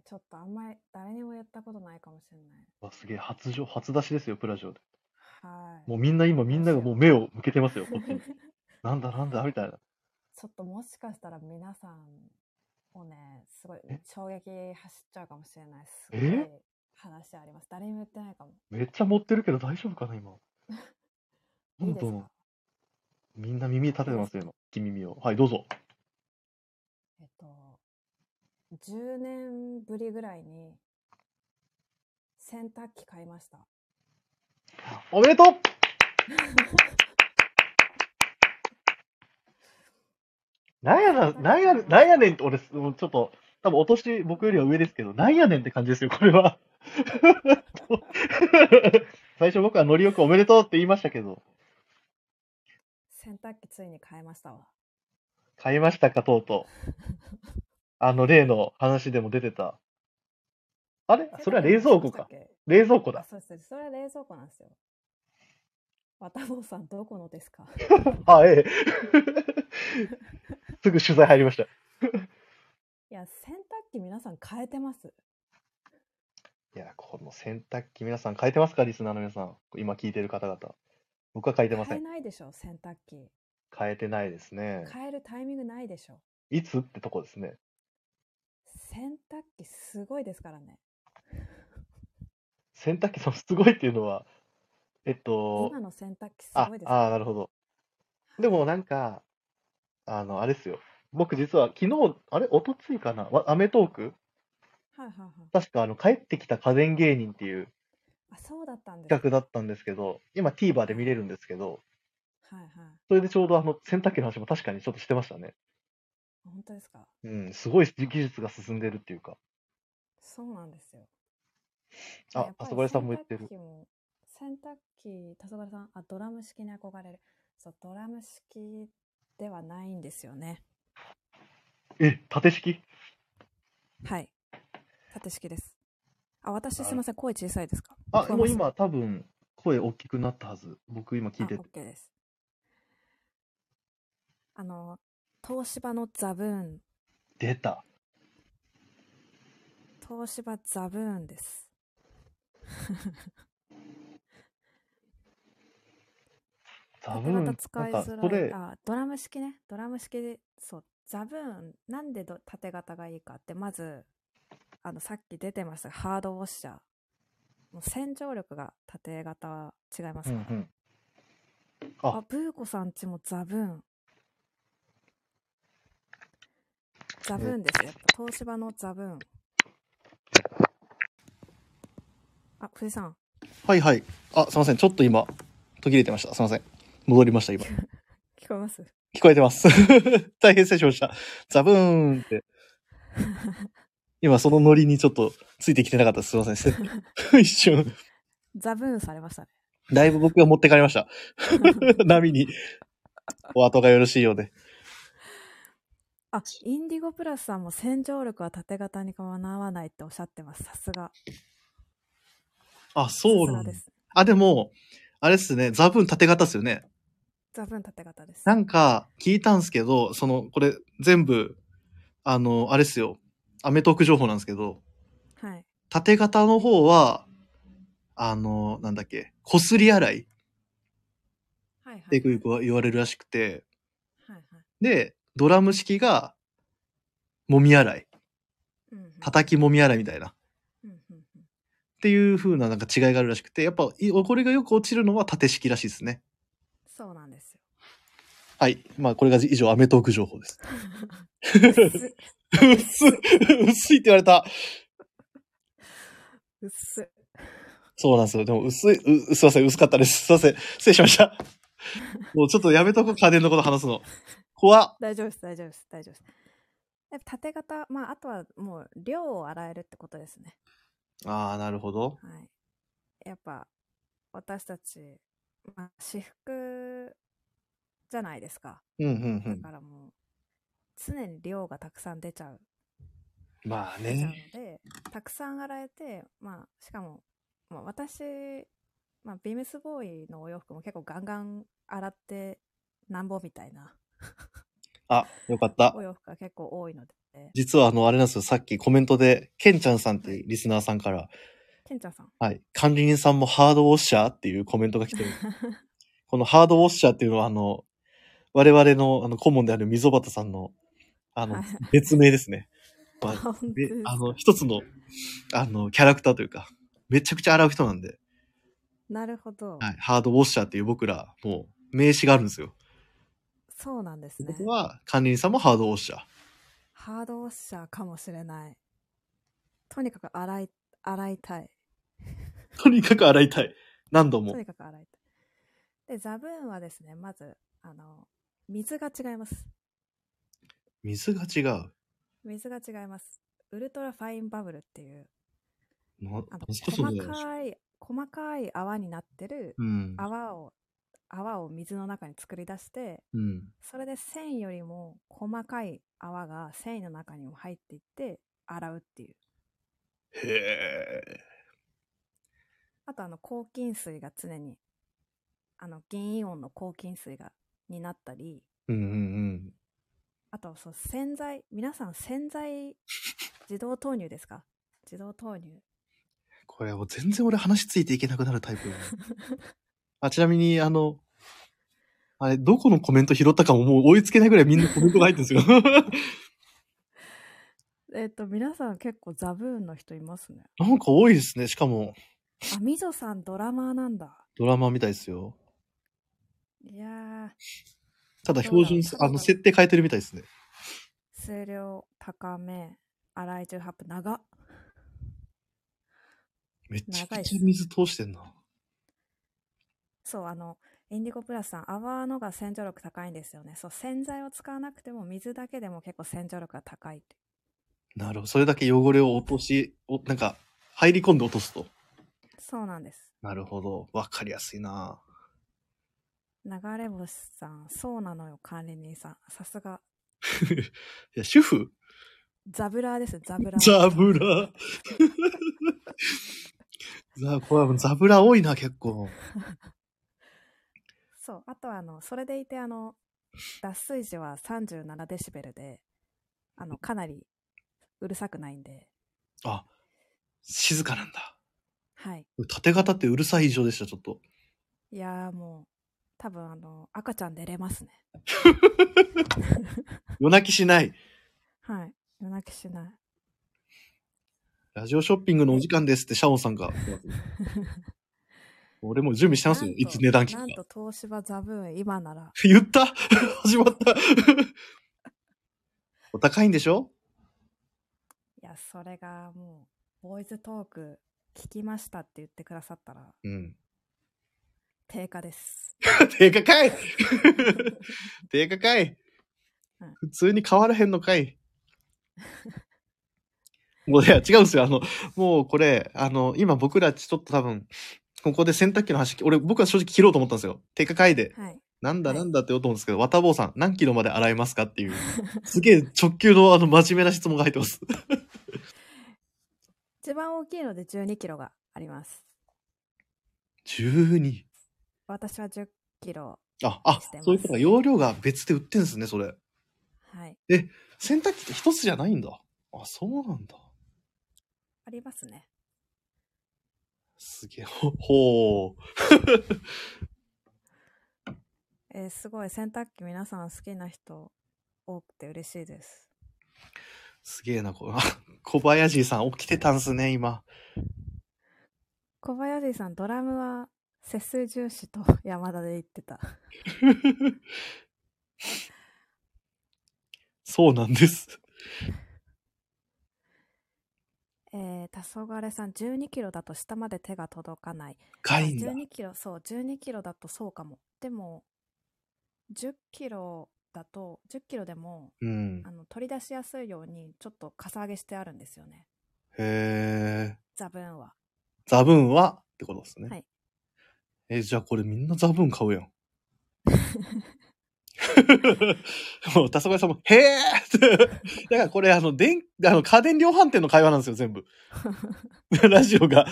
ちょっとあんまり誰にも言ったことないかもしれない。 わ、すげえ、初上、初出しですよ、プラジオで。 はい。 もうみんな今、みんながもう目を向けてますよ、こっちに。なんだなんだみたいな。 ちょっともしかしたら皆さんをね、すごいえ衝撃走っちゃうかもしれない。すえごい話あります。誰にも言ってないかも。 めっちゃ持ってるけど大丈夫かな、今。どんどん、 いいですか？ みんな耳立ててますよ、 いいですか？ 今。聞き耳を。はい、どうぞ。 えっと、じゅうねんぶりぐらいに洗濯機買いました。 おめでとうなんやな、なんや、なんやねんって、俺、もうちょっと、多分お年僕よりは上ですけど、なんやねんって感じですよ、これは。最初僕はノリよくおめでとうって言いましたけど。 洗濯機ついに買えましたわ。 買いましたか、とうとう。あの例の話でも出てた。あれそれは冷蔵庫か。冷蔵庫だ。 あ、そうです。それは冷蔵庫なんですよ。渡坊さん、どこのですか？ あ、ええ。すぐ取材入りました。いや、洗濯機皆さん変えてます。 いや、この洗濯機皆さん変えてますか、リスナーの皆さん。今聞いてる方々。僕は変えてません。 変えないでしょ、洗濯機。 変えてないですね。 変えるタイミングないでしょ。 いつってとこですね。 洗濯機すごいですからね。 洗濯機のすごいっていうのは、えっと、 今の洗濯機すあごい、ですから、 あー、なるほど。でもなんか、あの、あれですよ。僕実は昨日、あれおとついかなわアメトークはいはいはい。 確かあの、帰ってきた家電芸人っていうあ、そうだったんですか。 企画だったんですけど、今 TVer で見れるんですけど、 はいはい。 それでちょうどあの、洗濯機の話も確かにちょっとしてましたね。 本当ですか。 うん、すごい技術が進んでるっていうか。 そうなんですよ。やあ、 っぱり黄昏さん洗濯も言ってる。 機も、洗濯機、黄昏さん、あ、ドラム式に憧れる。そう、ドラム式ではないんですよね。 え、縦式はい。縦式です。あ、私すいません、声小さいですか？ あ、 聞こえます？ もう今多分声大きくなったはず。僕今聞いてて。 あ、OK です。あの、東芝のザブーン、 出た。 東芝ザブーンです。縦型ザブーン、なんか使いづそれ、 らい。あ、ドラム式ね。ドラム式で、そう、ザブーン、なんでど縦型がいいかって、まず、あの、さっき出てましたがハードウォッシャー。もう洗浄力が縦型は違いますから。 うんうん。 あ、 あ、 ブーコさんちもザブーン。ザブーンですよ。やっぱ東芝のザブーン。あ、藤さん。 はいはい。あ、すいません。ちょっと今、途切れてました。すいません。戻りました、今。 聞こえます？ 聞こえてます。大変失礼しました。ザブーンって。今そのノリにちょっとついてきてなかったです。すいません。一瞬。 ザブーンされましたね。 だいぶ僕が持ってかれました。波に。お後がよろしいようで。 あ、インディゴプラスさんも洗浄力は縦型にかなわないっておっしゃってます。さすが。 あ、そうなんだ。 さすがです。 あ、でも、あれっすね。ザブーン縦型っすよね。 ザブーン縦型です。 なんか、聞いたんすけど、その、これ、全部、あの、あれっすよ。アメトーク情報なんですけど、 はい。 縦型の方は、あの、なんだっけ、こすり洗いっはいはい、 てはい。 よく言われるらしくて、 はいはい。 で、ドラム式が、もみ洗い。 うんうん、 叩きもみ洗いみたいな。っうんうんうん、 ていう風ななんか違いがあるらしくて、やっぱ、いこれがよく落ちるのは縦式らしいですね。 そうなんですよ。 はい。まあ、これが以上、アメトーク情報です。 薄っ。 薄い、薄いって言われた。 薄っ。 そうなんですよ。でも、薄い、う、すいません、薄かったです。すいません。失礼しました。もうちょっとやめとこう、家電のこと話すの。怖っ。 大丈夫です、大丈夫です、大丈夫です。やっぱ縦型、まあ、あとはもう量を洗えるってことですね。 ああ、なるほど。 はい。やっぱ、私たち、まあ、私服じゃないですか。 うん、うん、うだん。 からもう、常に量がたくさん出ちゃう。 まあ出ちゃうね。 ので、たくさん洗えて、まあ、しかも、まあ、私、まあ、ビームスボーイのお洋服も結構ガンガン洗ってなんぼみたいなあ、よかった。 お洋服が結構多いので。 実はあの、あれなんですよ。さっきコメントで、ケンちゃんさんっていうはい。 リスナーさんから、 ケンちゃんさん。 はい。管理人さんもハードウォッシャーっていうコメントが来てる。このハードウォッシャーっていうのは、あの、我々のあの顧問である溝端さんの、あの、 はい。 別名ですね。まあ、 本当で、 ですか。 あの、一つの、あの、キャラクターというか、めちゃくちゃ洗う人なんで、 なるほど。 はい。ハードウォッシャーっていう僕ら、もう、名詞があるんですよ。 そうなんですってことね。 は、管理人さんもハードウォッシャー。 ハードウォッシャーかもしれない。とにかく洗い、洗いたい。 とにかく洗いたい。 何度も。 とにかく洗いたい。で、ザブーンはですね、まず、あの、水が違います。 水が違う。 水が違います。ウルトラファインバブルっていう、 な、 あの細細かい、細かい泡になってるうん。 泡を、泡を水の中に作り出して、 うん。 それで繊維よりも細かい泡が繊維の中にも入っていって洗うっていう。 へえ。 あとあの抗菌水が常にあの銀イオンの抗菌水がになったり、 うんうんうん。 あとそう洗剤、皆さん洗剤自動投入ですか？自動投入。 これもう全然俺話ついていけなくなるタイプだね。あ、ちなみに、あの、あれ、どこのコメント拾ったかももう追いつけないぐらいみんなコメントが入ってるんですよ。 えっと皆さん結構ザブーンの人いますね。 なんか多いですね。しかも、 あ、みぞさんドラマーなんだ。 ドラマみたいですよ。 いやー、 ただどうだろう標準、あの、 ただただ設定変えてるみたいですね。 声量高め、洗いじゅうはっぷん長っ。 めちゃ長いっす。 くちゃ水通してんな。 そう、あの、インディゴプラスさん、泡のが洗浄力高いんですよね。そう、洗剤を使わなくても水だけでも結構洗浄力が高いって。 なるほど。それだけ汚れを落とし、おなんか、入り込んで落とすと。 そうなんです。 なるほど。わかりやすいな。 流れ星さん、そうなのよ、管理人さん。さすが。 いや、主婦ザブラーです、ザブラー。 ザブラ。ザ、これザブラ多いな、結構。 そう、あとはあの、それでいてあの、脱水時はさんじゅうななデシベルで、あの、かなりうるさくないんで。 あ、静かなんだ。 はい。 縦型ってうるさい異常でした、ちょっと。 いやーもう、多分あの、赤ちゃん出れますね。 夜泣きしない。 はい。夜泣きしない。 ラジオショッピングのお時間ですってシャオンさんが。俺もう準備してますよ。いつ値段聞くか。 なんと東芝ザブーン、今なら。 言った始まった。お高いんでしょ？ いや、それがもう、ボーイズトーク聞きましたって言ってくださったら、 うん。 定価です。 定価かい定価かい、 うん、 普通に変わらへんのかいもういや、違うんですよ。あの、もうこれ、あの、今僕らちょっと多分、ここで洗濯機の話、俺、僕は正直切ろうと思ったんですよ。定価かいで。 はい。 なんだはいなんだって言おうと思うんですけど、わたぼうさん、何キロまで洗えますかっていう、すげえ直球のあの真面目な質問が入ってます。 一番大きいのでじゅうにキロがあります。 じゅうに。 私はじゅっキロあ、あ、そういうことか。容量が別で売ってんですね、それ。 はい。 え、洗濯機って一つじゃないんだ。あ、そうなんだ。 ありますね。 すげえ、ほ、ほう。 えー、すごい洗濯機皆さん好きな人多くて嬉しいです。 すげえな、こ小林さん起きてたんすね、今。 小林さん、ドラムは節水重視と山田で言ってた。 そうなんです。 えー、黄昏さん、じゅうにキロだと下まで手が届かない。 かいんだ。 じゅうにキロ、そう、じゅうにキロだとそうかも。でも、じゅっキロだと、じゅっキロでも、 うん。 あの取り出しやすいようにちょっとかさ上げしてあるんですよね。 へえ。 ザブーンは。 ザブーンはってことですね。 はい。 え、じゃあこれみんなザブーン買うやん。もう、たそがさんも、へえーだからこれ、あの、電、あの、家電量販店の会話なんですよ、全部。ラジオが。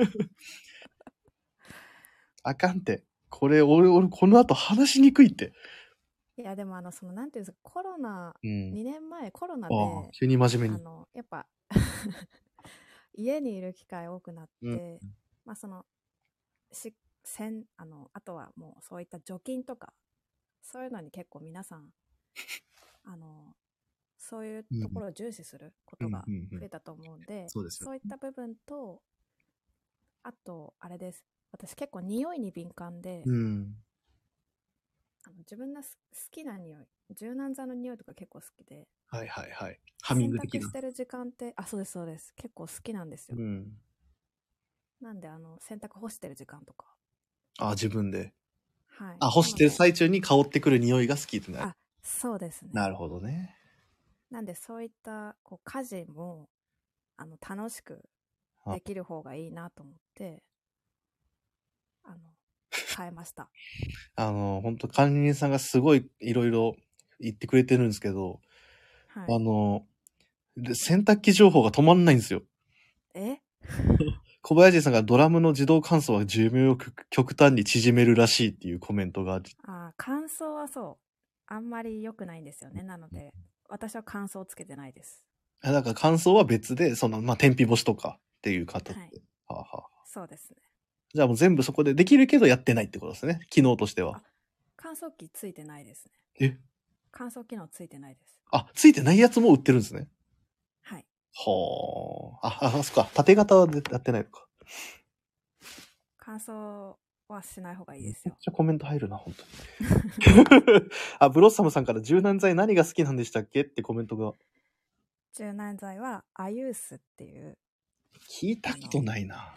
あかんって。これ、俺、俺、この後話しにくいって。 いや、でも、あの、その、なんていうんですか、コロナ、 うん。 にねんまえ、コロナで、 ああ、急に真面目に。 あの、やっぱ、家にいる機会多くなって、 うん、 まあ、その、し、せん、あの、あとはもう、そういった除菌とか、そういうのに結構皆さん、あの、そういうところを重視することが増えたと思うんで、 そうですよ。 そういった部分と、あと、あれです。私結構匂いに敏感で、 うん。 あの自分の好きな匂い、柔軟剤の匂いとか結構好きで、 はいはいはい。ハミング的な。 洗濯してる時間って、あ、そうですそうです。結構好きなんですよ。 うん。 なんで、あの、洗濯干してる時間とか、 あ、自分で。 はい。 あ、干してる最中に香ってくる匂いが好きってなる。 あ、そうですね。 なるほどね。 なんでそういったこう家事もあの楽しくできる方がいいなと思って、あの変えました。 あの、本当管理人さんがすごいいろいろ言ってくれてるんですけど、 はい、 あの、で洗濯機情報が止まんないんですよ。 え小林さんがドラムの自動乾燥は寿命を極端に縮めるらしいっていうコメントがあり。 あ、乾燥はそうあんまり良くないんですよね。なので私は乾燥つけてないです。 だから乾燥は別で、その、まあ、天日干しとかっていう形で。 はい、 はあはあ、 そうですね。 じゃあもう全部そこでできるけどやってないってことですね。機能としては。 あ、乾燥機ついてないですね。 え乾燥機能ついてないです。 あ、ついてないやつも売ってるんですね。 はい。 はあ。あ、あ、そっか。縦型はやってないのか。 乾燥はしない方がいいですよ。 めっちゃコメント入るな、本当に。あ、ブロッサムさんから柔軟剤何が好きなんでしたっけってコメントが。 柔軟剤はアユースっていう聞いたことないな。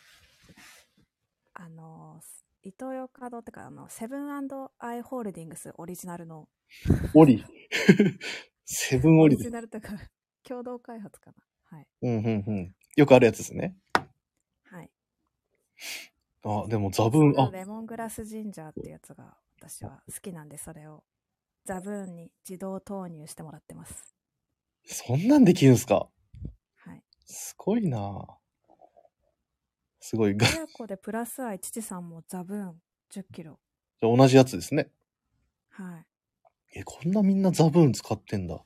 あのイトーヨーカドーってかあのセブン&アイ・ホールディングスオリジナルのオリ。セブンオオリリです。 ジナルとか共同開発かな。はい。 うんうんうん。よくあるやつですね。 はい。 あ、でもザブーン、あ、 そのレモングラスジンジャーってやつが私は好きなんで、それをザブーンに自動投入してもらってます。 そんなんできるんすか？ はい。 すごいな。すごいが。 親子でプラス愛父さんもザブーンじゅっキロ。 じゃあ同じやつですね。 はい。 え、こんなみんなザブーン使ってんだ。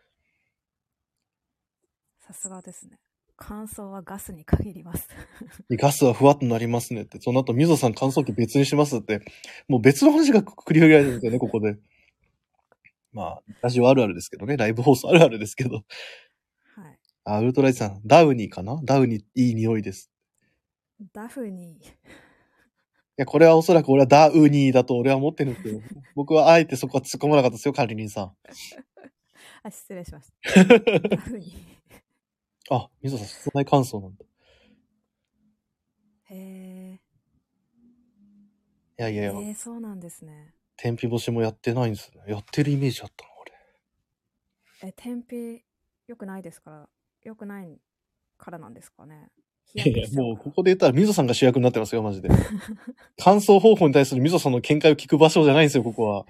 さすがですね。乾燥はガスに限ります。 ガスはふわっとなりますねって。その後、みぞさん乾燥機別にしますって。もう別の話が繰り広げられるんですよね、ここで。まあ、ラジオあるあるですけどね。ライブ放送あるあるですけど。 はい。 あ、ウルトライツさん、ダウニーかな？ダウニーいい匂いです。 ダフニー。 いや、これはおそらく俺はダウニーだと俺は思ってるんですけど、僕はあえてそこは突っ込まなかったですよ、管理人さん。 あ、失礼しました。ダフニー。 あ、みぞさん、室内乾燥なんだ。 へえ。 いやいやいや、 えー、そうなんですね。 天日干しもやってないんですね。やってるイメージあったな、 え、天日良くないですから、良くないからなんですかね。日俺。いやいや、 焼けしちゃうから。 もうここで言ったらみぞさんが主役になってますよ、マジで。乾燥方法に対するみぞさんの見解を聞く場所じゃないんですよ、ここは。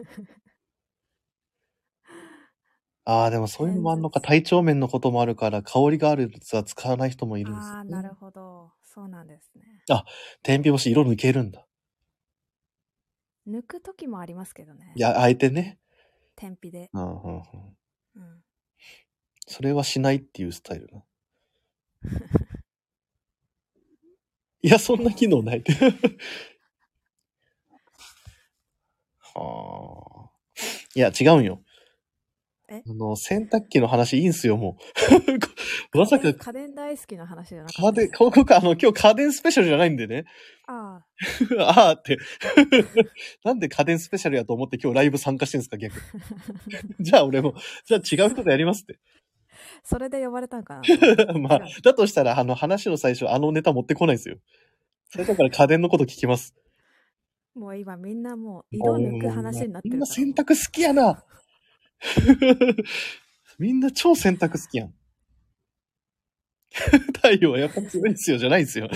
ああ、でもそういうのもあるのか。体調面のこともあるから、香りがあるやつは使わない人もいるんですよああ、 ね。 なるほど。そうなんですね。 あ、天日干し色抜けるんだ。 抜く時もありますけどね。 いや、あえてね。 天日で。 うんうんうん。 うん。 それはしないっていうスタイルな。いや、そんな機能ない。はあ。いや、違うんよ。 えあの、洗濯機の話いいんすよ、もう。ま家さか、 電家電大好きな話じゃなかっ家電、 たです。 ここか、あの、今日家電スペシャルじゃないんでね。 ああ。 ああって。なんで家電スペシャルやと思って今日ライブ参加してんすか、逆に。じゃあ俺も、じゃあ違う人とやりますって。 それで呼ばれたんかなと思ってまあ、だとしたら、あの話の最初、あのネタ持ってこないですよ。最初から家電のこと聞きます。 もう今みんなもう色抜く話になってみんなるから。 洗濯好きやな。みんな超洗濯好きやん。太陽はやっぱ強いですよ、じゃないですよ。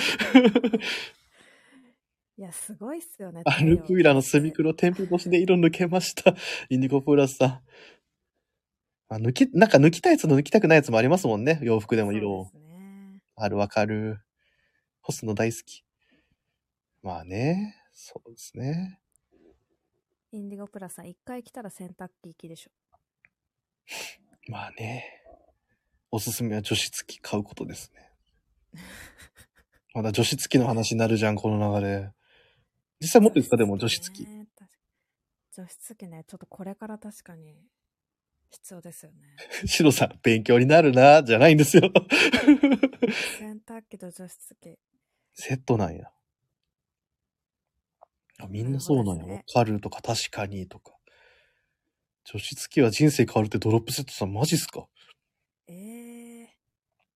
いや、すごいっすよね。 アルプイラの隅黒天日干しで色抜けました。インディゴプラスさん。あ、抜き、なんか抜きたいやつの抜きたくないやつもありますもんね。洋服でも色を。 そうですね。 ある、わかる。干すの大好き。まあね。そうですね。 インディゴプラスさん、一回来たら洗濯機行きでしょ。 まあね。おすすめは除湿機買うことですね。まだ除湿機の話になるじゃん、この流れ。実際持ってるんですか、でも除湿機。 除湿機ね、ちょっとこれから確かに必要ですよね。 シロさん、勉強になるな、じゃないんですよ。 洗濯機と除湿機。 セットなんや。あ、みんなそうなんや。わ、ね、かるとか確かにとか。除湿機は人生変わるってドロップセットさんマジっすか？ ええー。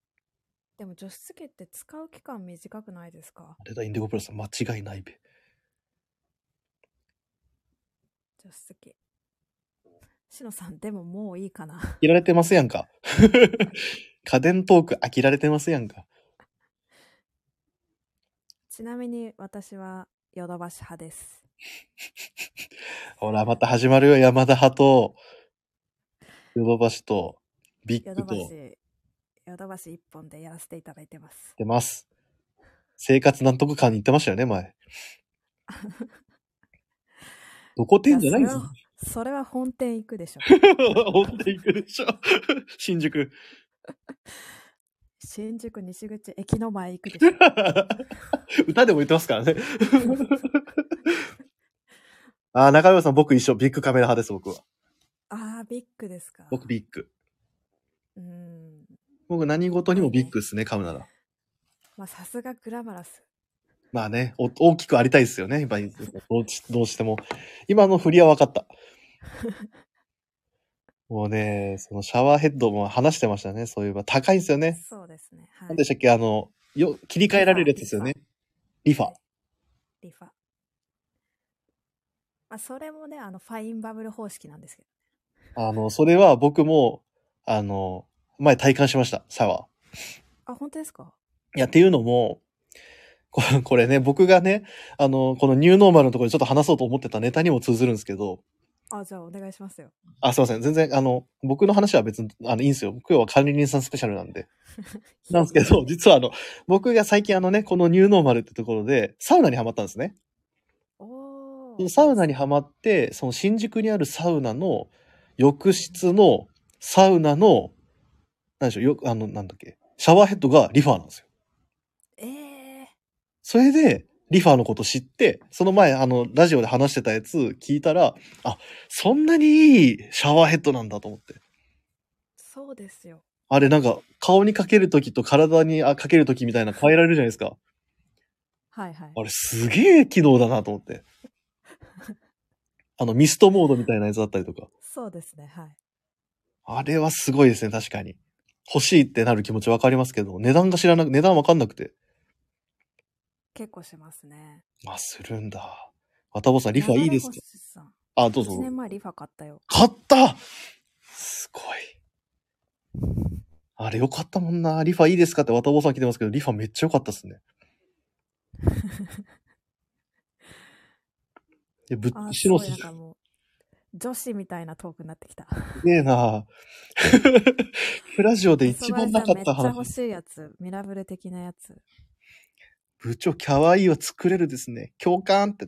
でも除湿機って使う期間短くないですか？ あれだ、インディゴプラスさん間違いないべ。 助手席。しのさん、でももういいかな。 飽きられてますやんか。家電トーク飽きられてますやんか。 ちなみに私はヨドバシ派です。 ほら、また始まるよ。山田派と、ヨドバシと、ビッヨグとドバシ、ヨドバシ一本でやらせていただいてます。 出ます。生活なんとか館に行ってましたよね、前。どこ店じゃないんですよ。 それは本店行くでしょ。 本店行くでしょ。新宿。 新宿西口駅の前行くでしょ。 歌でも言ってますからね。あ、中山さん、僕一緒。ビッグカメラ派です、僕は。 ああ、ビッグですか。 僕ビッグ。 うん。 僕何事にもビッグですね、買うなら。 まあ、さすがグラマラス。 まあね、大きくありたいですよね。やっぱりどうし、どうしても。今の振りは分かった。もうね、そのシャワーヘッドも話してましたね。そういえば高いんですよね。 そうですね。はい。 何でしたっけ、あの、よ、切り替えられるやつですよね。リファ。 リファ。まあ、それもね、あの、ファインバブル方式なんですけど。あの、それは僕も、あの、前体感しました、シャワー。 あ、本当ですか？ いや、っていうのも、これね、僕がね、あの、このニューノーマルのところでちょっと話そうと思ってたネタにも通ずるんですけど。 あ、じゃあお願いしますよ。 あ、すいません。全然、あの、僕の話は別に、あの、いいんですよ。今日は管理人さんスペシャルなんで。なんですけど、実はあの、僕が最近あのね、このニューノーマルってところで、サウナにハマったんですね。 おー。サウナにハマって、その新宿にあるサウナの、浴室の、サウナの、何でしょう、よ、あの、なんだっけ、シャワーヘッドがリファーなんですよ。 ええー。 それで、リファーのこと知って、その前、あの、ラジオで話してたやつ聞いたら、あ、そんなにいいシャワーヘッドなんだと思って。 そうですよ。 あれなんか、顔にかけるときと体にかけるときみたいな変えられるじゃないですか。 はいはい。 あれすげえ機能だなと思って。あの、ミストモードみたいなやつだったりとか。 そうですね、はい。 あれはすごいですね、確かに。欲しいってなる気持ちわかりますけど、値段が知らなく、値段わかんなくて。 結構しますね。 あ、するんだ。わたぼさん、リファいいですか？あ、どうぞ。 いちねんまえリファ買ったよ。 買った!すごい。あれよかったもんな。リファいいですかってわたぼさん来てますけど、リファめっちゃ良かったっすね。で、ぶっ、 しのさん。もう女子みたいなトークになってきた。 すげえなプラジオで一番なかった話。 めっちゃ欲しいやつ。ミラブル的なやつ。 部長、キャワイイは作れるですね。共感って。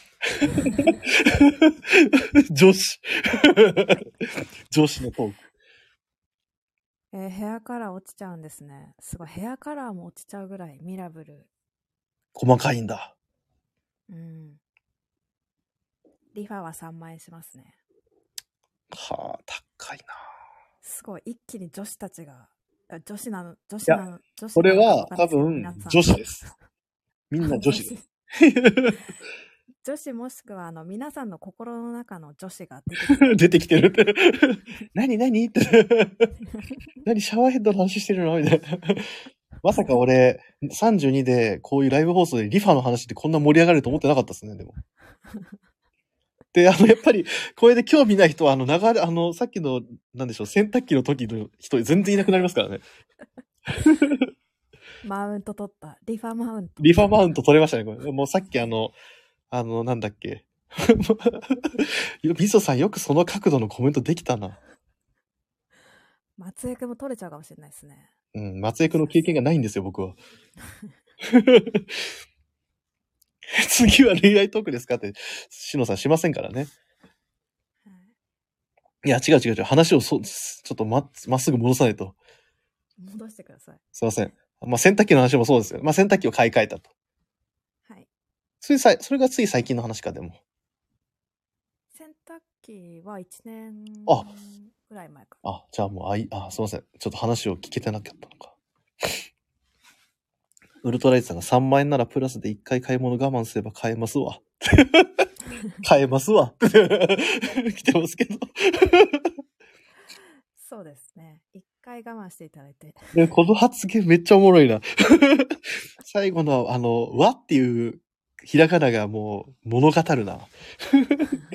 女子。女子のトーク。 えー、ヘアカラー落ちちゃうんですね。すごい。ヘアカラーも落ちちゃうぐらいミラブル。 細かいんだ。 うん。リファはさんまんえんしますね。 はあ、高いな。 すごい。一気に女子たちが、女子なの、女子なの、女子これは多分女子です。みんな女子です。 女子もしくはあの皆さんの心の中の女子が出てきてる。 出てきてるって。何何って。何シャワーヘッドの話してるのみたいな。まさか俺、さんじゅうにでこういうライブ放送でリファの話ってこんな盛り上がると思ってなかったですね、でも。で、あの、やっぱり、これで興味ない人は、あの、流れ、あの、さっきの、なんでしょう、洗濯機の時の人全然いなくなりますからね。 マウント取った。リファマウント。 リファマウント取れましたね、これ。もうさっきあの、あの、なんだっけ。みそさんよくその角度のコメントできたな。 松江くんも取れちゃうかもしれないですね。 うん、松江くんの経験がないんですよ、僕は。次は恋愛トークですかって、しのさんしませんからね。はい、いや、違う違う違う。話をそ、ちょっとま、まっすぐ戻さないと。 戻してください。 すいません。まあ、洗濯機の話もそうですよ。まあ、洗濯機を買い替えたと。はい。ついさい、それがつい最近の話か、でも。 洗濯機はいちねんぐらい前か。 あ、じゃあもう、あい、あ、すいません。ちょっと話を聞けてなかったのか。ウルトライトさんがさんまんえんならプラスでいっかい買い物我慢すれば買えますわ。買えますわ。来てますけど。 そうですね。いっかい我慢していただいて。 でこの発言めっちゃおもろいな。最後のあの、わっていうひらがながもう物語るな。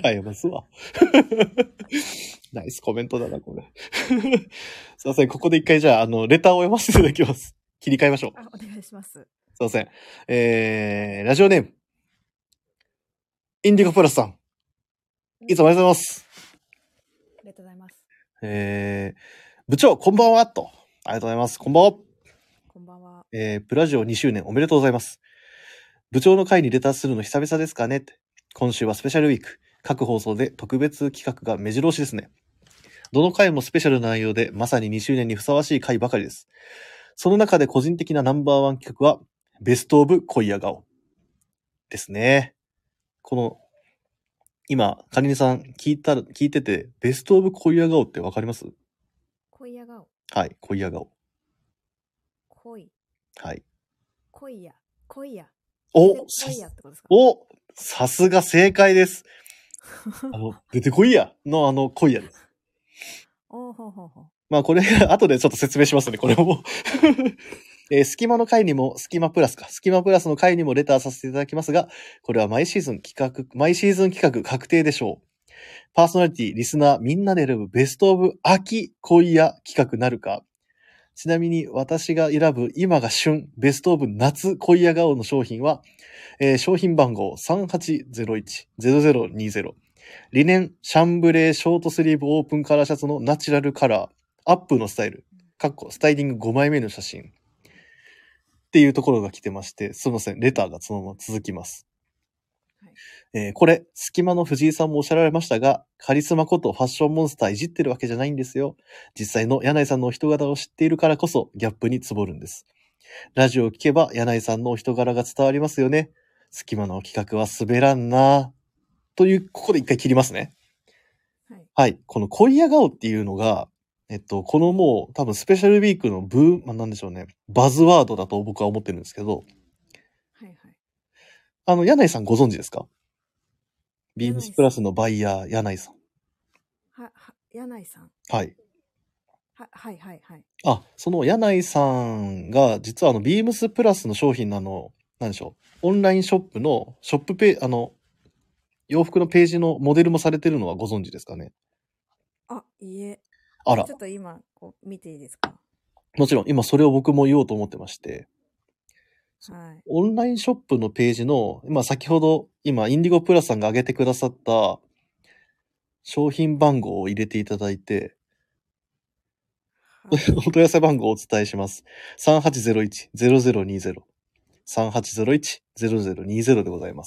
いますわ。ナイスコメントだな、これ。すいません、ここで一回じゃあ、あの、レターを読ませていただきます。切り替えましょう。 あ、お願いします。 すいません。えー、ラジオネーム、インディゴプラスさん。いつもありがとうございます。 ありがとうございます。 えー、部長、こんばんは、と。ありがとうございます。こんばんは。 こんばんは。 えー、プラジオにしゅうねんおめでとうございます。部長の会にレターするの久々ですかね。今週はスペシャルウィーク。各放送で特別企画が目白押しですね。どの回もスペシャルな内容で、まさににしゅうねんにふさわしい回ばかりです。その中で個人的なナンバーワン企画は、ベストオブ恋や顔ですね。この、今、カリネさん聞いた、聞いてて、ベストオブ恋や顔ってわかります？ 恋や顔。 はい、恋や顔。 恋。 はい。 恋や。恋や。 お、 恋やってことですか？ お、さすが正解です。あの、出てこいやのあの恋やです。 おーほうほうほう。 まあこれ、後でちょっと説明しますね、これも。えー、隙間の回にも、隙間プラスか、隙間プラスの回にもレターさせていただきますが、これは毎シーズン企画、毎シーズン企画確定でしょう。パーソナリティ、リスナー、みんなで選ぶベストオブ秋恋や企画なるか。ちなみに私が選ぶ今が旬、ベストオブ夏恋や顔の商品は、えー、商品番号さんはちゼロいちゼロゼロにゼロ。リネンシャンブレーショートスリーブオープンカラーシャツのナチュラルカラー、アップのスタイル、かっこスタイリングごまいめの写真っていうところが来てまして、すみません、レターがそのまま続きます。はいえー、これ、隙間の藤井さんもおっしゃられましたが、カリスマことファッションモンスターいじってるわけじゃないんですよ。実際の柳井さんのお人柄を知っているからこそギャップにつぼるんです。ラジオを聞けば柳井さんのお人柄が伝わりますよね。隙間の企画は滑らんなという、ここで一回切りますね。はい。はい。この恋や顔っていうのが、えっと、このもう多分スペシャルウィークのブー、まあ、なんでしょうね。バズワードだと僕は思ってるんですけど。はいはい。あの、柳井さんご存知ですか？ビームスプラスのバイヤー、柳井さん。 は、は、柳井さん。 はい。 は、はいはいはい。 あ、その柳井さんが、実はあの、ビームスプラスの商品のあの、なんでしょう。オンラインショップの、ショップペあの、洋服のページのモデルもされてるのはご存知ですかね？ あ、いえ。 あら。 ちょっと今、こう、見ていいですか？ もちろん、今それを僕も言おうと思ってまして。 はい。 オンラインショップのページの、今先ほど、今、インディゴプラスさんが上げてくださった商品番号を入れていただいて、はい、お問い合わせ番号をお伝えします。さんはちゼロいちゼロゼロにゼロ。さんはちゼロいちゼロゼロにゼロでございます。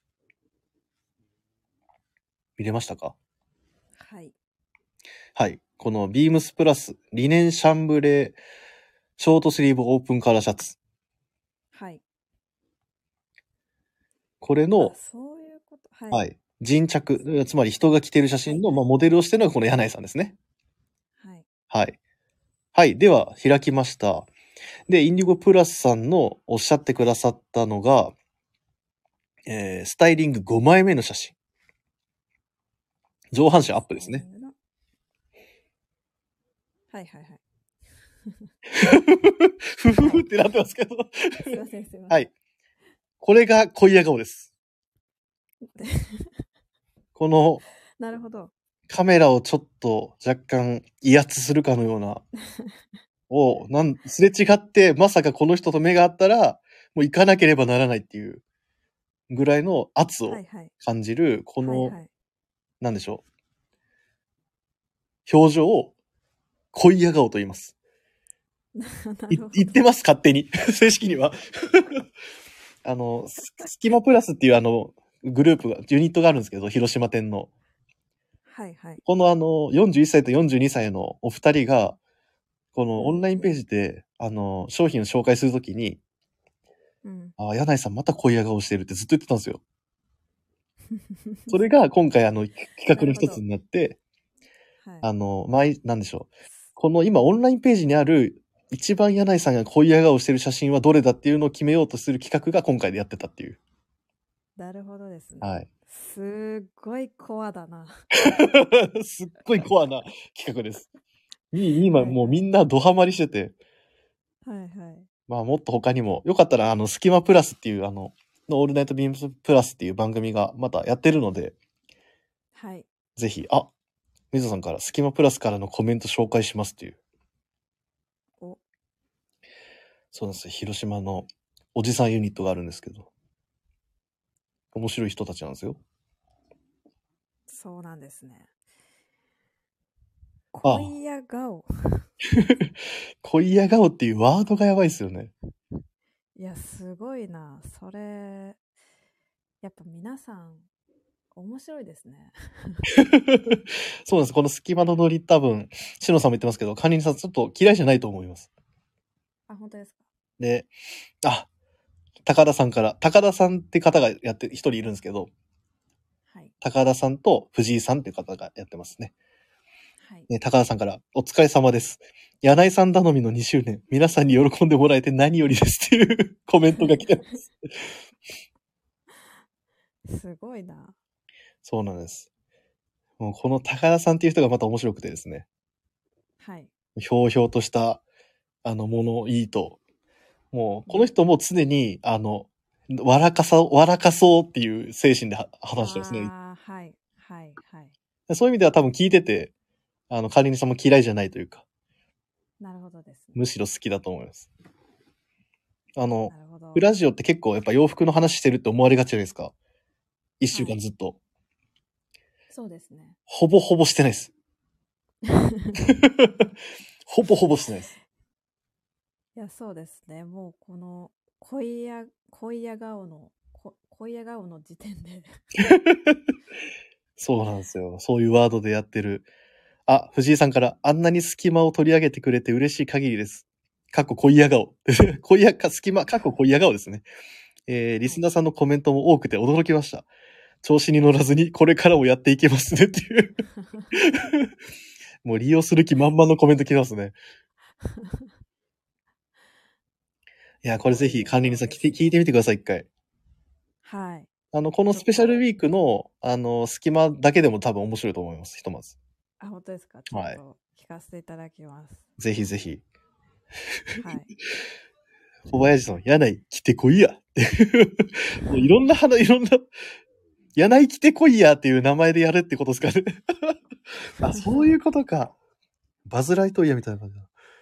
見れましたか？ はい。 はい。このビームスプラスリネンシャンブレーショートスリーブオープンカラーシャツ。はい。これの、 そういうこと。 はい。はい。人着、つまり人が着ている写真の、はい、まあ、モデルをしているのがこの柳井さんですね。はい。はい。はい。では、開きました。で、インディゴプラスさんのおっしゃってくださったのが、えー、スタイリングごまいめの写真。上半身アップですね。はいはいはい。ふふふってなってますけど。 すいませんすいません。 はい。これが恋や顔です。この、 なるほど。 カメラをちょっと若干威圧するかのような、を、なん、すれ違って、まさかこの人と目があったら、もう行かなければならないっていうぐらいの圧を感じる、この、はいはい、なんでしょう。表情を恋や顔と言います。言ってます、勝手に。正式には。あの、スキマプラスっていうあの、グループが、ユニットがあるんですけど、広島店の。はいはい。このあの、よんじゅういっさいとよんじゅうにさいのお二人が、このオンラインページで、あの、商品を紹介するときに、うん、ああ、柳井さんまた恋や顔してるってずっと言ってたんですよ。それが今回あの、企画の一つになって、はい、あの、毎、なんでしょう。この今オンラインページにある、一番柳井さんが恋や顔してる写真はどれだっていうのを決めようとする企画が今回でやってたっていう。 なるほどですね。 はい。 すっごいコアだな。 すっごいコアな企画です。今もうみんなドハマりしてて。はいはい。まあもっと他にも、よかったらあの、スキマプラスっていうあの、のオールナイトビームスプラスっていう番組がまたやってるので、 はい。 ぜひ、あ、水野さんからスキマプラスからのコメント紹介しますっていう。 お、 そうなんですよ。広島のおじさんユニットがあるんですけど、面白い人たちなんですよ。 そうなんですね。 ああ恋や顔。 恋や顔っていうワードがやばいですよね。 いや、すごいな。それ、やっぱ皆さん、面白いですね。 そうなんです。この隙間のノリ多分、しのさんも言ってますけど、カンニンさんちょっと嫌いじゃないと思います。 あ、本当ですか？ で、あ、高田さんから、高田さんって方がやって、一人いるんですけど、 はい。 高田さんと藤井さんっていう方がやってますね。 はい。 ね、高田さんから、お疲れ様です。柳井さん頼みのにしゅうねん、皆さんに喜んでもらえて何よりですっていうコメントが来てます。 すごいな。 そうなんです。もうこの高田さんっていう人がまた面白くてですね、 はい。 ひょうひょうとした、あの、ものいいと、もう、このうん人も常に、あの、笑かさ、笑かそうっていう精神では話してますね。 ああ、はい。はい。はい。 そういう意味では多分聞いてて、あの、カリニさんも嫌いじゃないというか、 なるほどですね。 むしろ好きだと思います。あのな、るほど。 プラジオって結構やっぱ洋服の話してるって思われがちじゃないですか。一週はい。 間ずっと。 そうですね。 ほぼほぼしてないです。ほぼほぼしてないです。 いや、そうですね。もうこの恋や、恋や顔の、こ恋や顔の時点で。 そうなんですよ。そういうワードでやってる。あ、藤井さんから、あんなに隙間を取り上げてくれて嬉しい限りです。かっこ恋や顔。恋やか、隙間、かっこ恋や顔ですね。えー、リスナーさんのコメントも多くて驚きました。調子に乗らずにこれからもやっていけますねっていう。もう利用する気満々のコメント来てますね。いや、これぜひ管理人さん聞いて、聞いてみてください、一回。 はい。 あの、このスペシャルウィークの、あの、隙間だけでも多分面白いと思います、ひとまず。 あ、本当ですか？ちょっと聞かせていただきます。 ぜひぜひ。 はい。 小林さん、柳井来てこいやって。もういろんな花、いろんな、柳井来てこいやっていう名前でやるってことですかね。あ、そういうことか。バズライトイヤーみたいな感じだ。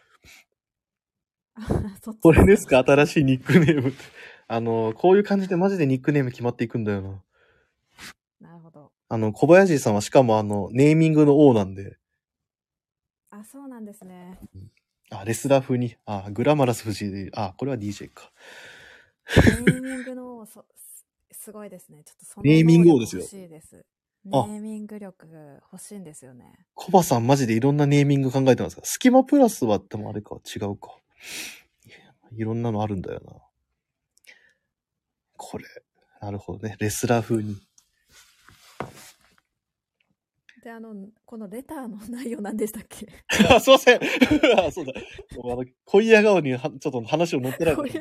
あ、そっちこれですか、新い。 しいニックネーム。あの、こういう感じでマジでニックネーム決まっていくんだよな。 なるほど。 あの、小林さんはしかもあの、ネーミングの王なんで。 あ、そうなんですね。 あ、レスラー風に。あ、グラマラス藤井で。あ、これは ディージェー か。 ネーミングのそすすごいですね。ちょっとそのネーミン能力欲グ王ですよ。 しいです。ネあ、 ーミング力欲しいんですよね。 コバさんマジでいろんなネーミング考えてますか？スキマプラスはでもあれか、違うか。いろんなのあるんだよな。これ。なるほどね。レスラー風に。 で、あの、このレターの内容何でしたっけ？ あ、すいません。あ、そうだ。あの、恋や顔にはちょっと話を乗ってないと思った。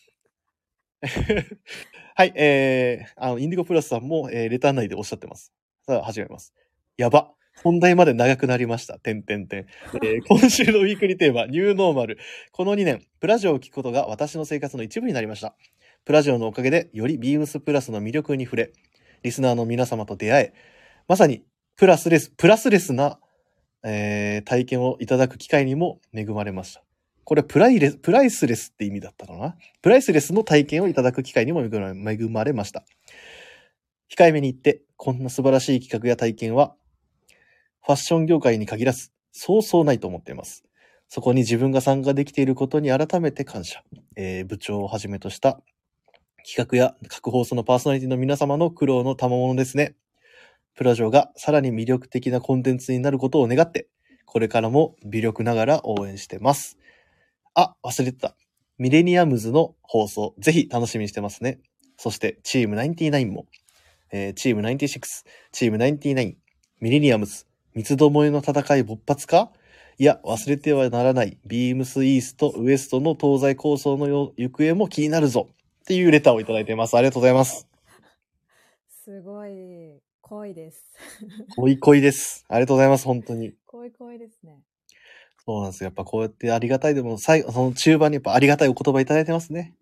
はい、えー、あの、インディゴプラスさんも、えー、レター内でおっしゃってます。さあ、始めます。やば。本題まで長くなりました。てんてんてん。えー、今週のウィークリーテーマ、ニューノーマル。このにねん、プラジオを聞くことが私の生活の一部になりました。プラジオのおかげで、よりビームスプラスの魅力に触れ、リスナーの皆様と出会え、まさに、プラスレス、プラスレスな、えー、体験をいただく機会にも恵まれました。これはプライレス、プライスレスって意味だったかな。プライスレスの体験をいただく機会にも恵まれました。控えめに言って、こんな素晴らしい企画や体験は、ファッション業界に限らず、そうそうないと思っています。そこに自分が参加できていることに改めて感謝。えー、部長をはじめとした企画や各放送のパーソナリティの皆様の苦労の賜物ですね。プラジオがさらに魅力的なコンテンツになることを願って、これからも微力ながら応援してます。あ、忘れてた。ミレニアムズの放送、ぜひ楽しみにしてますね。そして、チームナインティナインも、えー、チームナインティシックス、チームナインティナイン、ミレニアムズ、三つどもえの戦い勃発か？いや、忘れてはならない、ビームスイースト、ウエストの東西構想の行方も気になるぞ。っていうレターをいただいています。ありがとうございます。 すごい、濃いです。 恋恋です。ありがとうございます、本当に。 濃い濃いですね。 そうなんですよ。やっぱこうやってありがたいでも、最後、その中盤にやっぱありがたいお言葉いただいてますね。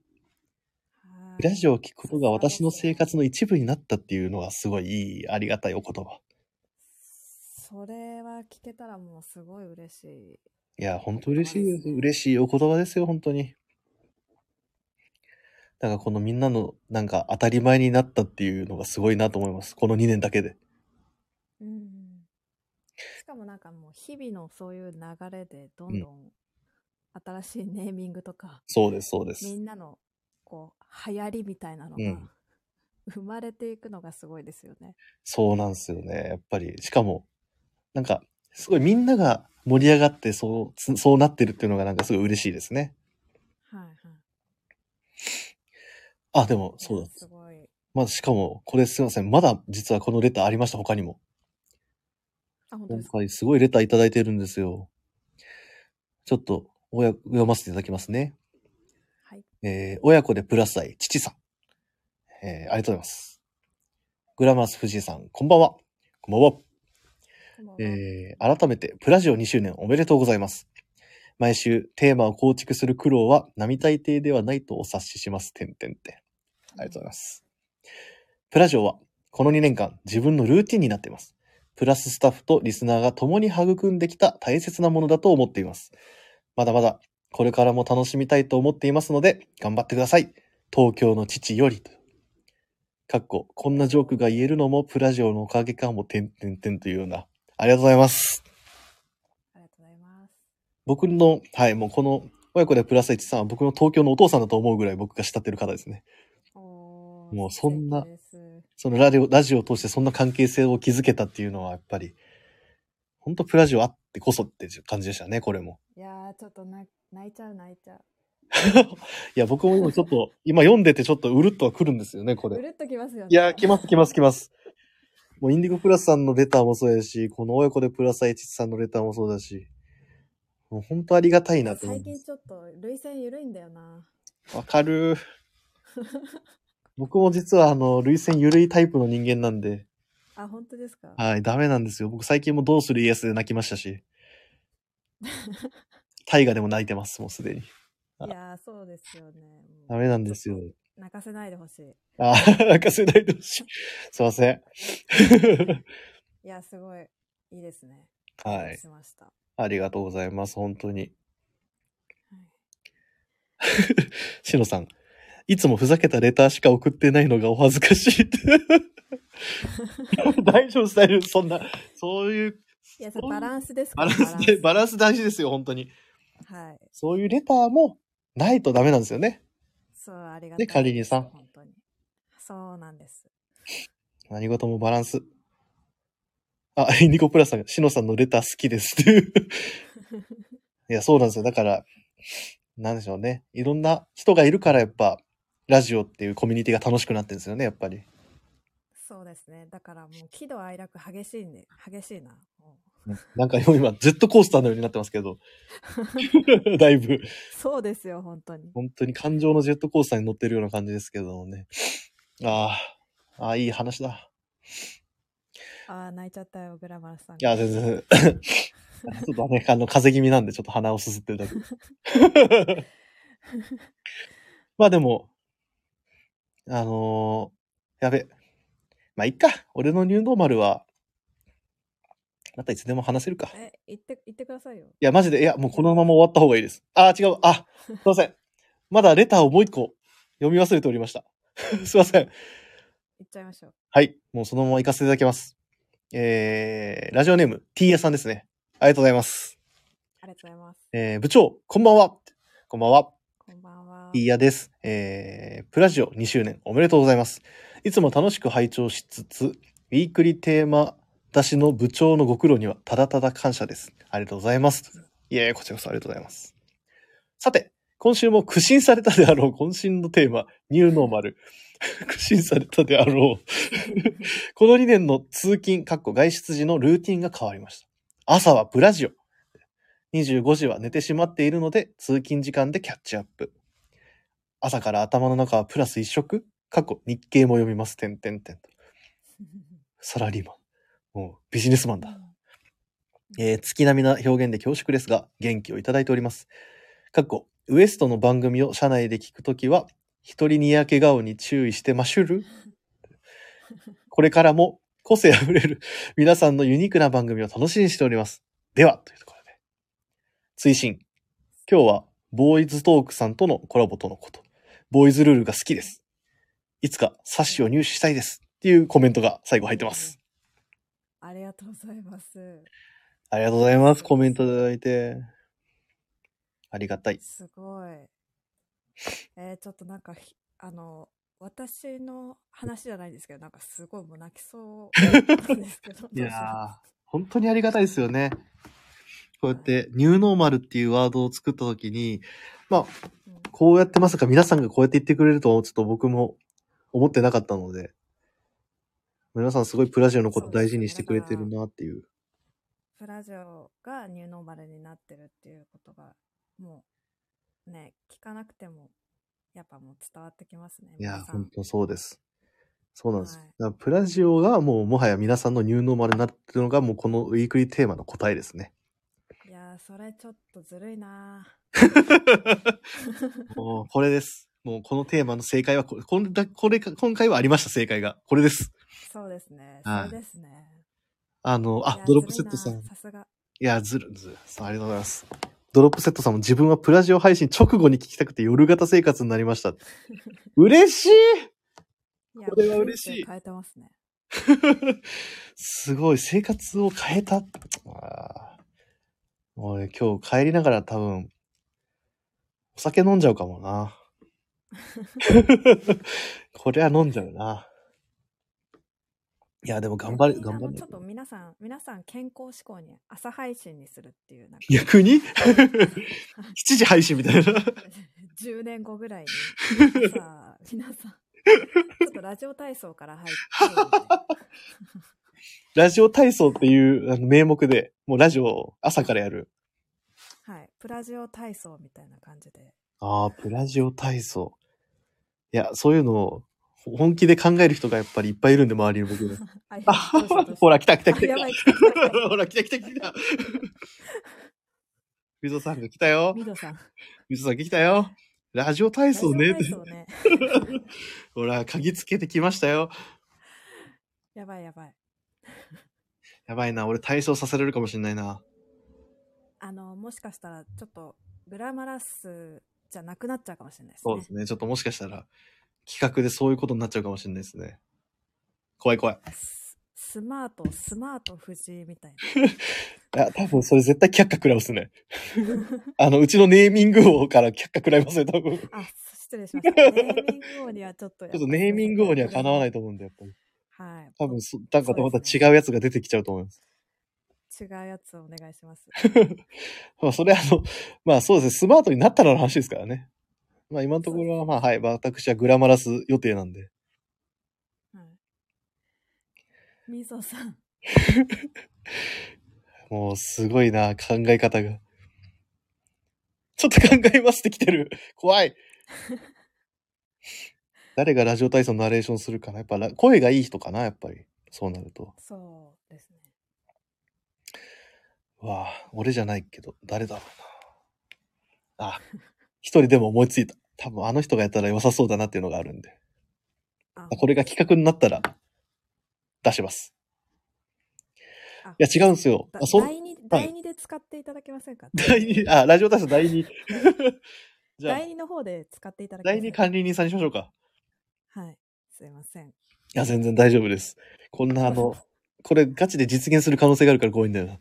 ラジオを聞くことが私の生活の一部になったっていうのがすごいいい、ありがたいお言葉。 それは聞けたらもうすごい嬉しい。 いや、本当嬉しいです。嬉しいお言葉ですよ、本当に。だからこのみんなのなんか当たり前になったっていうのがすごいなと思います。このにねんだけで。 うん。しかもなんかもう日々のそういう流れでどうんん。 どん新しいネーミングとか、 そうです、そうでみす。 んなのこう流行りみたいなのがうん。 生まれていくのがすごいですよね。 そうなんですよね。やっぱり。しかも、なんか、すごいみんなが盛り上がってそう、つそうなってるっていうのがなんかすごい嬉しいですね。 はいはい。 あ、でも、 いや、 そうだ。 すごい。 まずしかも、これすいません。まだ実はこのレターありました、他にも。 あ、本当ですか。 今回すごいレターいただいてるんですよ。ちょっと、おや読ませていただきますね。 はい。 えー、親子でプラス愛、父さん。えー、ありがとうございます。グラマラス藤井さん、こんばんは。こんばんは。 こんばんは。 えー、改めて、プラジオにしゅうねんおめでとうございます。毎週、テーマを構築する苦労は、並大抵ではないとお察しします。てんてんてん。ありがとうございます。プラジオは、このにねんかん、自分のルーティンになっています。プラススタッフとリスナーが共に育んできた大切なものだと思っています。まだまだ、これからも楽しみたいと思っていますので、頑張ってください。東京の父より。かっこ、こんなジョークが言えるのもプラジオのおかげかも、てんてんてんというような。ありがとうございます。 ありがとうございます。 僕の、はい、もうこの、親子でプラスいちさんは僕の東京のお父さんだと思うぐらい僕が慕ってる方ですね。 おー、 もうそんな素敵です。 そのラジオ、ラジオを通してそんな関係性を築けたっていうのはやっぱり、ほんとプラジオあってこそっていう感じでしたね、これも。 いやー、ちょっとな泣いちゃう泣いちゃう。 いや、僕も今ちょっと、今読んでてちょっとうるっとは来るんですよね、これ。 うるっときますよね。 いや、来ます来ます来ます。もうインディゴプラスさんのレターもそうやし、この親子でプラス愛知さんのレターもそうだし、もう本当ありがたいなと思い最ます。 近ちょっと涙腺緩いんだよな。 わかる。僕も実はあの、涙腺緩いタイプの人間なんで、 あ、本当ですか。 はい、ダメなんですよ。僕最近もどうする家康で泣きましたし、大河でも泣いてます、もうすでに。 いやー、そうですよね。 ダメなんですよ。 泣かせないでほしい。 ああ、泣かせないでほしい。すいません。 いや、すごいいいですね。 はい。 しました。 ありがとうございます。本当に。 はい、 しのさん。いつもふざけたレターしか送ってないのがお恥ずかしい。大丈夫です、大丈夫です。そんな、そういう。 いや、バランスですかバランスで、バランス大事ですよ、本当に。 はい。 そういうレターもないとダメなんですよね。 そう、ありがたい。 で、仮にさ。 本当に。そうなんです。 何事もバランス。あ、インディコプラスさんが、しのさんのレター好きですっていう。いや、そうなんですよ。だから、なんでしょうね。いろんな人がいるからやっぱ、ラジオっていうコミュニティが楽しくなってるんですよね、やっぱり。 そうですね。だからもう喜怒哀楽激しいんで、激しいな。 なんか今、ジェットコースターのようになってますけど。だいぶ。 そうですよ、本当に。 本当に感情のジェットコースターに乗ってるような感じですけどもね。ああ、ああ、いい話だ。 ああ、泣いちゃったよ、グラマラスさん。 いや、全然。ちょっとね、あの、風邪気味なんで、ちょっと鼻をすすってるだけ。まあでも、あのー、やべ。まあ、いっか。俺のニューノーマルは、またいつでも話せるか。 え、言って、言ってくださいよ。 いや、マジで、いや、もうこのまま終わった方がいいです。あー、違う。あ、すいません。まだレターをもう一個読み忘れておりました。すいません。 言っちゃいましょう。 はい。もうそのまま行かせていただきます。えー、ラジオネーム、T 屋さんですね。ありがとうございます。 ありがとうございます。 えー、部長、こんばんは。こんばんは。 こんばんは。 T 屋です。えー、プラジオにしゅうねんおめでとうございます。いつも楽しく拝聴しつつ、ウィークリーテーマ出しの部長のご苦労にはただただ感謝です。ありがとうございます。いえ、こちらこそありがとうございます。さて、今週も苦心されたであろう渾身のテーマ、ニューノーマル。苦心されたであろう。このにねんの通勤、かっこ外出時のルーティンが変わりました。朝はプラジオ。にじゅうごじは寝てしまっているので、通勤時間でキャッチアップ。朝から頭の中はプラス一色、過去日経も読みます。てんてんてん。サラリーマン。もうビジネスマンだ。えー、月並みな表現で恐縮ですが、元気をいただいております。過去、ウエストの番組を社内で聞くときは、一人にやけ顔に注意してましゅる。これからも個性あふれる皆さんのユニークな番組を楽しみにしております。では、というところで。追伸。今日は、ボーイズトークさんとのコラボとのこと。ボーイズルールが好きです。いつか冊子を入手したいです。っていうコメントが最後入ってます。 ありがとうございます。 ありがとうございます。コメントいただいて。ありがたい。 すごい。えー、ちょっとなんか、あの、私の話じゃないんですけど、なんかすごいもう泣きそうなんですけど。 いやー、本当にありがたいですよね。こうやってニューノーマルっていうワードを作ったときに、まあ、うん、こうやってまさか皆さんがこうやって言ってくれるとはちょっと僕も思ってなかったので、皆さんすごいプラジオのこと大事にしてくれてるなっていう。 プラジオがニューノーマルになってるっていうことが、もうね、聞かなくても、やっぱもう伝わってきますね。 いや、本当そうです。そうなんです。 はい、 だからプラジオがもうもはや皆さんのニューノーマルになってるのがもうこのウィークリーテーマの答えですね。 いやー、それちょっとずるいなもうこれです。もうこのテーマの正解はこれ、これだ、これか、今回はありました、正解が。これです。 そうですね。それですね。 あの、あ、ドロップセットさん。 さすが。 いや、ずる、ずる。ありがとうございます。ドロップセットさんも自分はプラジオ配信直後に聞きたくて夜型生活になりました。嬉しい！これは嬉しい。 変えてますね。 すごい、生活を変えた。あ俺今日帰りながら多分、お酒飲んじゃうかもな。これは飲んじゃうな。いや、でも頑張る、頑張る。 ちょっと皆さん、皆さん健康志向に朝配信にするっていう。なんか逆にしちじ配信みたいな。 じゅうねんごぐらいに。朝、皆さん、ちょっとラジオ体操から入って。 ラジオ体操っていうあの名目で、もうラジオを朝からやる。 はい。プラジオ体操みたいな感じで。 ああ、プラジオ体操。いや、そういうのを本気で考える人がやっぱりいっぱいいるんで、周りに僕の。あほら、来た来た来た来た。ほら、来た来た来た。みぞさんが来たよ。 みぞさん。 みぞさん来たよ。ラジオ体操ね。 体操ね。 ほら、鍵つけてきましたよ。 やばいやばい。 やばいな、俺体操させられるかもしれないな。 あの、もしかしたら、ちょっと、グラマラスじゃなくなっちゃうかもしれないですね。 そうですね。ちょっともしかしたら、企画でそういうことになっちゃうかもしれないですね。怖い怖い。 ス, スマート、スマート藤井みたいな。いや、多分それ絶対却下食らうっすね。あの、うちのネーミング王から却下食らいますね、多分。 あ、失礼しました。ネーミング王にはちょっとやっぱ。 ちょっとネーミング王にはかなわないと思うんで、やっぱり。 はい。 多分そ、なんかまた違うやつが出てきちゃうと思います。 違うやつをお願いします。 まあ、それあの、まあそうですね、スマートになったらの話ですからね。まあ今のところは、まあはい、私はグラマラス予定なんで。 はい。みぞさん。 もうすごいな、考え方が。ちょっと考えますって来てる。怖い。誰がラジオ体操のナレーションするかな。やっぱ声がいい人かな、やっぱり。そうなると。 そうですね。 わあ、俺じゃないけど、誰だろうな。あ、一人でも思いついた。多分あの人がやったら良さそうだなっていうのがあるんで。あ、これが企画になったら、出します。いや、違うんですよ。 あ、そだいに、だいにで使っていただけませんか？ だいに、あ、ラジオ体操だいに。 じゃあ。だいにの方で使っていただけませんか？だいに管理人さんにしましょうか。 はい。すいません。いや、全然大丈夫です。こんなあの、これガチで実現する可能性があるから怖いんだよな。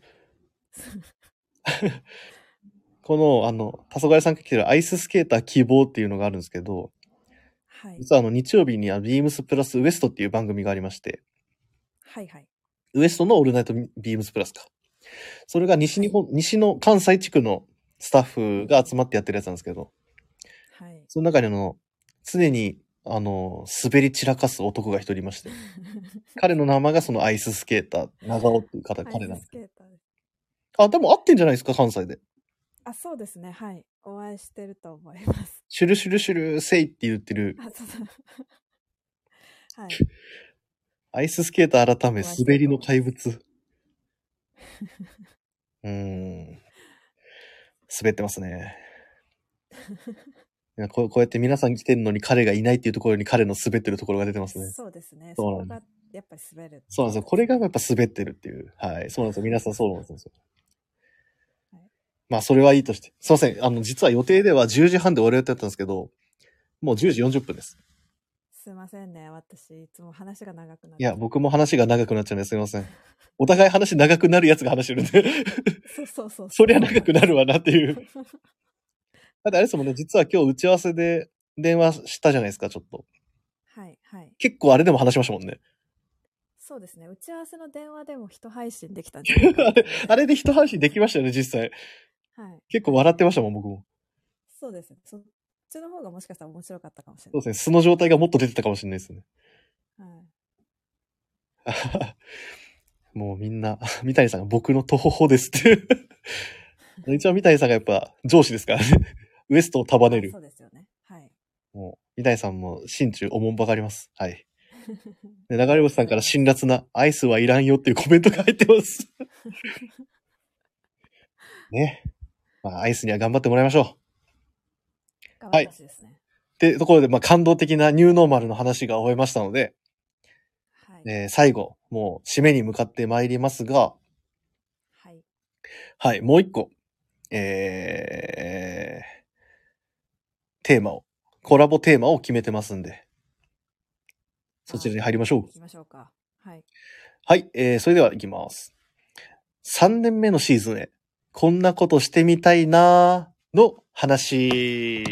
この、あの、黄昏さんが来てるアイススケーター希望っていうのがあるんですけど、はい、実はあの、日曜日にビームスプラスウエストっていう番組がありまして、 はいはい。 ウエストのオールナイトビームスプラスか。それが西日本、はい、西の関西地区のスタッフが集まってやってるやつなんですけど、はい。その中にあの、常に、あの、滑り散らかす男が一人いまして、彼の名前がそのアイススケーター、長尾っていう方、彼なんです。アイススケーターです。あ、でも合ってんじゃないですか、関西で。 あ、そうですね。はい。お会いしてると思います。 シュルシュルシュルセイって言ってる。あ、そうそう。はい。アイススケーター改め滑りの怪物。うーん。滑ってますね。こう、こうやって皆さん来てるのに彼がいないっていうところに彼の滑ってるところが出てますね。 そうですね。そこがやっぱり滑る。 そうなんですよ。これがやっぱ滑ってるっていう。はい。そうなんですよ。皆さんそうなんですよ。はい、まあ、それはいいとして。すいません。あの、実は予定ではじゅうじはんで終わる予定だったんですけど、もうじゅうじよんじゅっぷんです。 すいませんね。私、いつも話が長くなっちゃう。 いや、僕も話が長くなっちゃうんですいません。お互い話長くなるやつが話してるんで。 そうそうそう。 そりゃ長くなるわなっていう。だってあれですもんね、実は今日打ち合わせで電話したじゃないですか、ちょっと。 はいはい。 結構あれでも話しましたもんね。 そうですね。打ち合わせの電話でも一配信できたんじゃないかなあれ、あれで一配信できましたよね、実際。はい。結構笑ってましたもん、僕も。 そうですね。そっちの方がもしかしたら面白かったかもしれない。 そうですね。素の状態がもっと出てたかもしれないですね。はい。もうみんな、三谷さんが僕の徒歩歩ですって一応三谷さんがやっぱ上司ですからね。ウエストを束ねる。 そうですよね。はい。 もう、三谷さんも心中おもんばかります。はい。で、流れ星さんから辛辣なアイスはいらんよっていうコメントが入ってますね。まあ、アイスには頑張ってもらいましょう。頑張ってほしいですね。はい。 ってところで、まあ、感動的なニューノーマルの話が終えましたので、はい。えー、最後、もう締めに向かってまいりますが、はい。はい、もう一個、えー、テーマを、コラボテーマを決めてますんで、そちらに入りましょう。行きましょうか。はい。はい、えー、それでは行きます。さんねんめのシーズンへ、こんなことしてみたいなーの話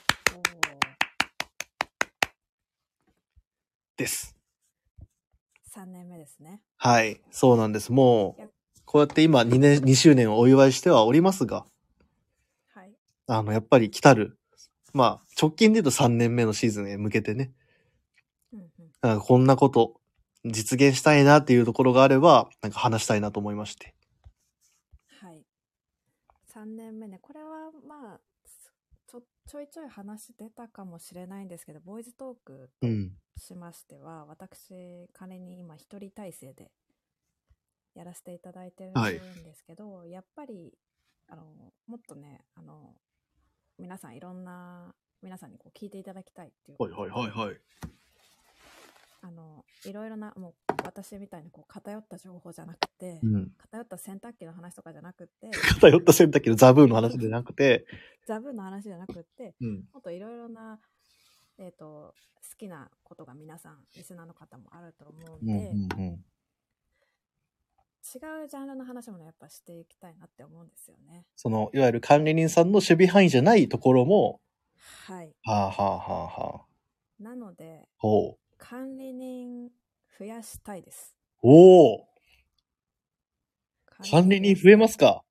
です。さんねんめですね。はい、そうなんです。もう、こうやって今にねん、にしゅうねんをお祝いしてはおりますが、はい。あの、やっぱり来たる、まあ、直近で言うとさんねんめのシーズンへ向けてね、うんうん、なんかこんなこと実現したいなっていうところがあれば、なんか話したいなと思いまして。はい。さんねんめね、これはまあ、ちょ、ちょいちょい話出たかもしれないんですけど、ボーイズトークとしましては、うん、私、仮に今一人体制でやらせていただいてるんですけど、はい、やっぱり、あの、もっとね、あの、皆さんいろんな、皆さんにこう聞いていただきたいっていう。はいはいはいはい。あの、いろいろな、もう私みたいにこう偏った情報じゃなくて、うん、偏った洗濯機の話とかじゃなくて、偏った洗濯機のザブーの話じゃなくて、ザブーの話じゃなくて、うん、もっといろいろな、えっと、好きなことが皆さん、リスナーの方もあると思うんで、うんうんうん、違うジャンルの話もね、やっぱしていきたいなって思うんですよね。その、いわゆる管理人さんの守備範囲じゃないところも、はい。はあはあはあはあ。なので、ほう。管理人増やしたいです。おお。管理人増えますか？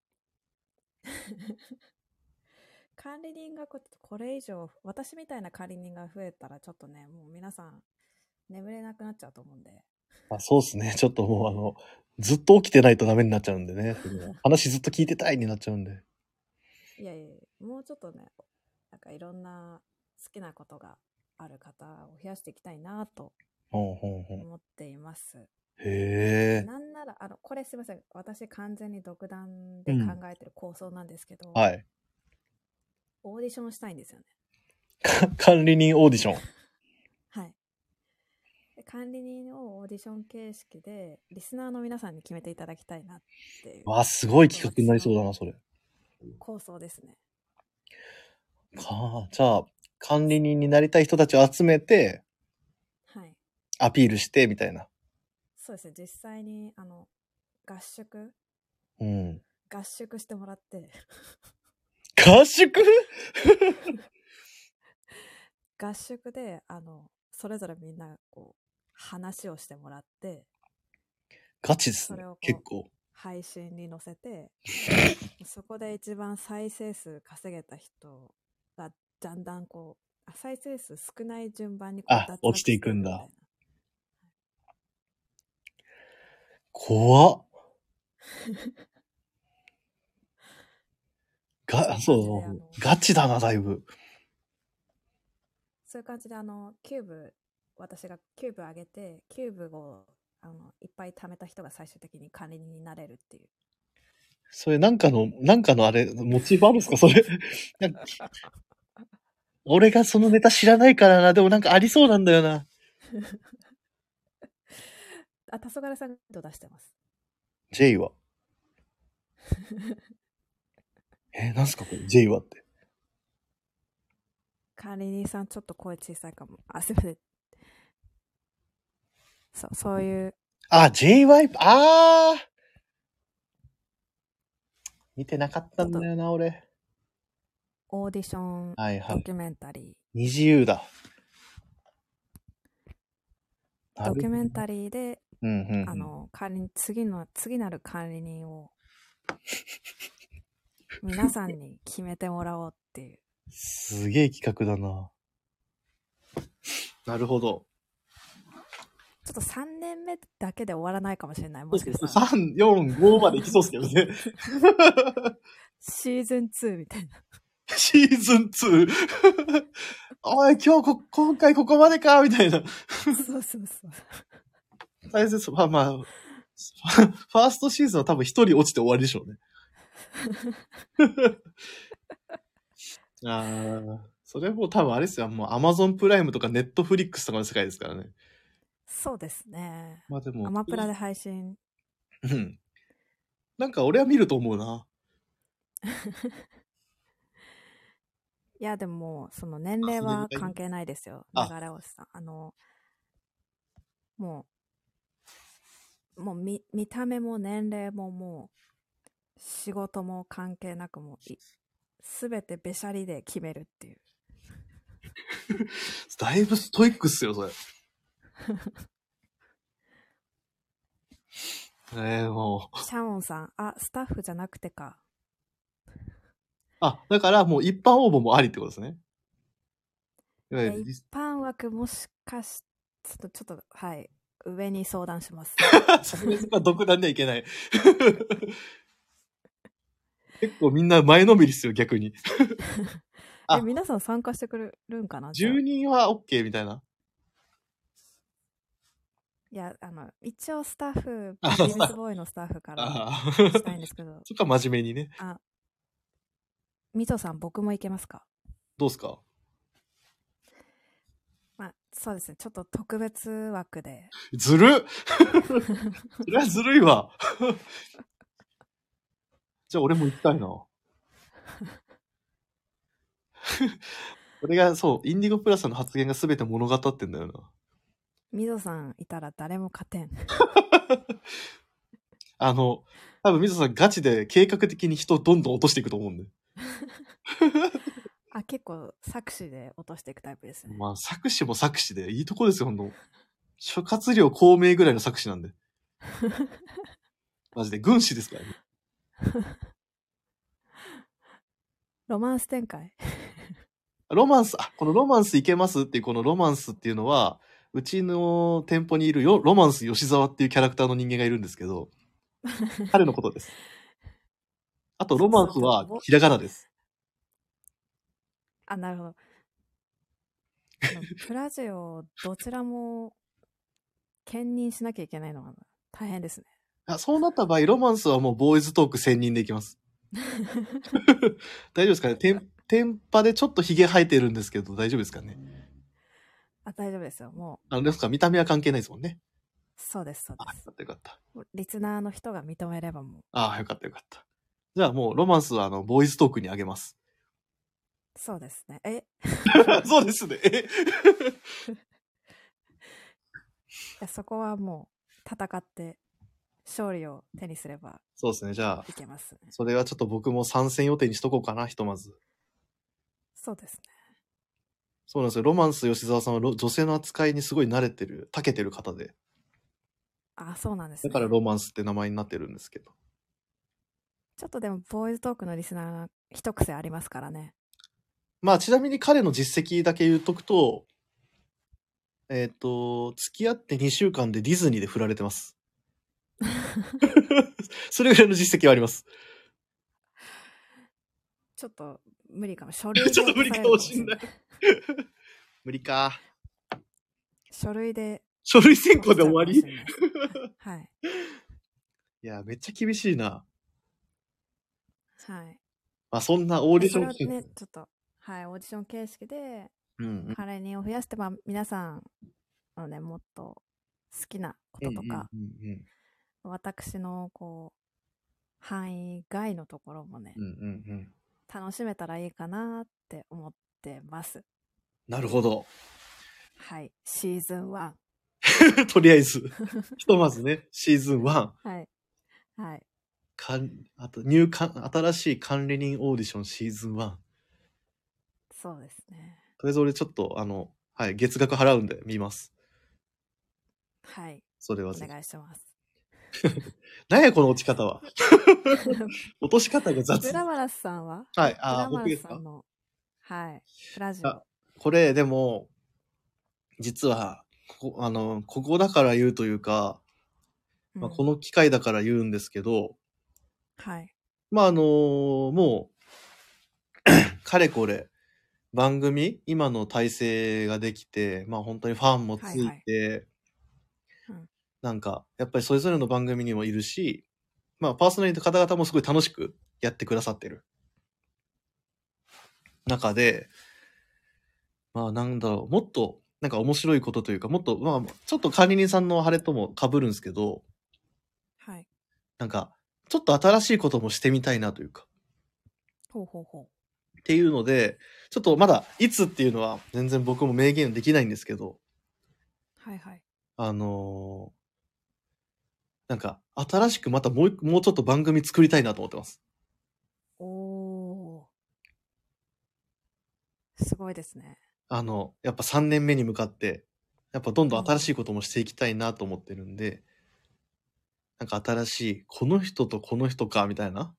管理人がこれ以上、私みたいな管理人が増えたらちょっとね、もう皆さん眠れなくなっちゃうと思うんで。あ、そうですね。ちょっともうあの、ずっと起きてないとダメになっちゃうんでね。話ずっと聞いてたいになっちゃうんで。いやいやいや、もうちょっとね、なんかいろんな好きなことがある方を増やしていきたいなと思っています。へえ。なんなら、あの、これすいません。私完全に独断で考えてる構想なんですけど、うん、はい。オーディションしたいんですよね。管理人オーディション。はい。管理人をオーディション形式で、リスナーの皆さんに決めていただきたいなっていう。わあ、すごい企画になりそうだな、それ。構想ですね。かあ、じゃあ、管理人になりたい人たちを集めて、はい。アピールして、みたいな。そうですね、実際に、あの、合宿うん。合宿してもらって。合宿合宿で、あの、それぞれみんな、こう、話をしてもらって、ガチですね。それを結構。配信に載せて、そこで一番再生数稼げた人が、だんだんこう、再生数少ない順番にこう、あ、落ちていくんだ。怖っ。が、そう、ガチだな、だいぶ。そういう感じで、あの、キューブ、私がキューブ上げて、キューブを、あの、いっぱい貯めた人が最終的に管理人になれるっていう。それなんかの、なんかのあれ、モチーフあるんですかそれ。俺がそのネタ知らないからな。でもなんかありそうなんだよな。 あ、黄昏さんと出してます。 J はえー、なんすかこれ J はって。 管理人さんちょっと声小さいかも。あ、すいません。そう、そういう。 あ、J ワイプ、あー見てなかったんだよな、俺。 オーディション、 はいはい。 ドキュメンタリー。 二自由だ。 ドキュメンタリーで、 うんうんうん、 あの、管理、次の、次なる管理人を、皆さんに決めてもらおうっていう。 すげえ企画だな。なるほど。 ちょっとさんねんめだけで終わらないかもしれない。もしかしたら。 さん、よん、ごまでいきそうですけどね。 シーズンツーみたいな。 シーズンツー。おい、今日こ、今回ここまでかみたいな。 そうそうそう。 大切、まあまあ、ファーストシーズンは多分一人落ちて終わりでしょうね。ああ、それも多分あれですよ。もうアマゾンプライムとかネットフリックスとかの世界ですからね。 そうですね。 まあでも。 アマプラで配信。 うん。なんか俺は見ると思うな。 いや、でも、その年齢は関係ないですよ。流れ星さん。あの、もう、もう見、見た目も年齢ももう、仕事も関係なくもう、すべてべしゃりで決めるっていう。 だいぶストイックっすよ、それ。えー、もう。 シャオンさん、あ、スタッフじゃなくてか。 あ、だからもう一般応募もありってことですね。 え、一般枠もしかし、ちょっと、ちょっと、はい、上に相談します。 それが独断ではいけない。結構みんな前のめりっすよ、逆に。 え、皆さん参加してくれるんかな？ じゅうにんは OK みたいな。 いや、あの、一応スタッフ、ビジネスボーイのスタッフからしたいんですけど。 そっか、真面目にね。 あ、みとさん、僕もいけますか？ どうすか？ まあ、そうですね。ちょっと特別枠で。 ずるっそれはずるいわ。じゃあ俺も行きたいな。俺が、そう、インディゴプラスの発言が全て物語ってんだよな。 みぞさんいたら誰も勝てん。 あの、多分みぞさんガチで計画的に人をどんどん落としていくと思うんで。 あ、結構作詞で落としていくタイプですね。 まあ、作詞も作詞でいいとこですよ、ほんと。諸葛亮孔明ぐらいの作詞なんで。マジで軍師ですからね。 ロマンス展開。 ロマンス、あ、このロマンスいけますっていうこのロマンスっていうのは、うちの店舗にいるよロマンス吉沢っていうキャラクターの人間がいるんですけど、彼のことです。あと、ロマンスはひらがなです。 あ、なるほど。プラジオ、どちらも、兼任しなきゃいけないのが大変ですね。 あ、そうなった場合、ロマンスはもうボーイズトーク専任でいきます。大丈夫ですかね？テン、テンパでちょっとヒゲ生えてるんですけど、大丈夫ですかね？ あ、大丈夫ですよ。もう。あの、ですか見た目は関係ないですもんね。 そうです、そうです。 あ、よかったよかった。 リスナーの人が認めればもう。 ああ、よかったよかった。じゃあもう、ロマンスはあの、ボーイズトークにあげます。 そうですね。えそうですね。えいやそこはもう、戦って、勝利を手にすれば。 そうですね。じゃあ、 いけますね。 それはちょっと僕も参戦予定にしとこうかな、ひとまず。 そうですね。 そうなんですよ。ロマンス吉沢さんは女性の扱いにすごい慣れてる、長けてる方で。 あ、そうなんですね。 だからロマンスって名前になってるんですけど。 ちょっとでも、ボーイズトークのリスナーが一癖ありますからね。 まあ、ちなみに彼の実績だけ言っとくと、えっと、付き合ってにしゅうかんでディズニーで振られてます。それぐらいの実績はあります。 ちょっと無理かも。書類でちょっと無理かもしんない。無理か。 書類で。 書類選考で終わりはい。 いや、めっちゃ厳しいな。 はい。 まあ、そんなオーディション。 それはね、ちょっと、はい、オーディション形式で、 うんうん、 彼にを増やして、まあ、皆さん、あのね、もっと好きなこととか、 うんうんうん私のこう範囲外のところもね、 うん。うんうんうん。 楽しめたらいいかなって思ってます。 なるほど。 はい、シーズンワン。 とりあえず、ひとまずね、シーズンワン。 はい。はい。 かん、あと、入管、新しい管理人オーディションシーズンワン。 そうですね。 とりあえず俺ちょっと、あの、はい、月額払うんで見ます。 はい。 それはおぜひ。 願いします。 何やこの落ち方は。落とし方が雑。 ブラマラスさんははい、 ブあー、 ラマラ僕ですか？ スさんの、はい、プラジあ、 オ。 これ、でも、実は、ここ、あの、ここだから言うというか、 うん、 まあ、この機会だから言うんですけど、 はい。 まあ、あのもう、かれこれ、番組、今の体制ができて、まあ本当にファンもついて、 はいはいうん、 なんか、やっぱりそれぞれの番組にもいるし、まあパーソナリティの方々もすごい楽しくやってくださってる中で、まあなんだろう、もっとなんか面白いことというか、もっと、まあちょっと管理人さんのあれとも被るんですけど、 はい。 なんか、ちょっと新しいこともしてみたいなというか、 ほうほうほう。 っていうので、ちょっとまだいつっていうのは全然僕も明言できないんですけど、 はいはい。 あのーなんか、新しくまたもう一個、もうちょっと番組作りたいなと思ってます。 おー。すごいですね。 あの、やっぱさんねんめに向かって、やっぱどんどん新しいうんこともしていきたいなと思ってるんで、なんか新しい、この人とこの人か、みたいな、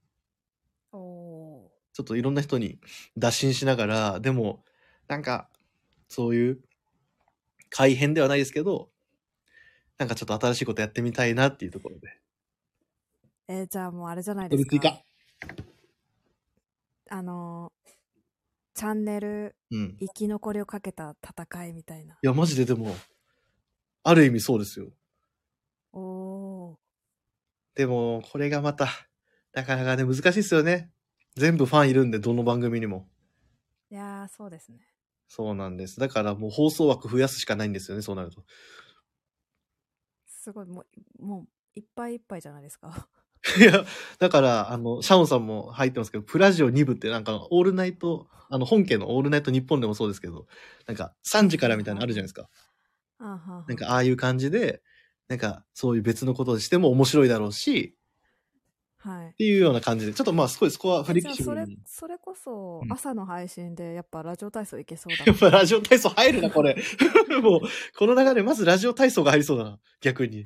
おー。 ちょっといろんな人に打診しながら、でも、なんか、そういう、改変ではないですけど、なんかちょっと新しいことやってみたいなっていうところで。 えー、じゃあもうあれじゃないそれ追ですか。 加。 あのー、チャンネルうん。 生き残りをかけた戦いみたいな。 いや、マジででも、ある意味そうですよ。 おー。 でも、これがまた、なかなかね、難しいですよね。全部ファンいるんで、どの番組にも。 いやー、そうですね。 そうなんです。だからもう放送枠増やすしかないんですよね、そうなると。 すごい、もう、もう、いっぱいいっぱいじゃないですか。 いや、だから、あの、シャオンさんも入ってますけど、プラジオに部ってなんか、オールナイト、あの、本家のオールナイト日本でもそうですけど、なんか、さんじからみたいなのあるじゃないですか。 あははなんか、ああいう感じで、なんか、そういう別のことをしても面白いだろうし、 はい。 っていうような感じで、ちょっとまあ、すごいそこはフレえじゃあそれキシブルに。 それこそうん朝の配信でやっぱラジオ体操いけそうだやな。 っぱラジオ体操入るな、これ。もう、この流れ、まずラジオ体操が入りそうだな、逆に。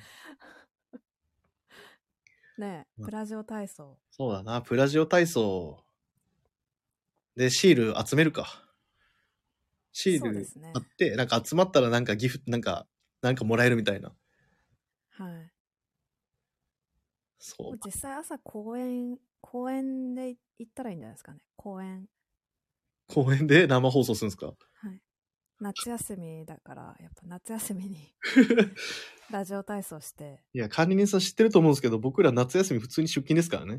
ねえ、プラジオ体操。 そうだな、プラジオ体操でシール集めるか。シールそうですね買って、なんか集まったらなんかギフト、なんか、なんかもらえるみたいな。 はいそう。 実際朝公園公園で行ったらいいんじゃないですかね。公園。 公園で生放送するんですか？ はい夏休みだからやっぱ夏休みにラジオ体操していや、管理人さん知ってると思うんですけど、僕ら夏休み普通に出勤ですからね。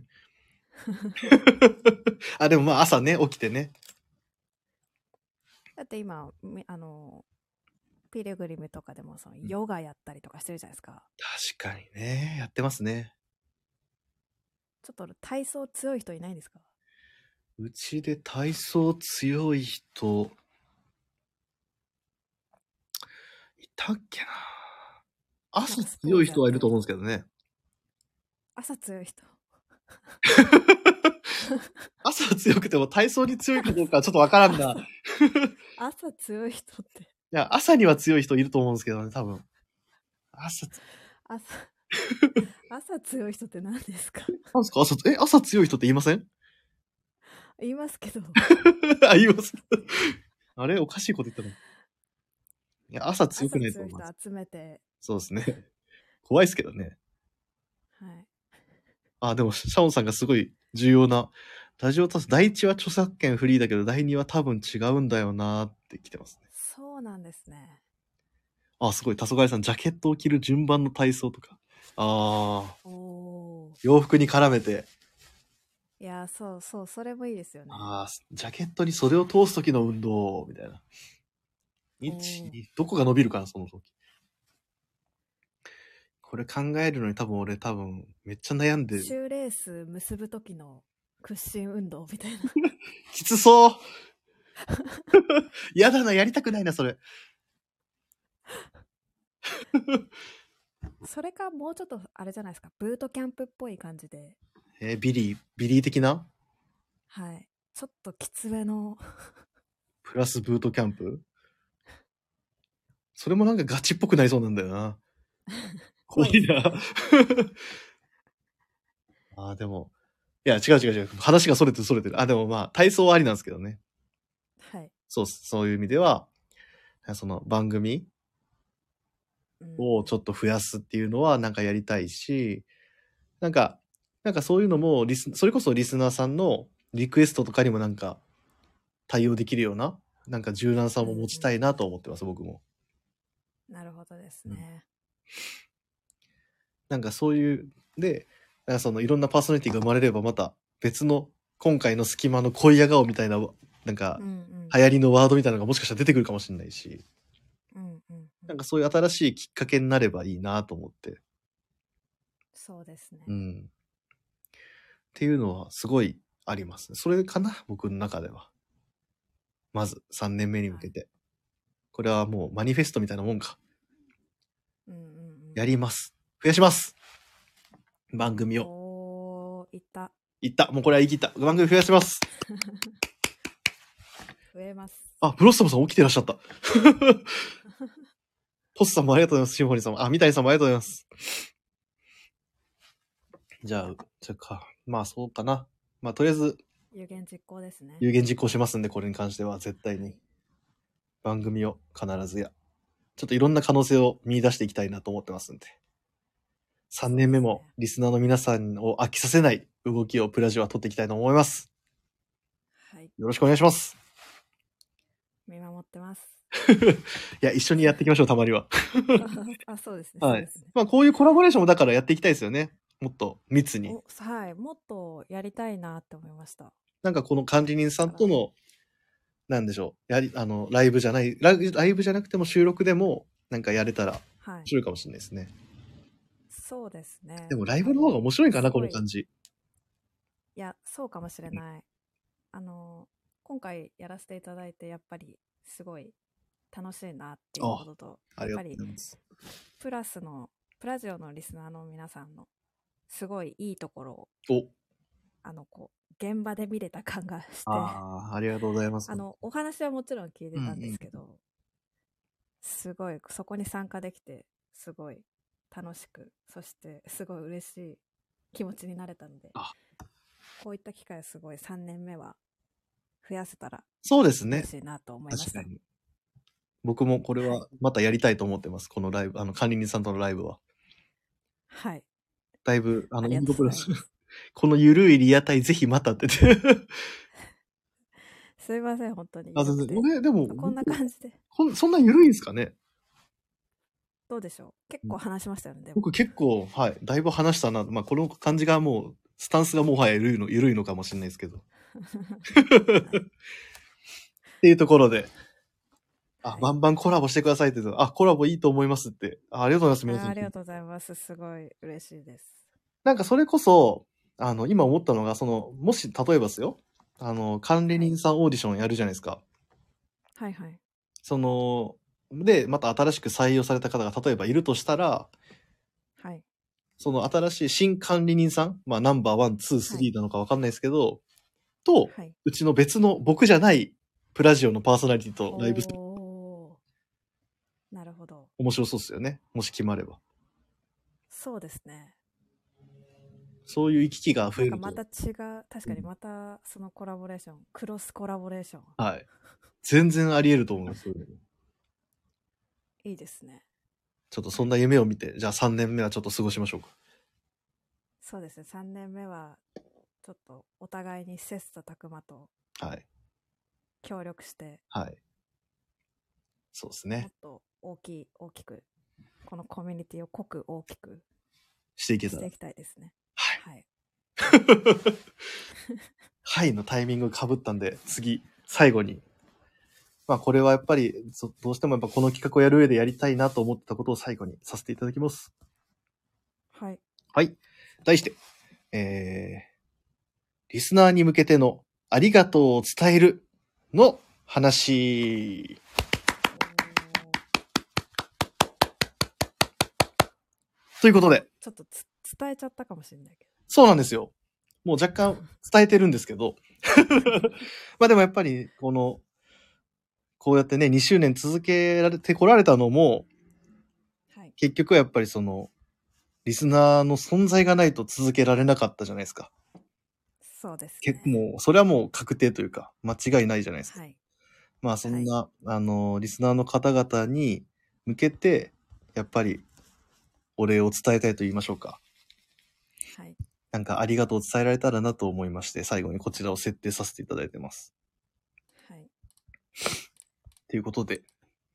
あ、でもまあ朝ね、起きてね。 だって今みあのピレグリムとかでもそのヨガやったりとかしてるじゃないですか。 確かにね、やってますね。 ちょっと体操強い人いないですか？ うちで体操強い人、いたっけな。朝強い人はいると思うんですけどね。 朝強い人朝強くても体操に強いかどうかはちょっとわからんな。い朝強い人ってや、朝には強い人いると思うんですけどね、多分。朝、 朝朝強い人って何ですか？ なんですか朝、え、朝強い人って言いません？ 言いますけどあ、言います。あれおかしいこと言ったの？いや、朝強くないと朝強い人思います。 集めてそうですね。怖いですけどね。 はいあ、でも、シャオンさんがすごい重要な、ラジオタス、だいいちは著作権フリーだけど、だいには多分違うんだよなーって来てますね。 そうなんですね。 あ、すごい。黄昏さん、ジャケットを着る順番の体操とか。ああ。 おー洋服に絡めて。 いやそうそうそれもいいですよね。 ああ、ジャケットに袖を通す時の運動、みたいな。いち、 おーどこが伸びるかな、その時。 これ考えるのに多分俺多分めっちゃ悩んでシューレース結ぶ時の屈伸運動みたいな。 きつそうやだな、やりたくないな、それ。 それかもうちょっとあれじゃないですか、ブートキャンプっぽい感じで。 えービリー、ビリー的なはい。ちょっときつめの。 プラスブートキャンプそれもなんかガチっぽくなりそうなんだよな。怖いな。ああ、でも、いや、違う違う違う。話がそれてるそれてる。あ、でもまあ、体操はありなんですけどね。 はい。 そう、そういう意味では、その番組をちょっと増やすっていうのはなんかやりたいし、なんか、なんかそういうのもリス、それこそリスナーさんのリクエストとかにもなんか対応できるような、なんか柔軟さも持ちたいなと思ってます、僕も。 なるほどですね。 なんかそういう、で、なんかそのいろんなパーソナリティが生まれればまた別の今回の隙間の恋や顔みたいな、なんかうんうん。 流行りのワードみたいなのがもしかしたら出てくるかもしれないし、 うんうん。 なんかそういう新しいきっかけになればいいなと思って。 そうですね。 うん。っていうのはすごいありますね。それかな、僕の中では。まずさんねんめに向けて。これはもうマニフェストみたいなもんか。 うんうんうん。 やります。増やします。番組を。 おー、いった。 いった。もうこれは言い切った。番組増やします。 増えます。 あ、ブロッサムさん起きてらっしゃった。ポスさんもありがとうございます。シンフォニーさんも。あ、三谷さんもありがとうございます。じゃあ、じゃあか。まあそうかな。まあとりあえず、 有言実行ですね。 有言実行しますんで、これに関しては絶対に。番組を必ずや。ちょっといろんな可能性を見出していきたいなと思ってますんで。さんねんめもリスナーの皆さんを飽きさせない動きをプラジオは取っていきたいと思います。 はい。 よろしくお願いします。 見守ってます。 いや、一緒にやっていきましょう、たまには。 あ、そうですね。 はい。 そうですね。 まあ、こういうコラボレーションもだからやっていきたいですよね。もっと密に。 はい。もっとやりたいなって思いました。 なんかこの管理人さんとの、なんでしょう。やり、あの、ライブじゃない、ライブライブじゃなくても収録でも、なんかやれたら、 はい。 面白いかもしれないですね。 そうですね。 でもライブの方が面白いかな、この感じ。 いや、そうかもしれない。あの、今回やらせていただいて、やっぱりすごい楽しいなっていうことと、やっぱりプラスの、プラジオのリスナーの皆さんのすごいいいところを、 おあの、こう、現場で見れた感がして、 ああ、ありがとうございます。 あの、お話はもちろん聞いてたんですけど、うんうん、すごい、そこに参加できて、すごい楽しく、そしてすごい嬉しい気持ちになれたので、こういった機会をすごいさんねんめは増やせたらそうですね。 嬉しいなと思いました。 確かに。僕もこれはまたやりたいと思ってます。このライブ、あの管理人さんとのライブは。はい。だいぶ、あの、インドプラス、このゆるいリアタイぜひまたってて。 すいません、本当に。 あ、全然。俺、でも、 こんな感じで。 こんそんなゆるいんですかね？ どうでしょう？結構話しましたよね、でも。 僕結構、はい。だいぶ話したな。まあ、この感じがもう、スタンスがもはやゆるいの、ゆるいのかもしれないですけど。っていうところで、あ、はい、バンバンコラボしてくださいって言うと、あ、コラボいいと思いますって。あ、ありがとうございます、皆さん。 ありがとうございます。すごい嬉しいです。 なんかそれこそ、あの、今思ったのが、その、もし、例えばですよ、あの、管理人さんオーディションやるじゃないですか。 はいはい。 その、で、また新しく採用された方が例えばいるとしたら、 はい。 その新しい新管理人さん、まあナンバーワン、ツー、スリーなのかわかんないですけど、はい、と、はい、うちの別の僕じゃないプラジオのパーソナリティとライブする。 なるほど。 面白そうですよね。もし決まれば。 そうですね。 そういう行き来が増えると。 なんかまた違う、確かにまたそのコラボレーション、うん、クロスコラボレーション。 はい。全然あり得ると思います。 いいですね。 ちょっとそんな夢を見て、じゃあさんねんめはちょっと過ごしましょうか。 そうですね。さんねんめは、ちょっとお互いに切磋琢磨と、 はい。 協力して、 はい。そうですね。 もっと大きい、大きく、このコミュニティを濃く大きくしていけたら。 していきたいですね。 はい。 はい。 はいのタイミングが被ったんで、次、最後に。まあこれはやっぱり、どうしてもやっぱこの企画をやる上でやりたいなと思ってたことを最後にさせていただきます。 はい。題して、えー、リスナーに向けてのありがとうを伝えるの話。ということで。 ちょっとつ伝えちゃったかもしれないけど。 そうなんですよ。もう若干伝えてるんですけど。まあでもやっぱり、この、こうやってね、にしゅうねん続けられてこられたのも、はい、結局はやっぱりその、リスナーの存在がないと続けられなかったじゃないですか。 そうですね。 結構もう、それはもう確定というか、間違いないじゃないですか。はい、まあそんな、はい、あの、リスナーの方々に向けて、やっぱり、お礼を伝えたいと言いましょうか。はい。なんかありがとう伝えられたらなと思いまして、最後にこちらを設定させていただいてます。はい。ということで。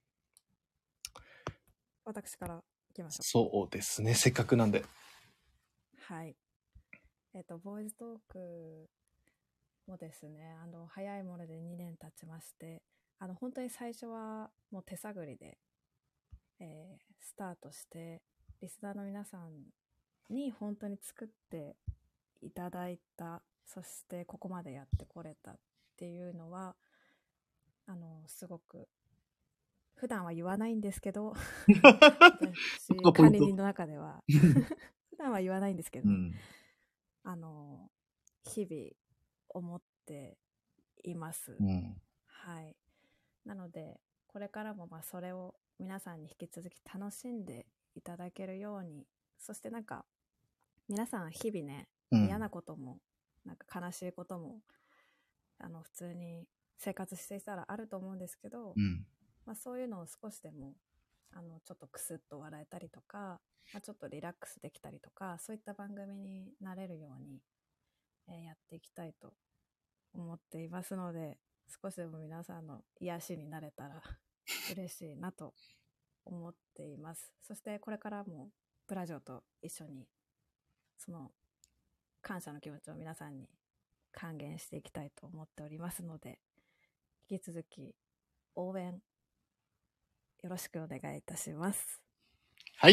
私から行きましょう。 そうですね。せっかくなんで。 はい。えっと、ボーイズトークもですね、あの、早いものでにねん経ちまして、あの、本当に最初はもう手探りで、えー、スタートして、リスナーの皆さんに本当に作っていただいた、そしてここまでやってこれたっていうのは、あの、すごく、普段は言わないんですけど、私、管理人の中では、普段は言わないんですけど、ね、うん、あの、日々思っています。うん、はい。なので、これからもまあそれを皆さんに引き続き楽しんでいただけるように、そしてなんか、皆さん日々ね、うん、嫌なことも、なんか悲しいことも、あの、普通に生活していたらあると思うんですけど、うん、まあ、そういうのを少しでもあのちょっとクスッと笑えたりとか、まあ、ちょっとリラックスできたりとか、そういった番組になれるように、えー、やっていきたいと思っていますので、少しでも皆さんの癒しになれたら嬉しいなと思っています。そしてこれからもプラジオと一緒にその感謝の気持ちを皆さんに還元していきたいと思っておりますので、引き続き応援よろしくお願いいたします。 はい。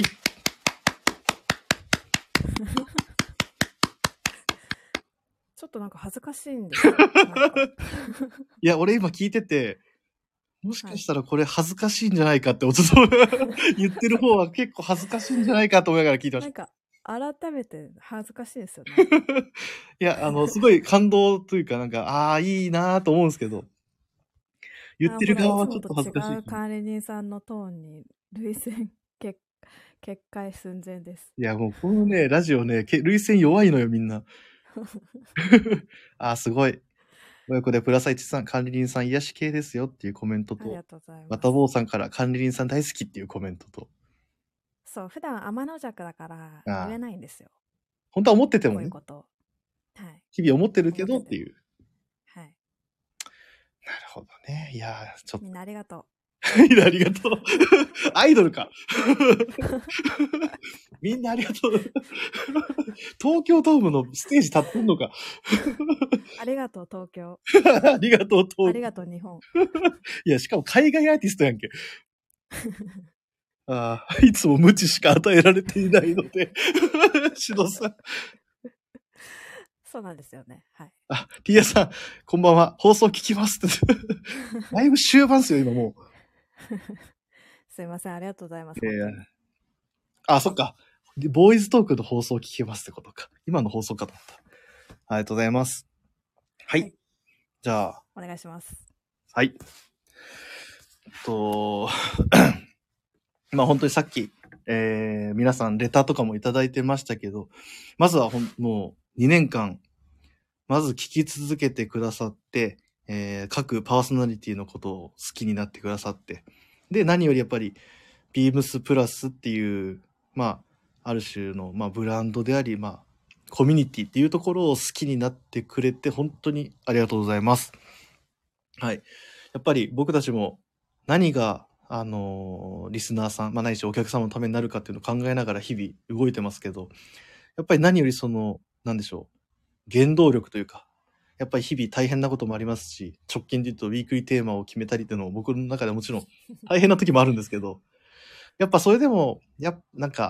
ちょっとなんか恥ずかしいんですよ。 いや、俺今聞いてて、もしかしたらこれ恥ずかしいんじゃないかって、おつと言ってる方は結構恥ずかしいんじゃないかと思いながら聞いてました。 なんか改めて恥ずかしいですよね。 いや、あの、すごい感動というか、なんか、ああ、いいなと思うんですけど、言ってる側はちょっと恥ずかしい。 いつもと違う管理人さんのトーンに、涙腺決決壊寸前です。 いや、もうこのね、ラジオね、涙腺弱いのよ、みんな。あ、すごい。親子でプラサイチさん、管理人さん癒し系ですよっていうコメントと、ありがとうございます。わたぼうさんから管理人さん大好きっていうコメントと。 そう、普段天の弱だから言えないんですよ。 本当は思っててもね。 こういうこと。はい。 日々思ってるけどっていう。 はい。なるほどね。いやー、ちょっと。 みんなありがとう。 みんなありがとう。アイドルか。みんなありがとう。東京ドームのステージ立ってんのか。 ありがとう、東京。 ありがとう、東京。 ありがとう、日本。 いや、しかも海外アーティストやんけ。ああ、いつも無知しか与えられていないので、しのさん。 そうなんですよね。はい。 あ、ティアさん、こんばんは。放送聞きますって。だいぶ終盤っすよ、今もう。 すいません、ありがとうございます。 えー、あ、そっか。ボーイズトークの放送聞けますってことか。今の放送かと思った。ありがとうございます。はい。はい、じゃあ。 お願いします。 はい。えっと、まあ本当にさっき、えー、皆さんレターとかもいただいてましたけど、まずはほんもうにねんかん、まず聞き続けてくださって、えー、各パーソナリティのことを好きになってくださって、で、何よりやっぱり、ビームスプラスっていう、まあ、ある種の、まあ、ブランドであり、まあ、コミュニティっていうところを好きになってくれて、本当にありがとうございます。はい。やっぱり僕たちも何が、あのー、リスナーさん、まあ、ないしお客様のためになるかっていうのを考えながら日々動いてますけど、やっぱり何よりその、なんでしょう、原動力というか、やっぱり日々大変なこともありますし、直近で言うとウィークリーテーマを決めたりっていうのも僕の中でもちろん大変な時もあるんですけど、やっぱそれでも、やっなんか、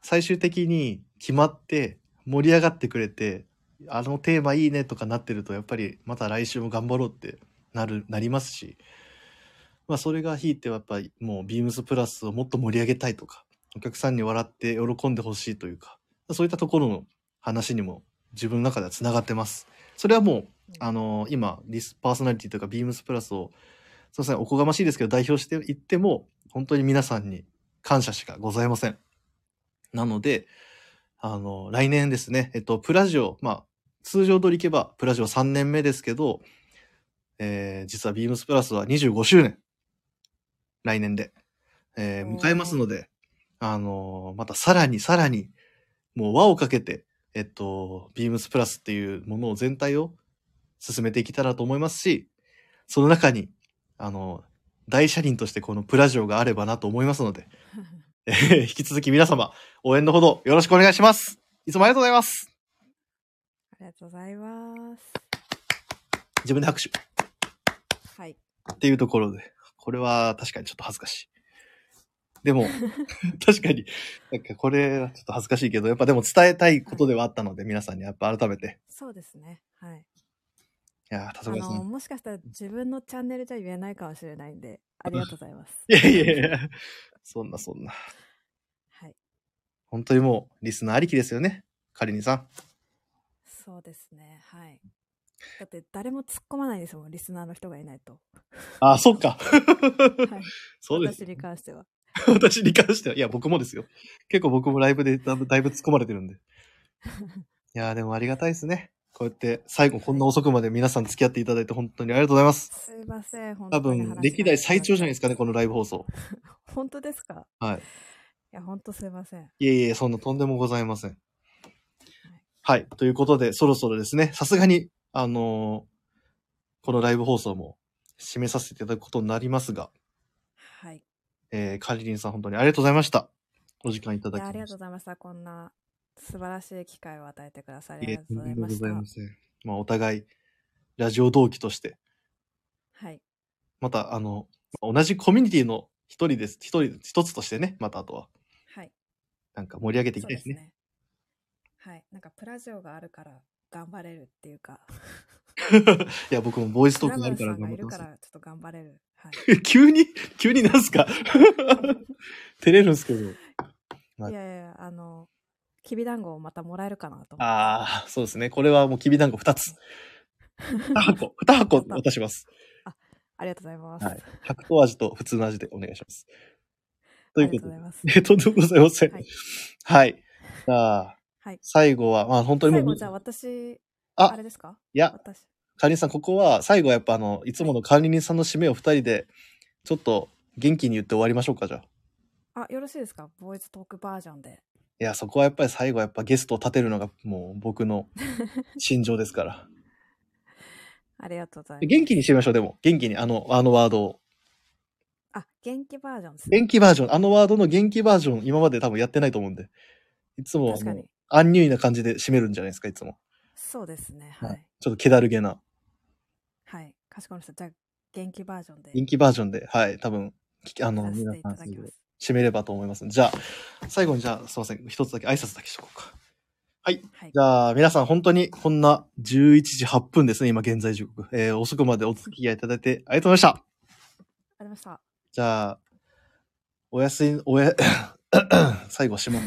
最終的に決まって盛り上がってくれて、あのテーマいいねとかなってると、やっぱりまた来週も頑張ろうってなる、なりますし、まあそれがひいてはやっぱりもうビームスプラスをもっと盛り上げたいとか、お客さんに笑って喜んでほしいというか、そういったところの話にも自分の中ではつながってます。それはもう、あのー、今、リスパーソナリティというかビームスプラスを、すいません、おこがましいですけど代表していっても、本当に皆さんに感謝しかございません。なので、あの、来年ですね、えっと、プラジオ、まあ、通常通りいけば、プラジオさんねんめですけど、えー、実はビームスプラスはにじゅうごしゅうねん、来年で、えー、迎えますので、あのー、またさらにさらに、もう輪をかけて、えっと、ビームスプラスっていうものを全体を進めていけたらと思いますし、その中に、あの、大車輪としてこのプラジオがあればなと思いますので、えー、引き続き皆様、応援のほどよろしくお願いします。いつもありがとうございます。 ありがとうございます。 自分で拍手。 はい。 っていうところで、これは確かにちょっと恥ずかしい。でも、確かに、なんかこれはちょっと恥ずかしいけど、やっぱでも伝えたいことではあったので、はい、皆さんにやっぱ改めて。 そうですね。はい。いやー、田坂さん。 もしかしたら自分のチャンネルじゃ言えないかもしれないんで、ありがとうございます。 いやいやいや、そんなそんな。 はい。 本当にもう、リスナーありきですよね、カリニさん。 そうですね。はい。だって誰も突っ込まないですもん、リスナーの人がいないと。 ああ、そっか。 はい。 そうです。 私に関しては。 私に関しては。いや、僕もですよ。結構僕もライブでだいぶ、だいぶ突っ込まれてるんで。いやー、でもありがたいですね。こうやって最後こんな遅くまで皆さん付き合っていただいて本当にありがとうございます。 すいません、本当に。多分、歴代最長じゃないですかね、このライブ放送。 本当ですか？ はい。いや、本当すいません。 いえいえ、そんなとんでもございません。はい。はい、ということで、そろそろですね、さすがに、あのー、このライブ放送も締めさせていただくことになりますが、 はい。 えー、カリリンさん本当にありがとうございました。お時間いただきまして。 ありがとうございました。こんな素晴らしい機会を与えてくださりありがとうございました。いえ、とんでもございません。 まあ、お互い、ラジオ同期として、 はい。 また、あの、同じコミュニティの一人です。一人、一つとしてね、またあとは。 はい。 なんか盛り上げていきたいですね。 そうですね。はい。なんかプラジオがあるから頑張れるっていうか。 いや、僕もボイストークがあるから頑張ってます。がいるからちょっと頑張れる。 はい、急に急になんすか照れるんすけど。 まあ、いやいや、あの、きびだんごをまたもらえるかなと思って。 ああ、そうですね。これはもうきびだんごふたつ。に箱、に箱渡します。 あ、ありがとうございます。はい。 白桃味と普通の味でお願いします。ということで。 ありがとうございます。 え、とんでもございません。はい。はい、じゃあ、はい、最後は、まあ本当にもう。 最後じゃあ私、あ、あれですか？ いや、私。管理人さん、ここは最後はやっぱあの、いつもの管理人さんの締めを二人で、ちょっと元気に言って終わりましょうか、じゃあ。あ、よろしいですか？ボーイズトークバージョンで。 いや、そこはやっぱり最後はやっぱゲストを立てるのがもう僕の心情ですから。 ありがとうございます。 元気にしてみましょう、でも。元気に、あの、あのワードを。 あ、元気バージョンですね。 元気バージョン。あのワードの元気バージョン、今まで多分やってないと思うんで。いつも、 確かに。 アンニュイな感じで締めるんじゃないですか、いつも。 そうですね。はい。 ちょっと気だるげな。 はい。かしこまりました。じゃあ、元気バージョンで。 元気バージョンで、はい。多分、あの、皆さん締めればと思います。じゃあ、最後にじゃあ、すいません。一つだけ挨拶だけしとこうか。はい。はい、じゃあ、皆さん本当にこんなじゅういちじはっぷんですね。今現在時刻。えー、遅くまでお付き合いいただいてありがとうございました。ありがとうございました。 じゃあ、おやすみ、おや、最後閉まる。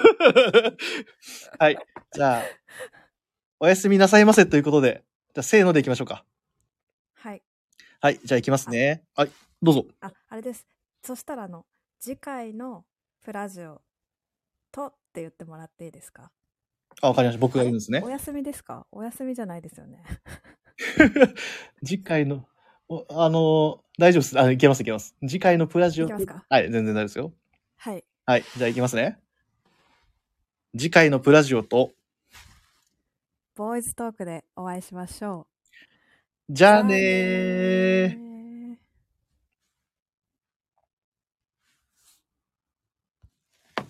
はい。じゃあ、おやすみなさいませということで、じゃあ、せーのでいきましょうか。 はい。 はい。じゃあ、いきますね。はい。どうぞ。 あ、あれです。そしたら、あの、次回のプラジオとって言ってもらっていいですか？ あ、わかりました。僕が言うんですね。 お休みですか？お休みじゃないですよね。 次回の、あの、大丈夫です。あ、いけます、いけます。次回のプラジオ。いけますか？ はい、全然大丈夫ですよ。 はい。 はい、じゃあいきますね。次回のプラジオと、 ボーイズトークでお会いしましょう。 じゃあねー。